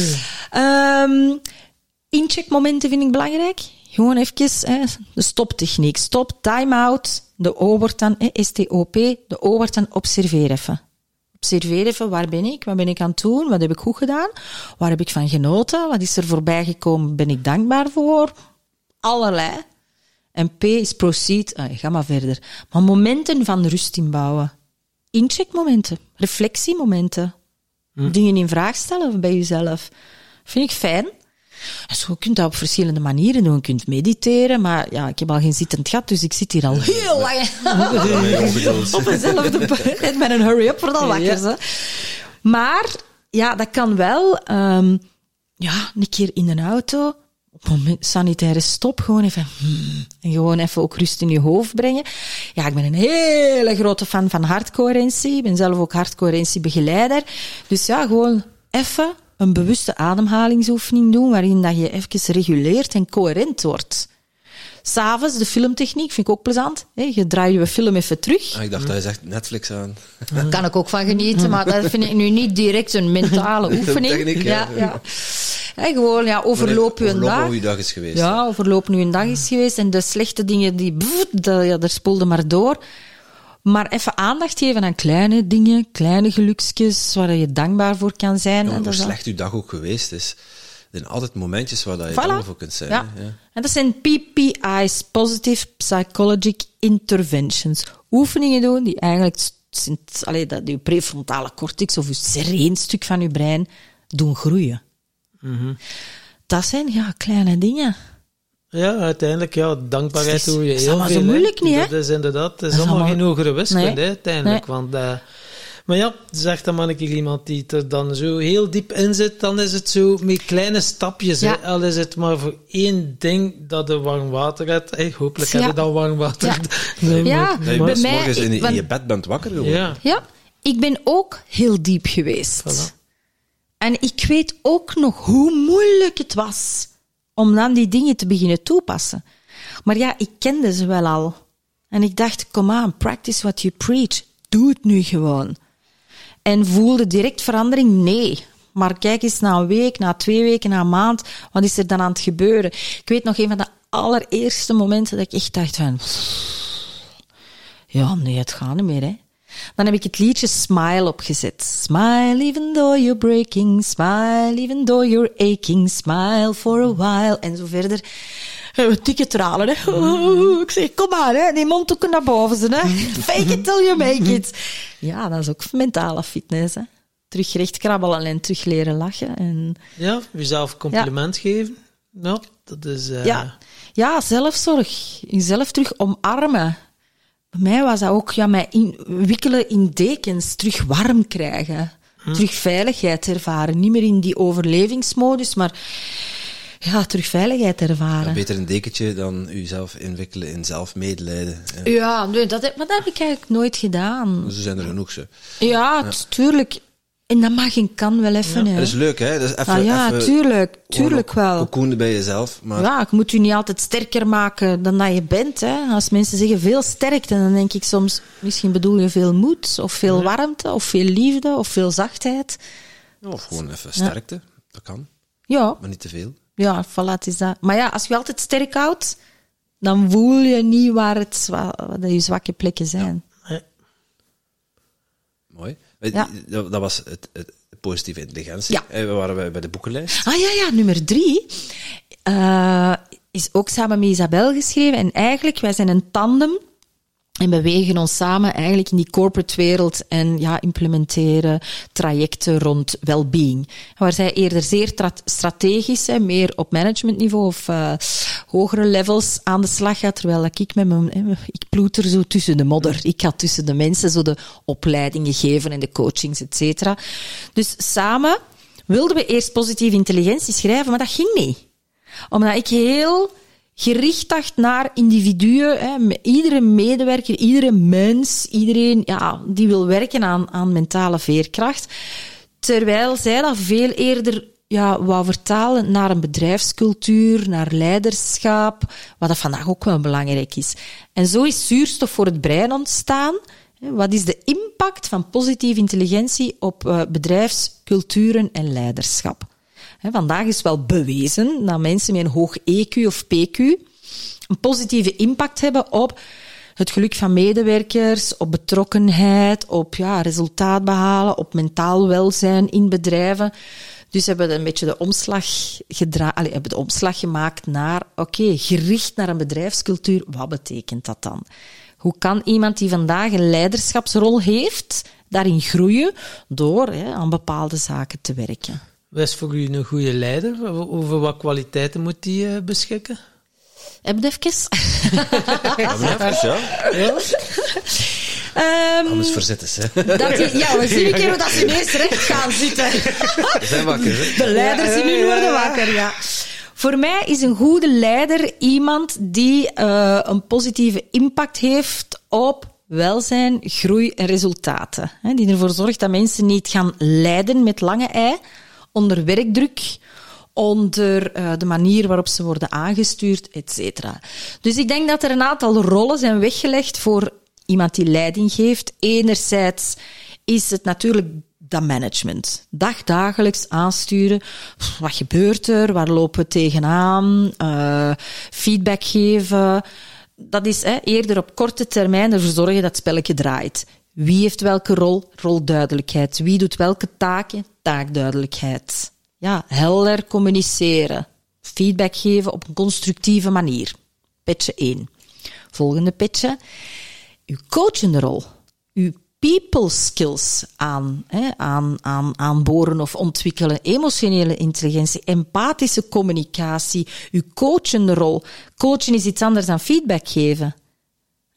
Incheckmomenten vind ik belangrijk. Gewoon even de stoptechniek. Stop, time-out, de O wordt dan STOP, de O wordt dan observeer even. Observeer even, waar ben ik? Wat ben ik aan het doen? Wat heb ik goed gedaan? Waar heb ik van genoten? Wat is er voorbij gekomen? Ben ik dankbaar voor? Allerlei. En P is proceed. Ga maar verder. Maar momenten van rust inbouwen. Incheckmomenten. Reflectiemomenten. Dingen in vraag stellen bij jezelf. Vind ik fijn. En zo kun je dat op verschillende manieren doen. Je kunt mediteren, maar ik heb al geen zittend gat, dus ik zit hier al heel lang op dezelfde met een hurry-up voor dat wakker. Ja. Maar dat kan wel een keer in een auto, op een moment, sanitaire stop, gewoon even en gewoon even ook rust in je hoofd brengen. Ja, ik ben een hele grote fan van hartcoherentie. Ik ben zelf ook hartcoherentiebegeleider. Dus gewoon even een bewuste ademhalingsoefening doen, waarin dat je even reguleert en coherent wordt. 'S'avonds, de filmtechniek, vind ik ook plezant. Je draait je film even terug. Ik dacht, dat is echt Netflix aan. Daar kan ik ook van genieten, maar dat vind ik nu niet direct een mentale oefening. Techniek, ja. Gewoon, overloop je een dag. Overlopen hoe je dag is geweest. Ja, overlopen hoe je dag is geweest. En de slechte dingen, daar spoelde maar door. Maar even aandacht geven aan kleine dingen, kleine geluksjes, waar je dankbaar voor kan zijn. Ja, hoe slecht je dag ook geweest is. Er zijn altijd momentjes waar je dankbaar voor kunt zijn. Ja. En dat zijn PPI's, Positive Psychologic Interventions. Oefeningen doen die eigenlijk dat je prefrontale cortex of je sereenstuk van je brein doen groeien. Dat zijn kleine dingen. Ja, uiteindelijk, dankbaarheid doe je heel veel. Dat is allemaal zo moeilijk niet, hè? Dat is inderdaad, het is allemaal geen hogere wiskunde, uiteindelijk. Nee. Want, Maar ja, zeg dan maar een keer iemand die er dan zo heel diep in zit, dan is het zo met kleine stapjes. Ja. Hè? Al is het maar voor één ding dat je warm water hebt. Hey, hopelijk heb je dan warm water. Ja. Nee, bij mij, morgens in je bed bent wakker geworden. Ja, ik ben ook heel diep geweest. Voilà. En ik weet ook nog hoe moeilijk het was om dan die dingen te beginnen toepassen. Maar ja, ik kende ze wel al. En ik dacht, come on, practice what you preach. Doe het nu gewoon. En voelde direct verandering? Nee. Maar kijk eens na een week, na 2 weken, na een maand, wat is er dan aan het gebeuren? Ik weet nog een van de allereerste momenten dat ik echt dacht van... Ja, nee, het gaat niet meer, hè. Dan heb ik het liedje Smile opgezet. Smile even though you're breaking, smile even though you're aching, smile for a while. En zo verder. Dikke tranen, hè. Oh, ik zeg, kom maar, hè. Die mondhoeken naar boven, hè. Fake it till you make it. Ja, dat is ook mentale fitness, hè. Terug recht krabbelen en terug leren lachen. En... Ja, jezelf compliment geven. Ja, dat is... Ja, zelfzorg. Jezelf terug omarmen. Bij mij was dat ook mij wikkelen in dekens, terug warm krijgen. Terug veiligheid ervaren. Niet meer in die overlevingsmodus, maar ja, terug veiligheid ervaren. Ja, beter een dekentje dan jezelf inwikkelen in zelfmedelijden. Ja, nee, maar dat heb ik eigenlijk nooit gedaan. Zo zijn er genoeg, ze. Ja, tuurlijk. En dat mag en kan wel even. Ja. Dat is leuk, hè? Dat is even, even tuurlijk wel. Cocoon bij jezelf. Maar... Ja, ik moet u niet altijd sterker maken dan dat je bent. Hè. Als mensen zeggen veel sterkte, dan denk ik soms, misschien bedoel je veel moed, of veel warmte, of veel liefde, of veel zachtheid. Of gewoon even sterkte, dat kan. Ja. Maar niet te veel. Ja, voilà, het is dat. Maar ja, als je altijd sterk houdt, dan voel je niet waar je zwakke plekken zijn. Ja. Mooi. Dat was het positieve intelligentie. Ja. We waren bij de boekenlijst. Ja, nummer 3 is ook samen met Isabel geschreven. En eigenlijk, wij zijn een tandem en bewegen ons samen eigenlijk in die corporate wereld en implementeren trajecten rond well-being. Waar zij eerder zeer strategisch, meer op managementniveau of hogere levels aan de slag gaat, terwijl ik ik ploeter zo tussen de modder. Ik ga tussen de mensen zo de opleidingen geven en de coachings, et cetera. Dus samen wilden we eerst positieve intelligentie schrijven, maar dat ging niet. Omdat ik heel gericht dacht naar individuen, iedere medewerker, iedere mens, iedereen die wil werken aan mentale veerkracht. Terwijl zij dat veel eerder wou vertalen naar een bedrijfscultuur, naar leiderschap, wat dat vandaag ook wel belangrijk is. En zo is zuurstof voor het brein ontstaan. Wat is de impact van positieve intelligentie op bedrijfsculturen en leiderschap? Vandaag is wel bewezen dat mensen met een hoog EQ of PQ een positieve impact hebben op het geluk van medewerkers, op betrokkenheid, op resultaat behalen, op mentaal welzijn in bedrijven. Dus hebben we een beetje de omslag gemaakt naar, gericht naar een bedrijfscultuur. Wat betekent dat dan? Hoe kan iemand die vandaag een leiderschapsrol heeft, daarin groeien door aan bepaalde zaken te werken? Wat is voor u een goede leider? Over wat kwaliteiten moet die beschikken? Heb je even? Anders verzetten ze. We zien een keer dat ze ineens recht gaan zitten. Ze zijn wakker, hè? De leiders in hun worden wakker, ja. Voor mij is een goede leider iemand die een positieve impact heeft op welzijn, groei en resultaten. Die ervoor zorgt dat mensen niet gaan lijden met lange ei, onder werkdruk, onder de manier waarop ze worden aangestuurd, et cetera. Dus ik denk dat er een aantal rollen zijn weggelegd voor iemand die leiding geeft. Enerzijds is het natuurlijk dat management. Dagelijks aansturen. Wat gebeurt er? Waar lopen we tegenaan? Feedback geven. Dat is eerder op korte termijn ervoor zorgen dat het spelletje draait. Wie heeft welke rol? Rolduidelijkheid. Wie doet welke taken? Taakduidelijkheid. Helder communiceren. Feedback geven op een constructieve manier. Petje 1. Volgende petje. Uw coachende rol. Uw people skills aanboren of ontwikkelen. Emotionele intelligentie. Empathische communicatie. Uw coachende rol. Coachen is iets anders dan feedback geven.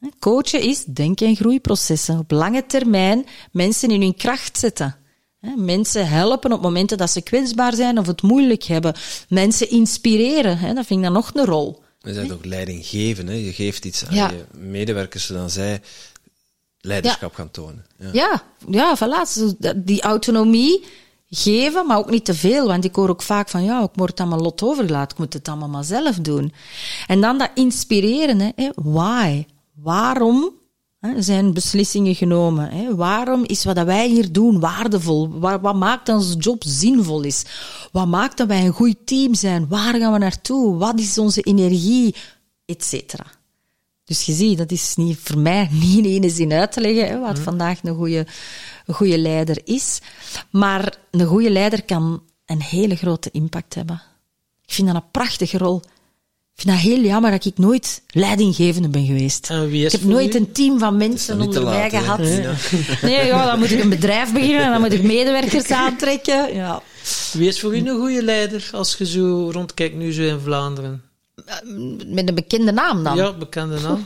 Coachen is denk- en groeiprocessen. Op lange termijn mensen in hun kracht zetten. Mensen helpen op momenten dat ze kwetsbaar zijn of het moeilijk hebben. Mensen inspireren, dat vind ik dan nog een rol. Je bent ook leiding geven. Hè? Je geeft iets aan je medewerkers, zodat zij leiderschap gaan tonen. Ja, voilà. Die autonomie geven, maar ook niet te veel. Want ik hoor ook vaak van, ik word het allemaal lot overgelaten. Ik moet het allemaal maar zelf doen. En dan dat inspireren. Why? Waarom zijn beslissingen genomen? Waarom is wat wij hier doen waardevol? Wat maakt dat onze job zinvol is? Wat maakt dat wij een goed team zijn? Waar gaan we naartoe? Wat is onze energie? Etcetera. Dus je ziet, dat is niet voor mij niet in ene zin uit te leggen, wat vandaag een goede leider is. Maar een goede leider kan een hele grote impact hebben. Ik vind dat een prachtige rol. Ik vind dat heel jammer dat ik nooit leidinggevende ben geweest. Ik heb nooit een team van mensen onder mij gehad. Nee, dan moet ik een bedrijf beginnen en dan moet ik medewerkers aantrekken. Ja. Wie is voor u een goede leider als je zo rondkijkt nu zo in Vlaanderen? Met een bekende naam dan? Ja, bekende naam.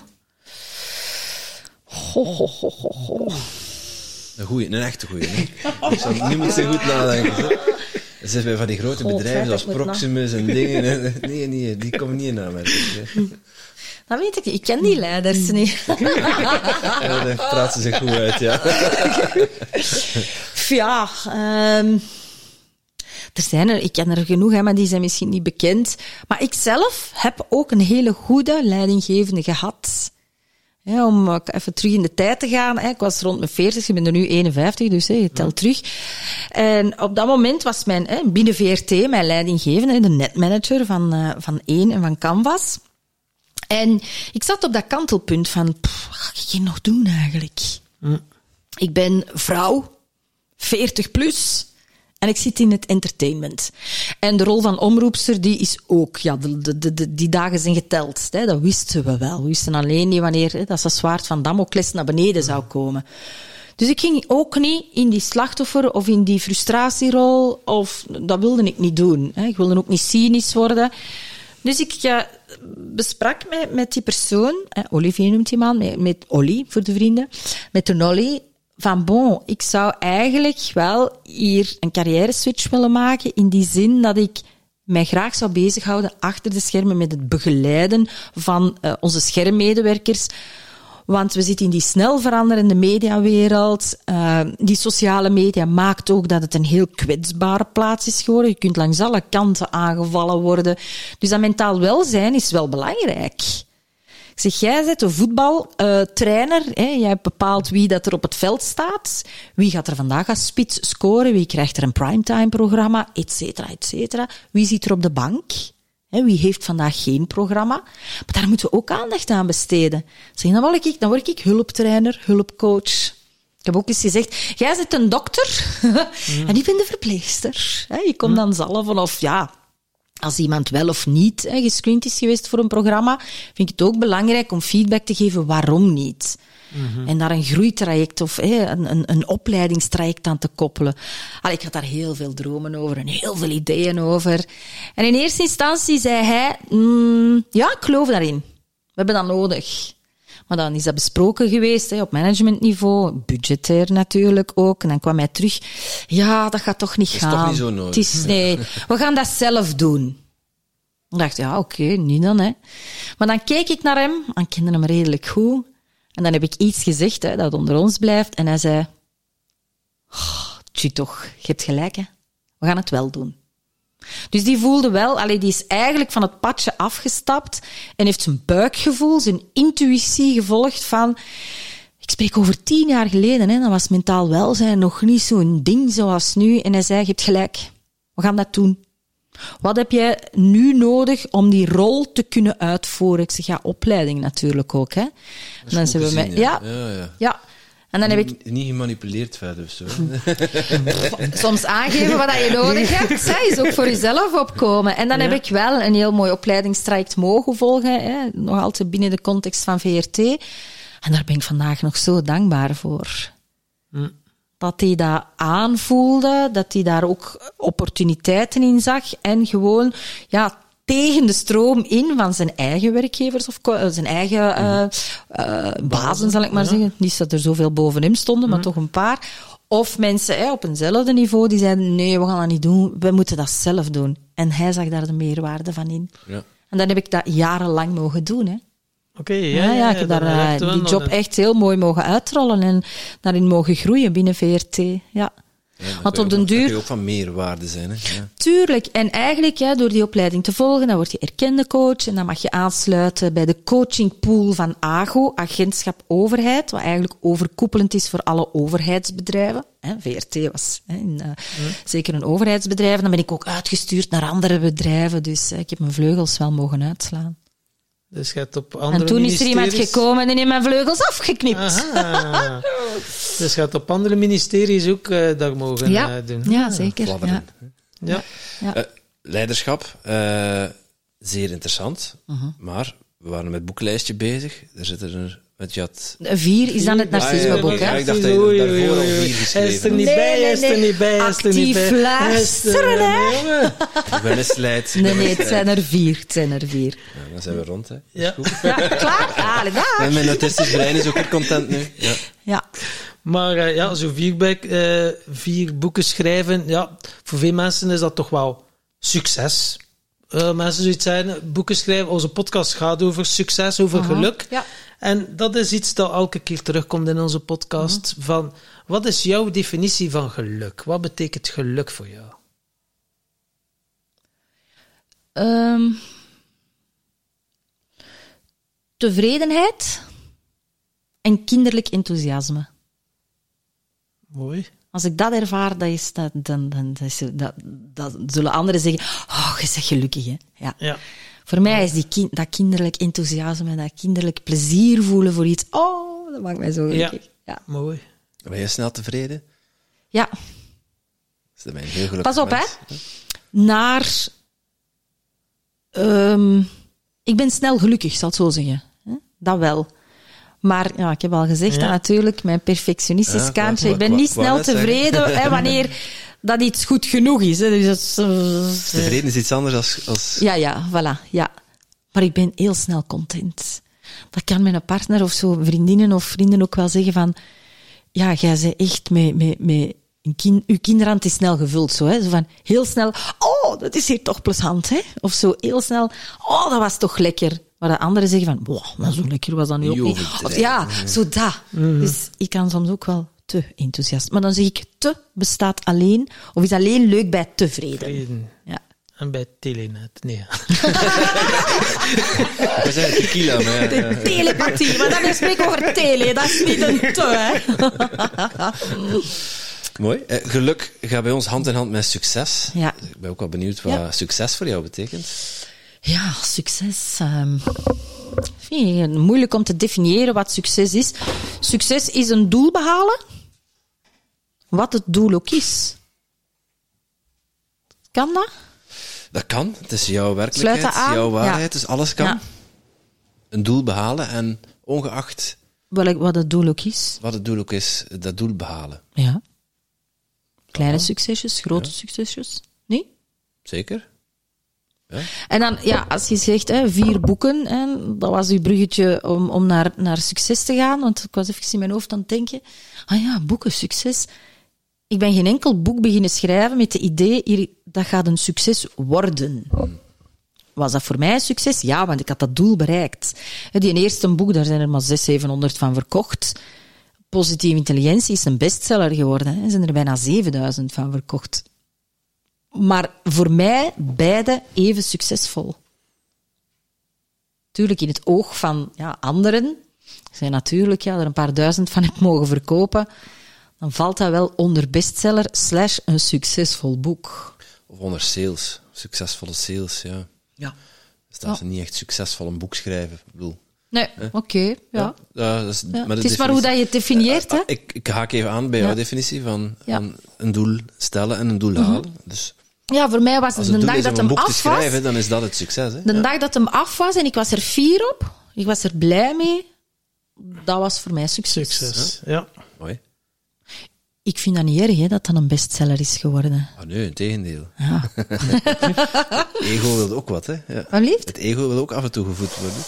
Een echte goeie. Ik zou niemand zo goed nadenken. Dat zijn bij van die grote bedrijven zoals Proximus en dingen. Nee, die komen niet in aanmerking. Dat weet ik niet. Ik ken die leiders niet. Ja, daar praat ze zich goed uit, ja. Ja, er zijn ik ken er genoeg, maar die zijn misschien niet bekend. Maar ik zelf heb ook een hele goede leidinggevende gehad. Om even terug in de tijd te gaan. Ik was rond mijn 40, ik ben er nu 51, dus je telt terug. En op dat moment was binnen VRT mijn leidinggevende, de netmanager van 1 en van Canvas. En ik zat op dat kantelpunt van, wat ga ik hier nog doen eigenlijk? Ik ben vrouw, 40 plus... En ik zit in het entertainment. En de rol van omroepster, die is ook... Ja, die dagen zijn geteld. Dat wisten we wel. We wisten alleen niet wanneer dat zwaard van Damocles naar beneden zou komen. Dus ik ging ook niet in die slachtoffer of in die frustratierol. Dat wilde ik niet doen. Ik wilde ook niet cynisch worden. Dus ik besprak met die persoon... Olivier noemt die man, met Olly voor de vrienden. Met een Olly... Van ik zou eigenlijk wel hier een carrière-switch willen maken, in die zin dat ik mij graag zou bezighouden achter de schermen met het begeleiden van onze schermmedewerkers. Want we zitten in die snel veranderende mediawereld. Die sociale media maakt ook dat het een heel kwetsbare plaats is geworden. Je kunt langs alle kanten aangevallen worden. Dus dat mentaal welzijn is wel belangrijk. Ik zeg, jij bent een voetbaltrainer. Jij bepaalt wie dat er op het veld staat. Wie gaat er vandaag als spits scoren? Wie krijgt er een primetime-programma? Etcetera, etcetera. Wie zit er op de bank? Wie heeft vandaag geen programma? Maar daar moeten we ook aandacht aan besteden. Zeg, dan word ik hulptrainer, hulpcoach. Ik heb ook eens gezegd, jij bent een dokter en ik ben de verpleegster. Je komt dan zalven of als iemand wel of niet gescreend is geweest voor een programma, vind ik het ook belangrijk om feedback te geven waarom niet. En daar een groeitraject of een opleidingstraject aan te koppelen. Ik had daar heel veel dromen over en heel veel ideeën over. En in eerste instantie zei hij, ik geloof daarin. We hebben dat nodig. Maar dan is dat besproken geweest, op managementniveau, budgetair natuurlijk ook. En dan kwam hij terug, dat gaat toch niet gaan. Dat is toch niet zo nodig. Nee, we gaan dat zelf doen. Ik dacht, oké, niet dan, Maar dan keek ik naar hem, en ik kende hem redelijk goed. En dan heb ik iets gezegd, dat onder ons blijft. En hij zei, toch, je hebt gelijk, we gaan het wel doen. Dus die voelde wel, die is eigenlijk van het padje afgestapt en heeft zijn buikgevoel, zijn intuïtie gevolgd van... Ik spreek over 10 jaar geleden, dan was mentaal welzijn nog niet zo'n ding zoals nu. En hij zei, je hebt gelijk, we gaan dat doen. Wat heb jij nu nodig om die rol te kunnen uitvoeren? Ik zeg, opleiding natuurlijk ook. En dan zijn we met... Ja. En dan heb ik... Niet gemanipuleerd verder of zo. Soms aangeven wat je nodig hebt, is ook voor jezelf opkomen. En dan heb ik wel een heel mooi opleidingstraject mogen volgen, nog altijd binnen de context van VRT. En daar ben ik vandaag nog zo dankbaar voor. Dat hij dat aanvoelde, dat hij daar ook opportuniteiten in zag en gewoon tegen de stroom in van zijn eigen werkgevers of zijn eigen bazen, zal ik maar zeggen. Niet dat er zoveel boven hem stonden, maar toch een paar. Of mensen op eenzelfde niveau die zeiden, nee, we gaan dat niet doen, we moeten dat zelf doen. En hij zag daar de meerwaarde van in. Ja. En dan heb ik dat jarenlang mogen doen, hè. Oké, ik heb daar die job echt heel mooi mogen uitrollen en daarin mogen groeien binnen VRT, ja. Want op den duur... Dat kun je ook van meerwaarde zijn, hè? Ja. Tuurlijk. En eigenlijk, door die opleiding te volgen, dan word je erkende coach en dan mag je aansluiten bij de coachingpool van AGO, Agentschap Overheid, wat eigenlijk overkoepelend is voor alle overheidsbedrijven. VRT was zeker een overheidsbedrijf. Dan ben ik ook uitgestuurd naar andere bedrijven, dus ik heb mijn vleugels wel mogen uitslaan. Dus je hebt op andere en toen is er iemand gekomen en heeft mijn vleugels afgeknipt. Dus je hebt op andere ministeries ook daar mogen doen. Ja, zeker. Ja. Leiderschap, zeer interessant. Maar we waren met het boeklijstje bezig. Er zitten er... Want je had... 4 is dan het narcismeboek, hè? Ik dacht dat je daarvoor al 4 geschreven. Hij is er niet bij, hij is er niet bij. Actief luisteren, hè? Ik ben eens leid. Nee, het zijn er 4. Ja, dan zijn we rond, hè. Ja. Klaar? En mijn autistisch brein is ook weer content nu. Ja. Maar zo 4 boeken schrijven, voor veel mensen is dat toch wel succes. Mensen zoiets zijn, boeken schrijven, onze podcast gaat over succes, over geluk. Ja. En dat is iets dat elke keer terugkomt in onze podcast. Van, wat is jouw definitie van geluk? Wat betekent geluk voor jou? Tevredenheid en kinderlijk enthousiasme. Mooi. Als ik dat ervaar, dan zullen anderen zeggen, oh, je bent gelukkig, hè. Ja. Voor mij is dat kinderlijk enthousiasme en dat kinderlijk plezier voelen voor iets, dat maakt mij zo gelukkig. Ja. Mooi. Ben je snel tevreden? Ja. Dat is een heel gelukkig Pas op, mens. Ik ben snel gelukkig, zal het zo zeggen. Dat wel. Maar ik heb al gezegd dat natuurlijk, mijn perfectionistisch kantje. Ik ben niet snel tevreden wanneer dat iets goed genoeg is. Hè. Dus tevreden is iets anders als... Ja, voilà. Ja. Maar ik ben heel snel content. Dat kan mijn partner of zo, vriendinnen of vrienden ook wel zeggen van... Ja, jij bent echt uw kinderhand is snel gevuld, zo, hè. Zo van, heel snel... Oh, dat is hier toch plezant, hè. Of zo, heel snel... Oh, dat was toch lekker. Maar de anderen zeggen van... Wow, maar zo lekker was dat nu ook niet. Of, zo dat. Dus ik kan soms ook wel te enthousiast. Maar dan zeg ik, te bestaat alleen... Of is alleen leuk bij tevreden. Ja. En bij telenet, nee. We zijn tequila, maar... De telepathie, maar dan spreek ik over tele. Dat is niet een te, hè. Mooi. Geluk gaat bij ons hand in hand met succes. Ja. Ik ben ook wel benieuwd wat succes voor jou betekent. Ja, succes. Vind je moeilijk om te definiëren wat succes is. Succes is een doel behalen, wat het doel ook is. Kan dat? Dat kan. Het is jouw werkelijkheid, jouw waarheid, dus alles kan. Ja. Een doel behalen en ongeacht... Wat het doel ook is. Wat het doel ook is, dat doel behalen. Ja. Kleine succesjes, grote succesjes. Nee? Zeker. Ja. En dan, als je zegt 4 boeken, dat was uw bruggetje om naar succes te gaan, want ik was even in mijn hoofd aan het denken, boeken, succes. Ik ben geen enkel boek beginnen schrijven met het idee, dat gaat een succes worden. Was dat voor mij een succes? Ja, want ik had dat doel bereikt. Die eerste boek, daar zijn er maar 600-700 van verkocht. Positieve intelligentie is een bestseller geworden. Er zijn er bijna 7000 van verkocht. Maar voor mij beide even succesvol. Tuurlijk in het oog van anderen. Ik zei natuurlijk, er een paar duizend van heb mogen verkopen. Dan valt dat wel onder bestseller / een succesvol boek. Of onder sales. Succesvolle sales, ja. Ja. Dus dat is niet echt succesvol een boek schrijven. Ik bedoel... Nee, oké. Ja. Maar het is maar hoe dat je het definieert, hè? Ik haak even aan bij jouw definitie van een doel stellen en een doel halen. Dus ja, voor mij was het de dag dat hem af was... Als het doel is om een boek te schrijven, dan is dat het succes, hè? De dag dat hem af was en ik was er fier op, ik was er blij mee, dat was voor mij succes. Ja. Mooi. Ik vind dat niet erg, hè, dat dat een bestseller is geworden. Ah, nee, integendeel. Ja. Ego wil ook wat, hè. Ja. Wat lief? Het ego wil ook af en toe gevoed worden.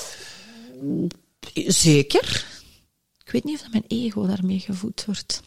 Zeker. Ik weet niet of dat mijn ego daarmee gevoed wordt.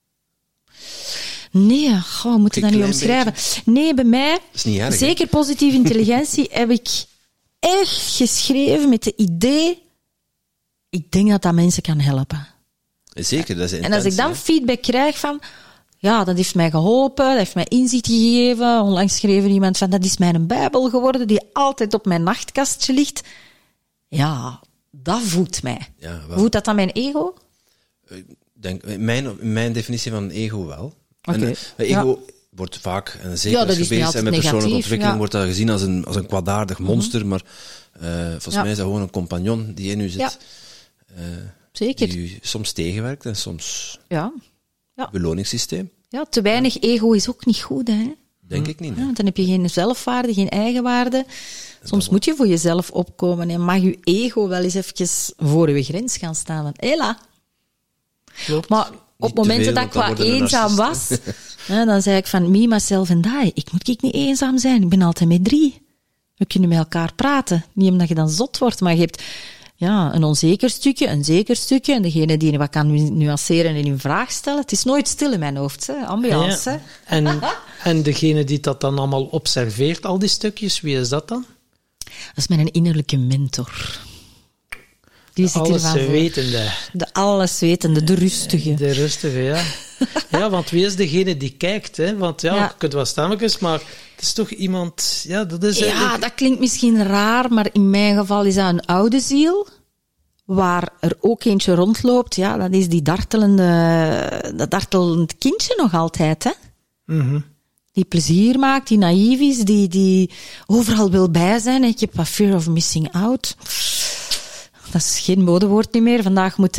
Nee, we moeten dat niet omschrijven. Nee, bij mij, is niet erg, zeker positieve intelligentie, heb ik echt geschreven met het idee, ik denk dat dat mensen kan helpen. Zeker, dat is intens, en als ik dan feedback krijg van, ja, dat heeft mij geholpen, dat heeft mij inzicht gegeven. Onlangs schreef er iemand van, dat is mijn Bijbel geworden, die altijd op mijn nachtkastje ligt. Ja, dat voedt mij. Ja, voedt dat dan mijn ego? Denk, mijn definitie van ego wel. Okay. Ego wordt vaak, en zeker als je bezig bent met persoonlijke ontwikkeling, wordt dat gezien als een kwaadaardig monster, maar volgens mij is dat gewoon een compagnon die in u zit. Zeker. Die u soms tegenwerkt en soms beloningssysteem. Ja, te weinig ego is ook niet goed, hè? Denk ik niet. Nee. Ja, dan heb je geen zelfwaarde, geen eigenwaarde. Soms moet je voor jezelf opkomen en mag je ego wel eens even voor je grens gaan staan. Want, hela. Klopt. Maar op momenten dat ik wat eenzaam was, dan zei ik van, me, myself en I. Ik moet niet eenzaam zijn, ik ben altijd met 3. We kunnen met elkaar praten. Niet omdat je dan zot wordt, maar je hebt een onzeker stukje, een zeker stukje, en degene die wat kan nuanceren en in vraag stellen. Het is nooit stil in mijn hoofd, hè? Ambiance. Ja. En degene die dat dan allemaal observeert, al die stukjes, wie is dat dan? Dat is mijn innerlijke mentor. Die zit alleswetende. De alleswetende, de rustige. De rustige, ja. Ja, want wie is degene die kijkt, hè? Want je kunt wel stemmetjes, maar het is toch iemand... Ja, dat is eigenlijk... dat klinkt misschien raar, maar in mijn geval is dat een oude ziel, waar er ook eentje rondloopt. Ja, dat is dat dartelend kindje nog altijd, hè? Mm-hmm. Die plezier maakt, die naïef is, die overal wil bij zijn. Ik heb wat fear of missing out. Dat is geen modewoord niet meer. Vandaag moeten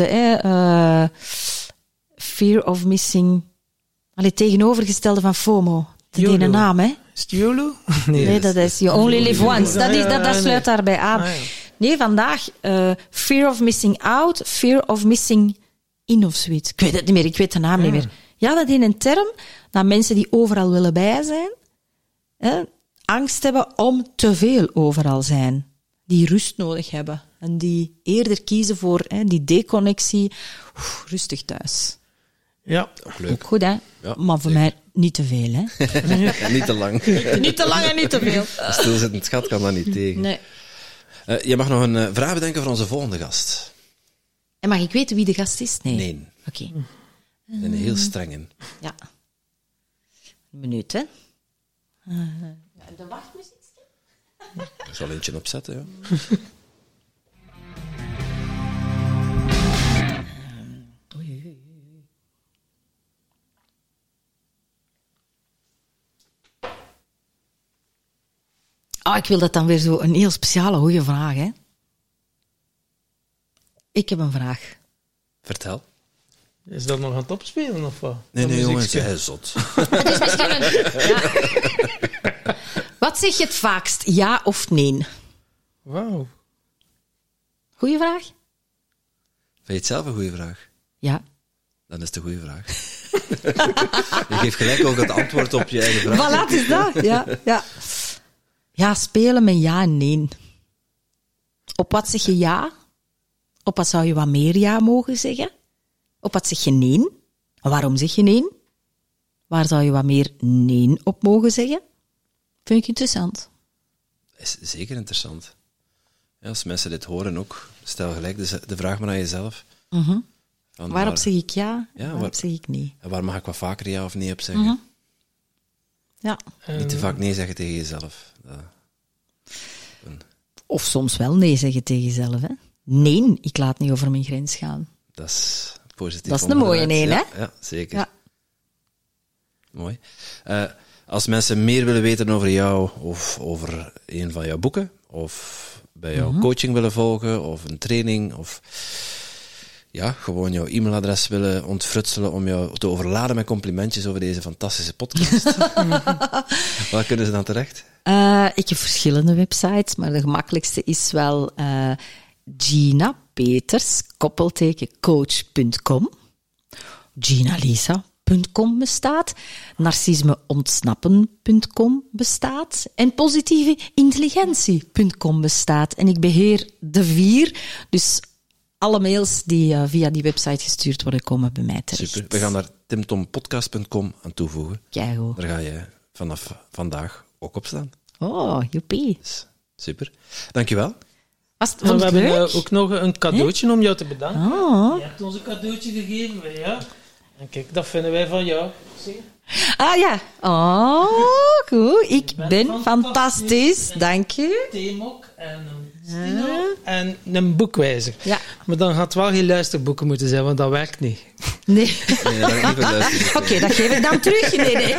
fear of missing... tegenovergestelde van FOMO. Dat is een naam, hè? Is het YOLO? Nee, dat is You Only Live Once. Dat sluit daarbij aan. Ah, ja. Nee, vandaag fear of missing out, fear of missing in of zoiets. Ik weet het niet meer, ik weet de naam niet meer. Ja, dat is een term dat mensen die overal willen bij zijn, angst hebben om te veel overal zijn. Die rust nodig hebben. En die eerder kiezen voor die deconnectie. Rustig thuis. Ja, leuk. Ook goed, hè? Ja, maar voor mij niet te veel, hè? Niet te lang. Niet te lang en niet te veel. Een stilzittend schat kan dat niet tegen. Nee. Je mag nog een vraag bedenken voor onze volgende gast. En mag ik weten wie de gast is? Nee. Oké. Ik ben heel streng in. Ja. Een minuut, hè? De wachtmuziek? Ik zal eentje opzetten, ja. Ik wil dat dan weer zo een heel speciale, goede vraag, hè? Ik heb een vraag. Vertel. Is dat nog aan het opspelen, of wat? Nee, jongens, hij is zot. Het is misschien Wat zeg je het vaakst, ja of nee? Wauw. Goeie vraag? Vind je het zelf een goede vraag? Ja. Dan is het een goede vraag. Je geeft gelijk ook het antwoord op je eigen vraag. Voilà, is dat. Ja. Ja, spelen met ja en nee. Op wat zeg je ja? Op wat zou je wat meer ja mogen zeggen? Op wat zeg je nee? En waarom zeg je nee? Waar zou je wat meer nee op mogen zeggen? Vind ik interessant. Is zeker interessant. Ja, als mensen dit horen ook, stel gelijk de vraag maar aan jezelf. Mm-hmm. Waarop zeg ik ja, waarop zeg ik nee? En waar mag ik wat vaker ja of nee op zeggen? Mm-hmm. Ja. Niet te vaak nee zeggen tegen jezelf. Of soms wel nee zeggen tegen jezelf. Hè? Nee, ik laat niet over mijn grens gaan. Dat is positief. Dat is een mooie nee, hè? Ja, zeker. Ja. Mooi. Als mensen meer willen weten over jou, of over een van jouw boeken, of bij jouw coaching willen volgen, of een training, of gewoon jouw e-mailadres willen ontfrutselen om jou te overladen met complimentjes over deze fantastische podcast, waar kunnen ze dan terecht? Ik heb verschillende websites, maar de gemakkelijkste is wel GinaPeters, _coach.com, GinaLisa, bestaat, narcismeontsnappen.com bestaat en positieveintelligentie.com bestaat. En ik beheer de 4, dus alle mails die via die website gestuurd worden, komen bij mij terecht. Super. We gaan daar timtompodcast.com aan toevoegen. Keigoed. Daar ga je vanaf vandaag ook op staan. Oh, joepie. Super. Dankjewel. We hebben ook nog een cadeautje om jou te bedanken. Oh. Je hebt ons een cadeautje gegeven, ja. En kijk, dat vinden wij van jou. Zie? Ah ja. Oh, goed. Ik ben fantastisch. Dank je. Theemok en een stilo en een boekwijzer. Ja. Maar dan gaat het wel geen luisterboeken moeten zijn, want dat werkt niet. Nee. Oké, dat geef ik dan terug. Nee.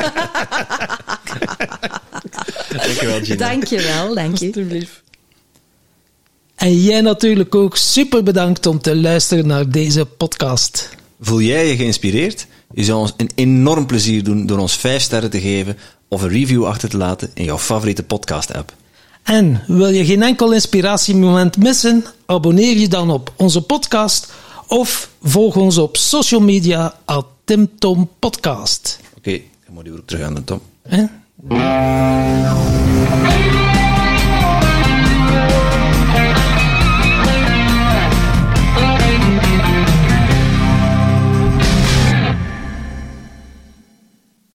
Dankjewel, Gina. Dankjewel, dank je. Alsjeblieft. En jij natuurlijk ook super bedankt om te luisteren naar deze podcast. Voel jij je geïnspireerd? Je zou ons een enorm plezier doen door ons 5 sterren te geven of een review achter te laten in jouw favoriete podcast-app. En wil je geen enkel inspiratiemoment missen? Abonneer je dan op onze podcast of volg ons op social media @TimTomPodcast. Oké, dan moet je ook terug aan de Tom.